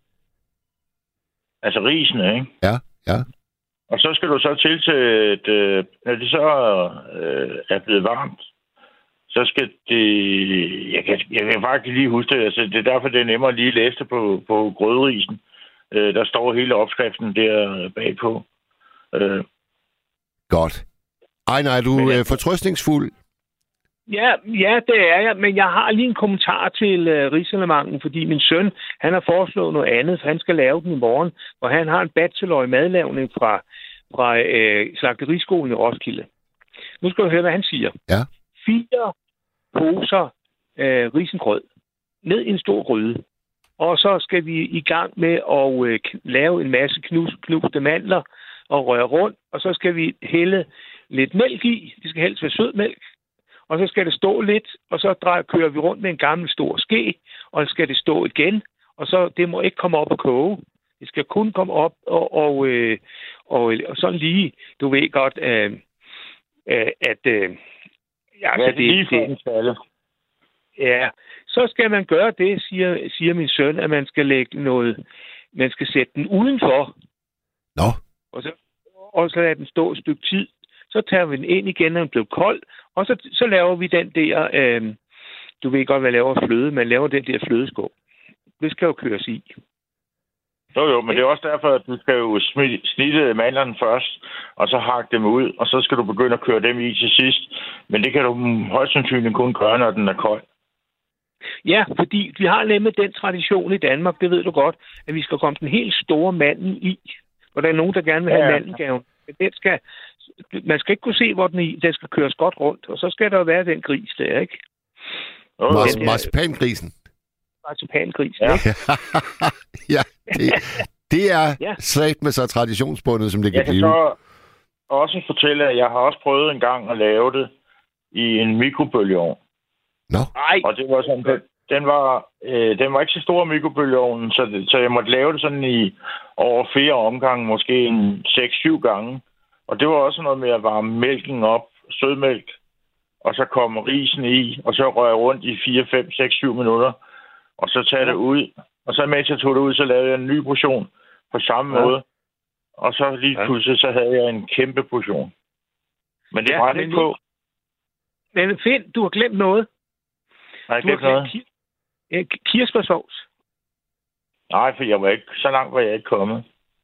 altså risene, ikke?
Ja, ja.
Og så skal du så til til, et, øh, når det så øh, er blevet varmt, så skal det... Jeg kan, jeg kan faktisk lige huske det. Altså, det er derfor, det er nemmere at lige læse det på, på grøderisen. Øh, der står hele opskriften der bagpå. Øh.
Godt. Ej, nej, er du men, øh, fortrøstningsfuld?
Ja, ja, det er jeg. Men jeg har lige en kommentar til øh, risalamanden, fordi min søn, han har foreslået noget andet, for han skal lave den i morgen, og han har en bachelor i madlavning fra, fra øh, slagteriskolen i Roskilde. Nu skal du høre, hvad han siger.
Ja.
Fire poser øh, risengrød ned i en stor gryde. Og så skal vi i gang med at øh, lave en masse knus, knuste mandler og røre rundt. Og så skal vi hælde lidt mælk i. Det skal helst være sød mælk. Og så skal det stå lidt, og så drejer, kører vi rundt med en gammel stor ske, og så skal det stå igen. Og så det må ikke komme op og koge. Det skal kun komme op og, og, øh, og, og sådan lige, du ved godt, øh, øh, at... Øh, ja,
ja, det, lige for det,
ja, så skal man gøre det, siger, siger min søn, at man skal lægge noget, man skal sætte den udenfor.
Nå.
Og så, og så lader den stå et stykke tid. Så tager vi den ind igen, når den blev kold, og så, så laver vi den der, øh, du ved godt, hvad laver fløde, man laver den der flødeskål. Det skal jo køres i.
Jo, jo, men det er også derfor, at du skal jo snitte mandlerne først, og så hakke dem ud, og så skal du begynde at køre dem i til sidst. Men det kan du højst sandsynligt kun gøre, når den er kold.
Ja, fordi vi har nemlig den tradition i Danmark, det ved du godt, at vi skal komme den helt store mandel i. Og der er nogen, der gerne vil have ja, ja. mandelgaven. Den skal, man skal ikke kunne se, hvor den er i. Den skal køres godt rundt, og så skal der jo være den gris der, ikke?
Mars- marcipangrisen.
Marcipangrisen,
ja.
ikke?
Ja, det, det er ja. slet med så traditionsbundet, som det kan
jeg
blive.
Jeg kan så også fortælle, at jeg har også prøvet en gang at lave det i en mikrobølgeovn.
Nå.
No. Og det var sådan, den, den var, øh, den var ikke så stor mikrobølgeovnen, så, det, så jeg måtte lave det sådan i over flere omgange, måske en seks syv gange. Og det var også noget med at varme mælken op, sødmælk, og så komme risen i, og så røre rundt i fire, fem, seks, syv minutter, og så tage det ud. Og så mens jeg tog det ud, så lavede jeg en ny portion på samme ja. måde. Og så lige pludselig, så havde jeg en kæmpe portion. Men det ja, brændte ikke på.
Men Finn, du har glemt noget.
Nej, du har glemt
noget. Kir- kirsebærsovs.
Nej, for jeg var ikke, så langt var jeg ikke kommet.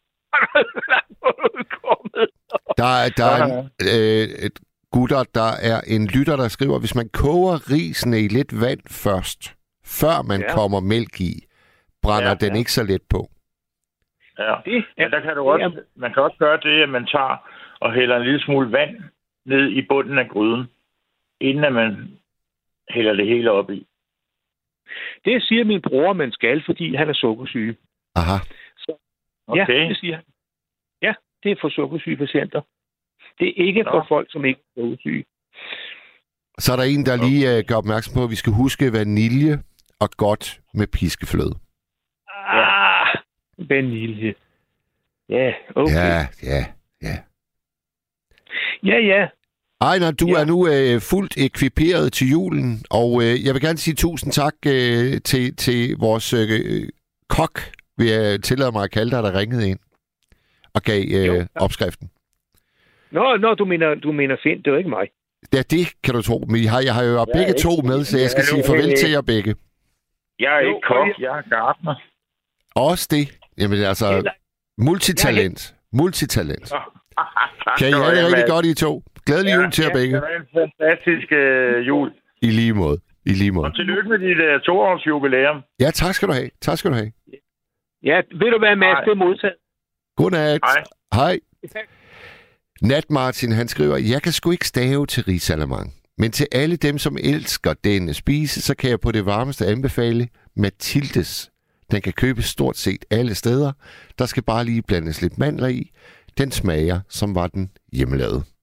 Der er, der er en, øh, et gutter, der er en lytter, der skriver, hvis man koger risene i lidt vand først, før man ja. kommer mælk i, brænder ja, den ja. ikke så let på.
Ja, men der kan du også, man kan også gøre det, at man tager og hælder en lille smule vand ned i bunden af gryden, inden at man hælder det hele op i.
Det siger min bror, man skal, fordi han er sukkersyge.
Aha.
Så,
okay.
Ja, det siger han. Ja, det er for sukkersyge patienter. Det er ikke for Nå. folk, som ikke er sukkersyge.
Så er der en, der lige uh, gør opmærksom på, at vi skal huske vanilje og godt med piskefløde.
Ah, vanilje. Ja, okay.
Ja, ja, ja.
Ja, ja.
Ejner, du ja. er nu øh, fuldt ekviperet til julen, og øh, jeg vil gerne sige tusind tak øh, til, til vores øh, kok, vil jeg tillade mig at kalde dig, der ringede ind og gav øh, jo, ja. opskriften.
Nå, nå du, mener, du mener Finn, det er jo ikke mig.
Ja, det kan du tro. Men jeg har, jeg har jo ja, begge to med, så jeg skal ja, sige farvel til jer begge.
Jeg er ikke kok, jeg er gartner.
Også det. Jamen altså, multitalent. Multitalent. Kan I have det rigtig godt, I to? Glædelig ja, jul til jer ja, begge.
Det er en fantastisk uh, jul.
I lige måde. I lige måde.
Og tillykke med dit uh, toårs jubilæum.
Ja, tak skal du have. Tak skal du have.
Ja, ved du hvad, Mads, det er modtaget.
Godnat.
Hej.
Hej. Nat Martin, han skriver, jeg kan sgu ikke stave til risalamande. Men til alle dem, som elsker denne spise, så kan jeg på det varmeste anbefale Mathildes. Den kan købes stort set alle steder. Der skal bare lige blandes lidt mandler i. Den smager, som var den hjemmelavet.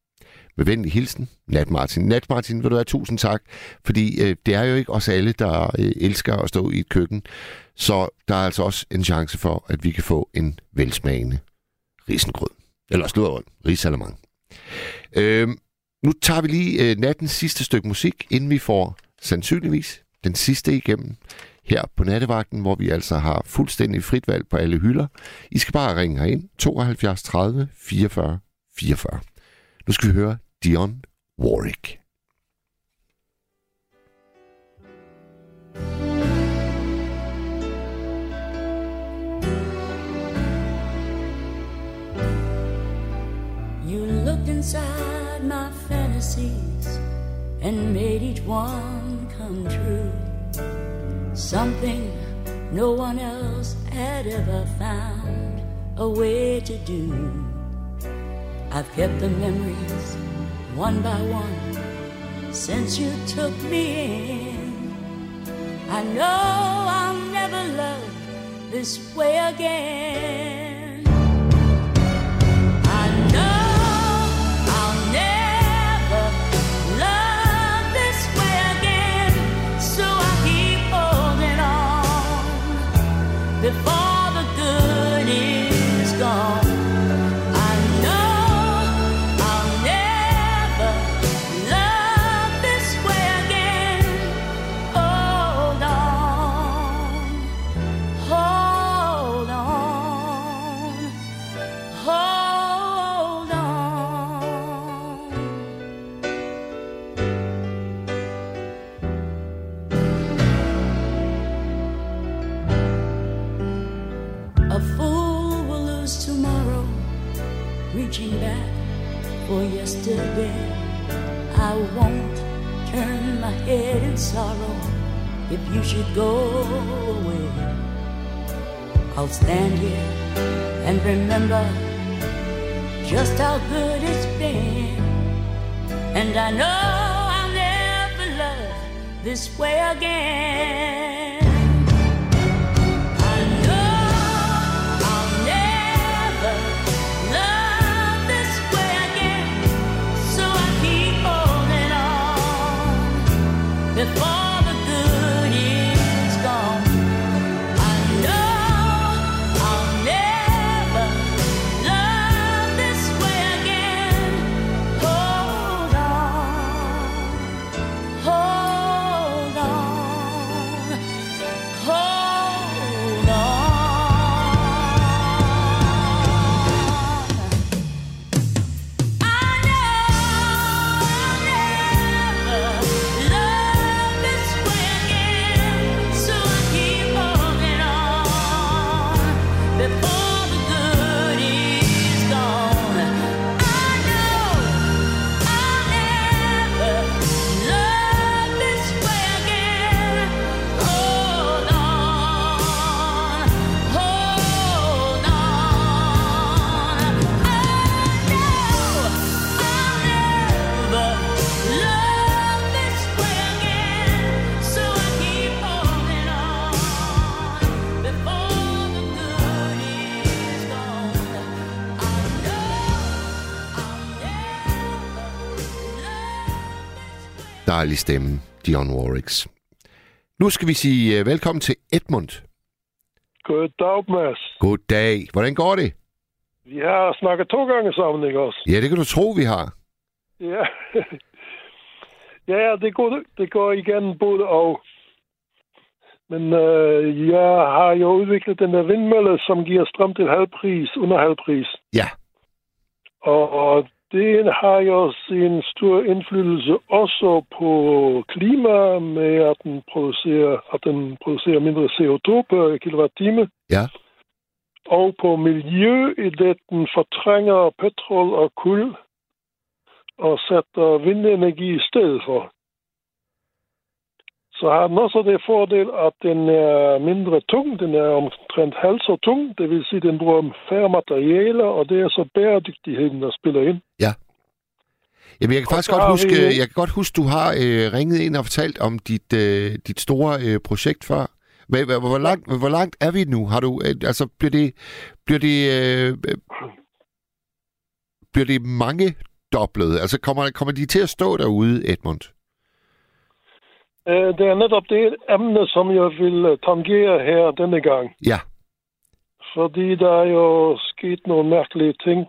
Med venlig hilsen, Nat Martin. Nat Martin, vil du have tusind tak, fordi øh, det er jo ikke os alle, der øh, elsker at stå i et køkken, så der er altså også en chance for, at vi kan få en velsmagende risengrød. Eller sludderød, risalamande. Øh, nu tager vi lige øh, nattens sidste stykke musik, inden vi får sandsynligvis den sidste igennem her på nattevagten, hvor vi altså har fuldstændig frit valg på alle hylder. I skal bare ringe herind, tooghalvfjerds tredive fireogfyrre fireogfyrre. Nu skal vi høre Dionne Warwick.
You looked inside my fantasies and made each one come true. Something no one else had ever found a way to do. I've kept the memories one by one since you took me in. I know I'll never love this way again. I know I'll never love this way again, so I keep holding on before the good is gone. Reaching back for yesterday, I won't turn my head in sorrow if you should go away. I'll stand here and remember just how good it's been, and I know I'll never love this way again. Before the good is gone, I know I'll never love this way again. Hold on, hold on, hold on. I know I'll never love this way again, so I keep holding on before the good is gone. I know I'll never love this way again. Hold on, hold on. I know I'll never love this way again, so I keep holding on before the good is gone. I know I'll never love.
Dejlig stemme, Dionne Warwicks. Nu skal vi sige uh, velkommen til Edmund.
Goddag, Mads.
Goddag. Hvordan går det?
Vi har snakket to gange sammen, ikke også?
Ja, det kan du tro, vi har.
Ja. Ja, det går, det går igen både og. Men øh, jeg har jo udviklet den der vindmølle, som giver strøm til halvpris, under halvpris.
Ja.
Og, og det har jo sin stor indflydelse også på klima, med at den producerer, at den producerer mindre C O to per kilowatt-time.
Ja.
Og på miljø, i det den fortrænger petrol og kul og sætter vindenergi i stedet for. Så har den også det fordel, at den er mindre tung. Den er omtrent halvt så tung. Det vil sige, at den bruger færre materialer, og det er så bæredygtigheden, der spiller ind.
Ja. Jamen, jeg kan
Og
faktisk
så
godt
har
huske,
vi-
jeg kan godt huske, du har øh, ringet ind og fortalt om dit, øh, dit store øh, projekt før. Hvor, hvor, hvor, langt, hvor langt er vi nu? Har du, øh, altså, bliver det, bliver det, øh, øh, bliver det mange fordoblet? Altså kommer, kommer de til at stå derude, Edmund?
Det er netop det emne, som jeg vil tangere her denne gang.
Ja.
Fordi der er jo sket nogle mærkelige ting.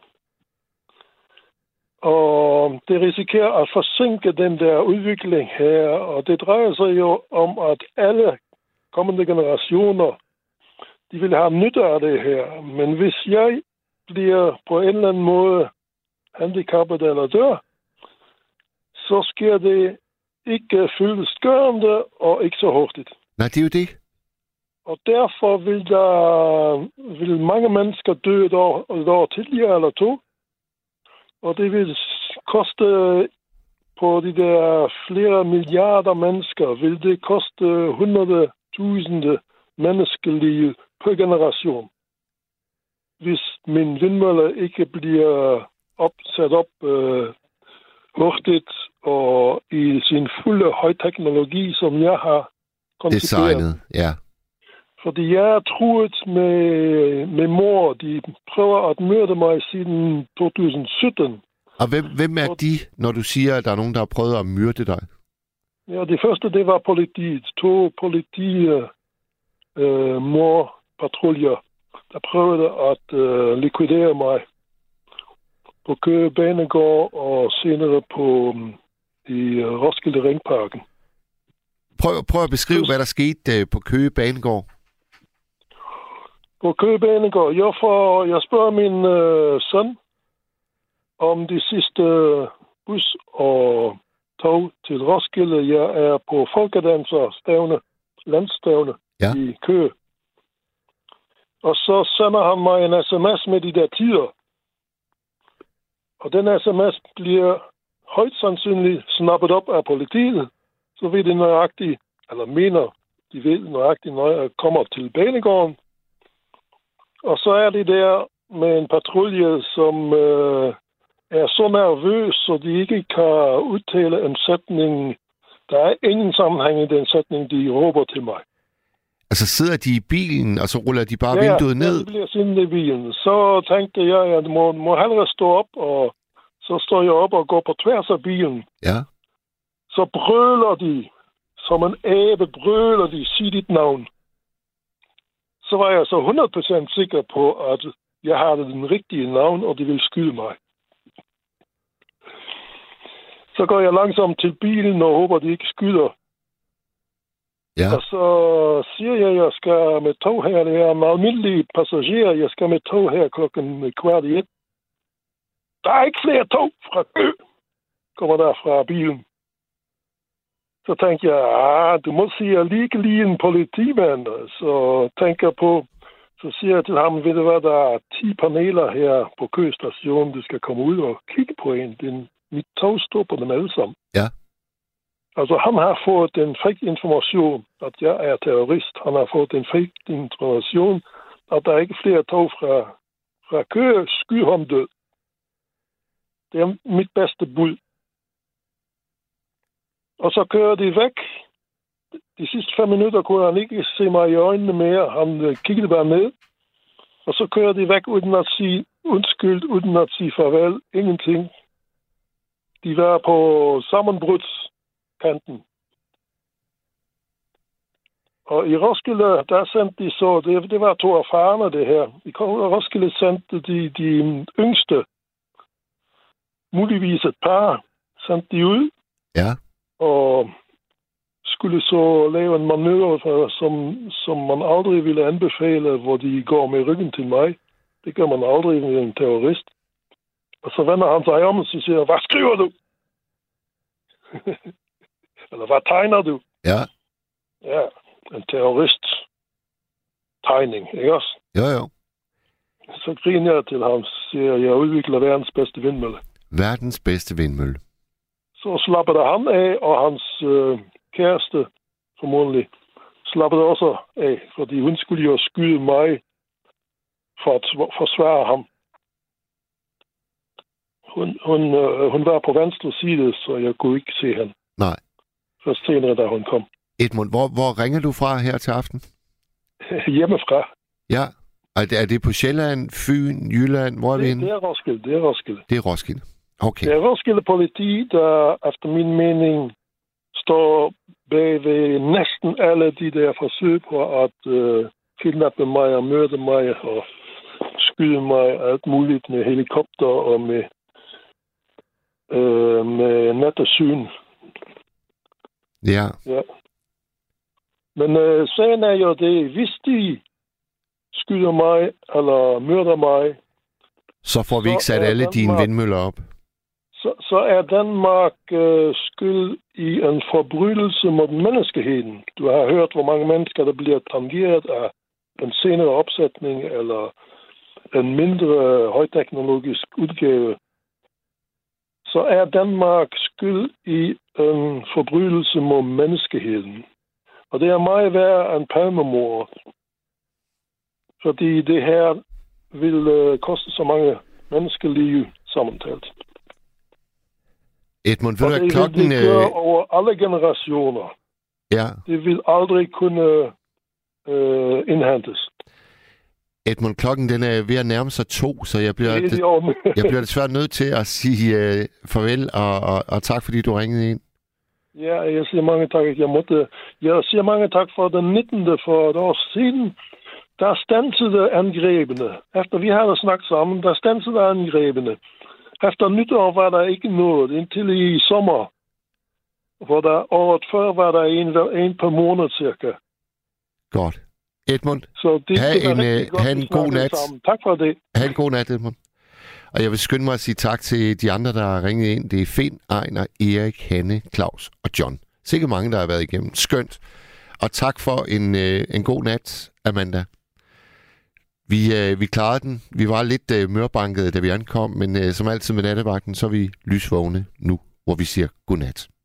Og det risikerer at forsinke den der udvikling her. Og det drejer sig jo om, at alle kommende generationer, de vil have nytte af det her. Men hvis jeg bliver på en eller anden måde handicappet eller dør, så sker det ikke fyldestgørende og ikke så hurtigt.
Nej, det er jo det.
Og derfor vil der vil mange mennesker dø et år, et år tidligere eller to. Og det vil koste på de der flere milliarder mennesker, vil det koste hundrede tusinde menneskeliv per generation. Hvis min vindmølle ikke bliver op, sat op øh, hurtigt og i sin fulde højteknologi, som jeg har koncepteret.
Designet, ja.
Fordi jeg er truet med, med mor. De prøver at myrde mig siden to tusind sytten.
Og hvem, hvem er de, når du siger, at der er nogen, der har prøvet at myrde dig?
Ja, det første, det var politiet. To politi øh, morpatruljer, der prøvede at øh, likvidere mig på Køge Banegård og senere på i Roskilde Ringparken.
Prøv, prøv at beskrive, hvad der skete på Køge Banegård.
På Køge Banegård, jeg, får, jeg spørger min øh, søn om de sidste bus og tog til Roskilde. Jeg er på folkedanserstævne, landstævne
ja.
i Køge. Og så sender han mig en sms med de der tider. Og den sms bliver højst sandsynligt snappet op af politiet. Så ved de nøjagtigt, eller mener, de ved nøjagtigt, når jeg kommer til banegården. Og så er de der med en patrulje, som øh, er så nervøs, så de ikke kan udtale en sætning. Der er ingen sammenhæng i den sætning, de råber til mig.
Altså sidder de i bilen, og så ruller de bare
ja,
vinduet ned?
Ja, de bliver siddende i bilen. Så tænkte jeg, at jeg må, må hellere stå op, og så står jeg op og går på tværs af bilen.
Ja.
Så brøler de, som en abe brøler de, sig dit navn. Så var jeg så hundrede procent sikker på, at jeg havde den rigtige navn, og de ville skyde mig. Så går jeg langsomt til bilen og håber, de ikke skyder.
Ja.
Og så siger jeg, at jeg skal med tog her. Det er en almindelig passager. Jeg skal med tog her klokken kvart i et. Der er ikke flere tog fra Kø, kommer der fra bilen. Så tænker jeg, ah, du må sige, lige lige en politimand. Så tænker jeg på, så siger jeg til ham, ved du hvad, der er ti paneler her på Køge station, du skal komme ud og kigge på en. Den, mit tog står på dem alle sammen.
Ja.
Altså, han har fået den fake information, at jeg er terrorist. Han har fået den fake information, at der er ikke flere tog fra, fra Køge, sky ham død. Det er mit bedste bud. Og så kører de væk. De sidste fem minutter kunne han ikke se mig i øjnene mere. Han kiggede bare ned. Og så kører de væk uden at sige undskyld, uden at sige farvel. Ingenting. De var på sammenbrudskanten. Og i Roskilde, der sendte de så, det, det var to erfarne det her. I Roskilde sendte de de yngste, muligvis et par, sendte de ud.
Ja.
Og skulle så lave en manøvre, som, som man aldrig ville anbefale, hvor de går med ryggen til mig. Det gør man aldrig med en terrorist. Og så vender han sig om og siger, hvad skriver du? Eller hvad tegner du?
Ja.
Ja, en terrorist-tegning, ikke også?
Jo, jo.
Så griner jeg til ham, siger jeg, udvikler verdens bedste vindmølle.
Verdens bedste vindmølle.
Så slappede han af, og hans øh, kæreste, formodentlig, slappede også af, fordi hun skulle jo skyde mig for at forsvare ham. Hun, hun, øh, hun var på venstre side, så jeg kunne ikke se hende.
Nej.
Først senere, da hun kom.
Edmund, hvor, hvor ringer du fra her til aften?
Hjemmefra.
Ja. Er det, er det på Sjælland, Fyn, Jylland? Hvor er
det,
vi henne?
Det er Roskilde. Det er Roskilde.
Det er Roskilde. Okay.
Det er Roskilde politi, der efter min mening står bag ved næsten alle de der forsøg på at øh, kidnappe mig og myrde mig og skyde mig alt muligt med helikopter og med, øh, med nattesyn.
Ja.
Ja. Men øh, sagen er jo det, hvis de skyder mig eller myrder mig,
så får vi ikke sat alle
Danmark,
dine vindmøller op.
Så, så er Danmark øh, skyld i en forbrydelse mod menneskeheden. Du har hørt, hvor mange mennesker, der bliver tangeret af en senere opsætning eller en mindre højteknologisk udgave. Så er Danmark skyld i en forbrydelse mod menneskeheden. Og det er meget værre end palmemord. Fordi det her vil øh, koste så mange menneskeliv sammentalt.
Edmund, ved
og
du,
det
klokken...
vil det gøre over alle generationer.
Ja.
Det vil aldrig kunne øh, indhentes.
Edmund, klokken den er ved at nærme sig to, så jeg bliver, det, jeg bliver desværre nødt til at sige uh, farvel, og, og, og tak, fordi du ringede ind.
Ja, jeg siger mange tak. Jeg, måtte, jeg siger mange tak for den nittende for et år siden. Der standsede angrebene. Efter vi havde snakket sammen, der standsede angrebene. Efter nytår var der ikke noget, indtil i sommer. Hvor der året før var der en, en per måned cirka.
Godt. Edmund,
så det,
have
det
en,
godt,
have en god nat.
Sammen. Tak for det.
Ha' en god nat, Edmund. Og jeg vil skynde mig at sige tak til de andre, der har ringet ind. Det er Finn, Ejner, Erik, Hanne, Claus og John. Sikkert mange, der har været igennem. Skønt. Og tak for en, en god nat, Amanda. Vi, vi klarede den. Vi var lidt mørbanket, da vi ankom, men som altid med nattevagten, så er vi lysvågne nu, hvor vi siger godnat.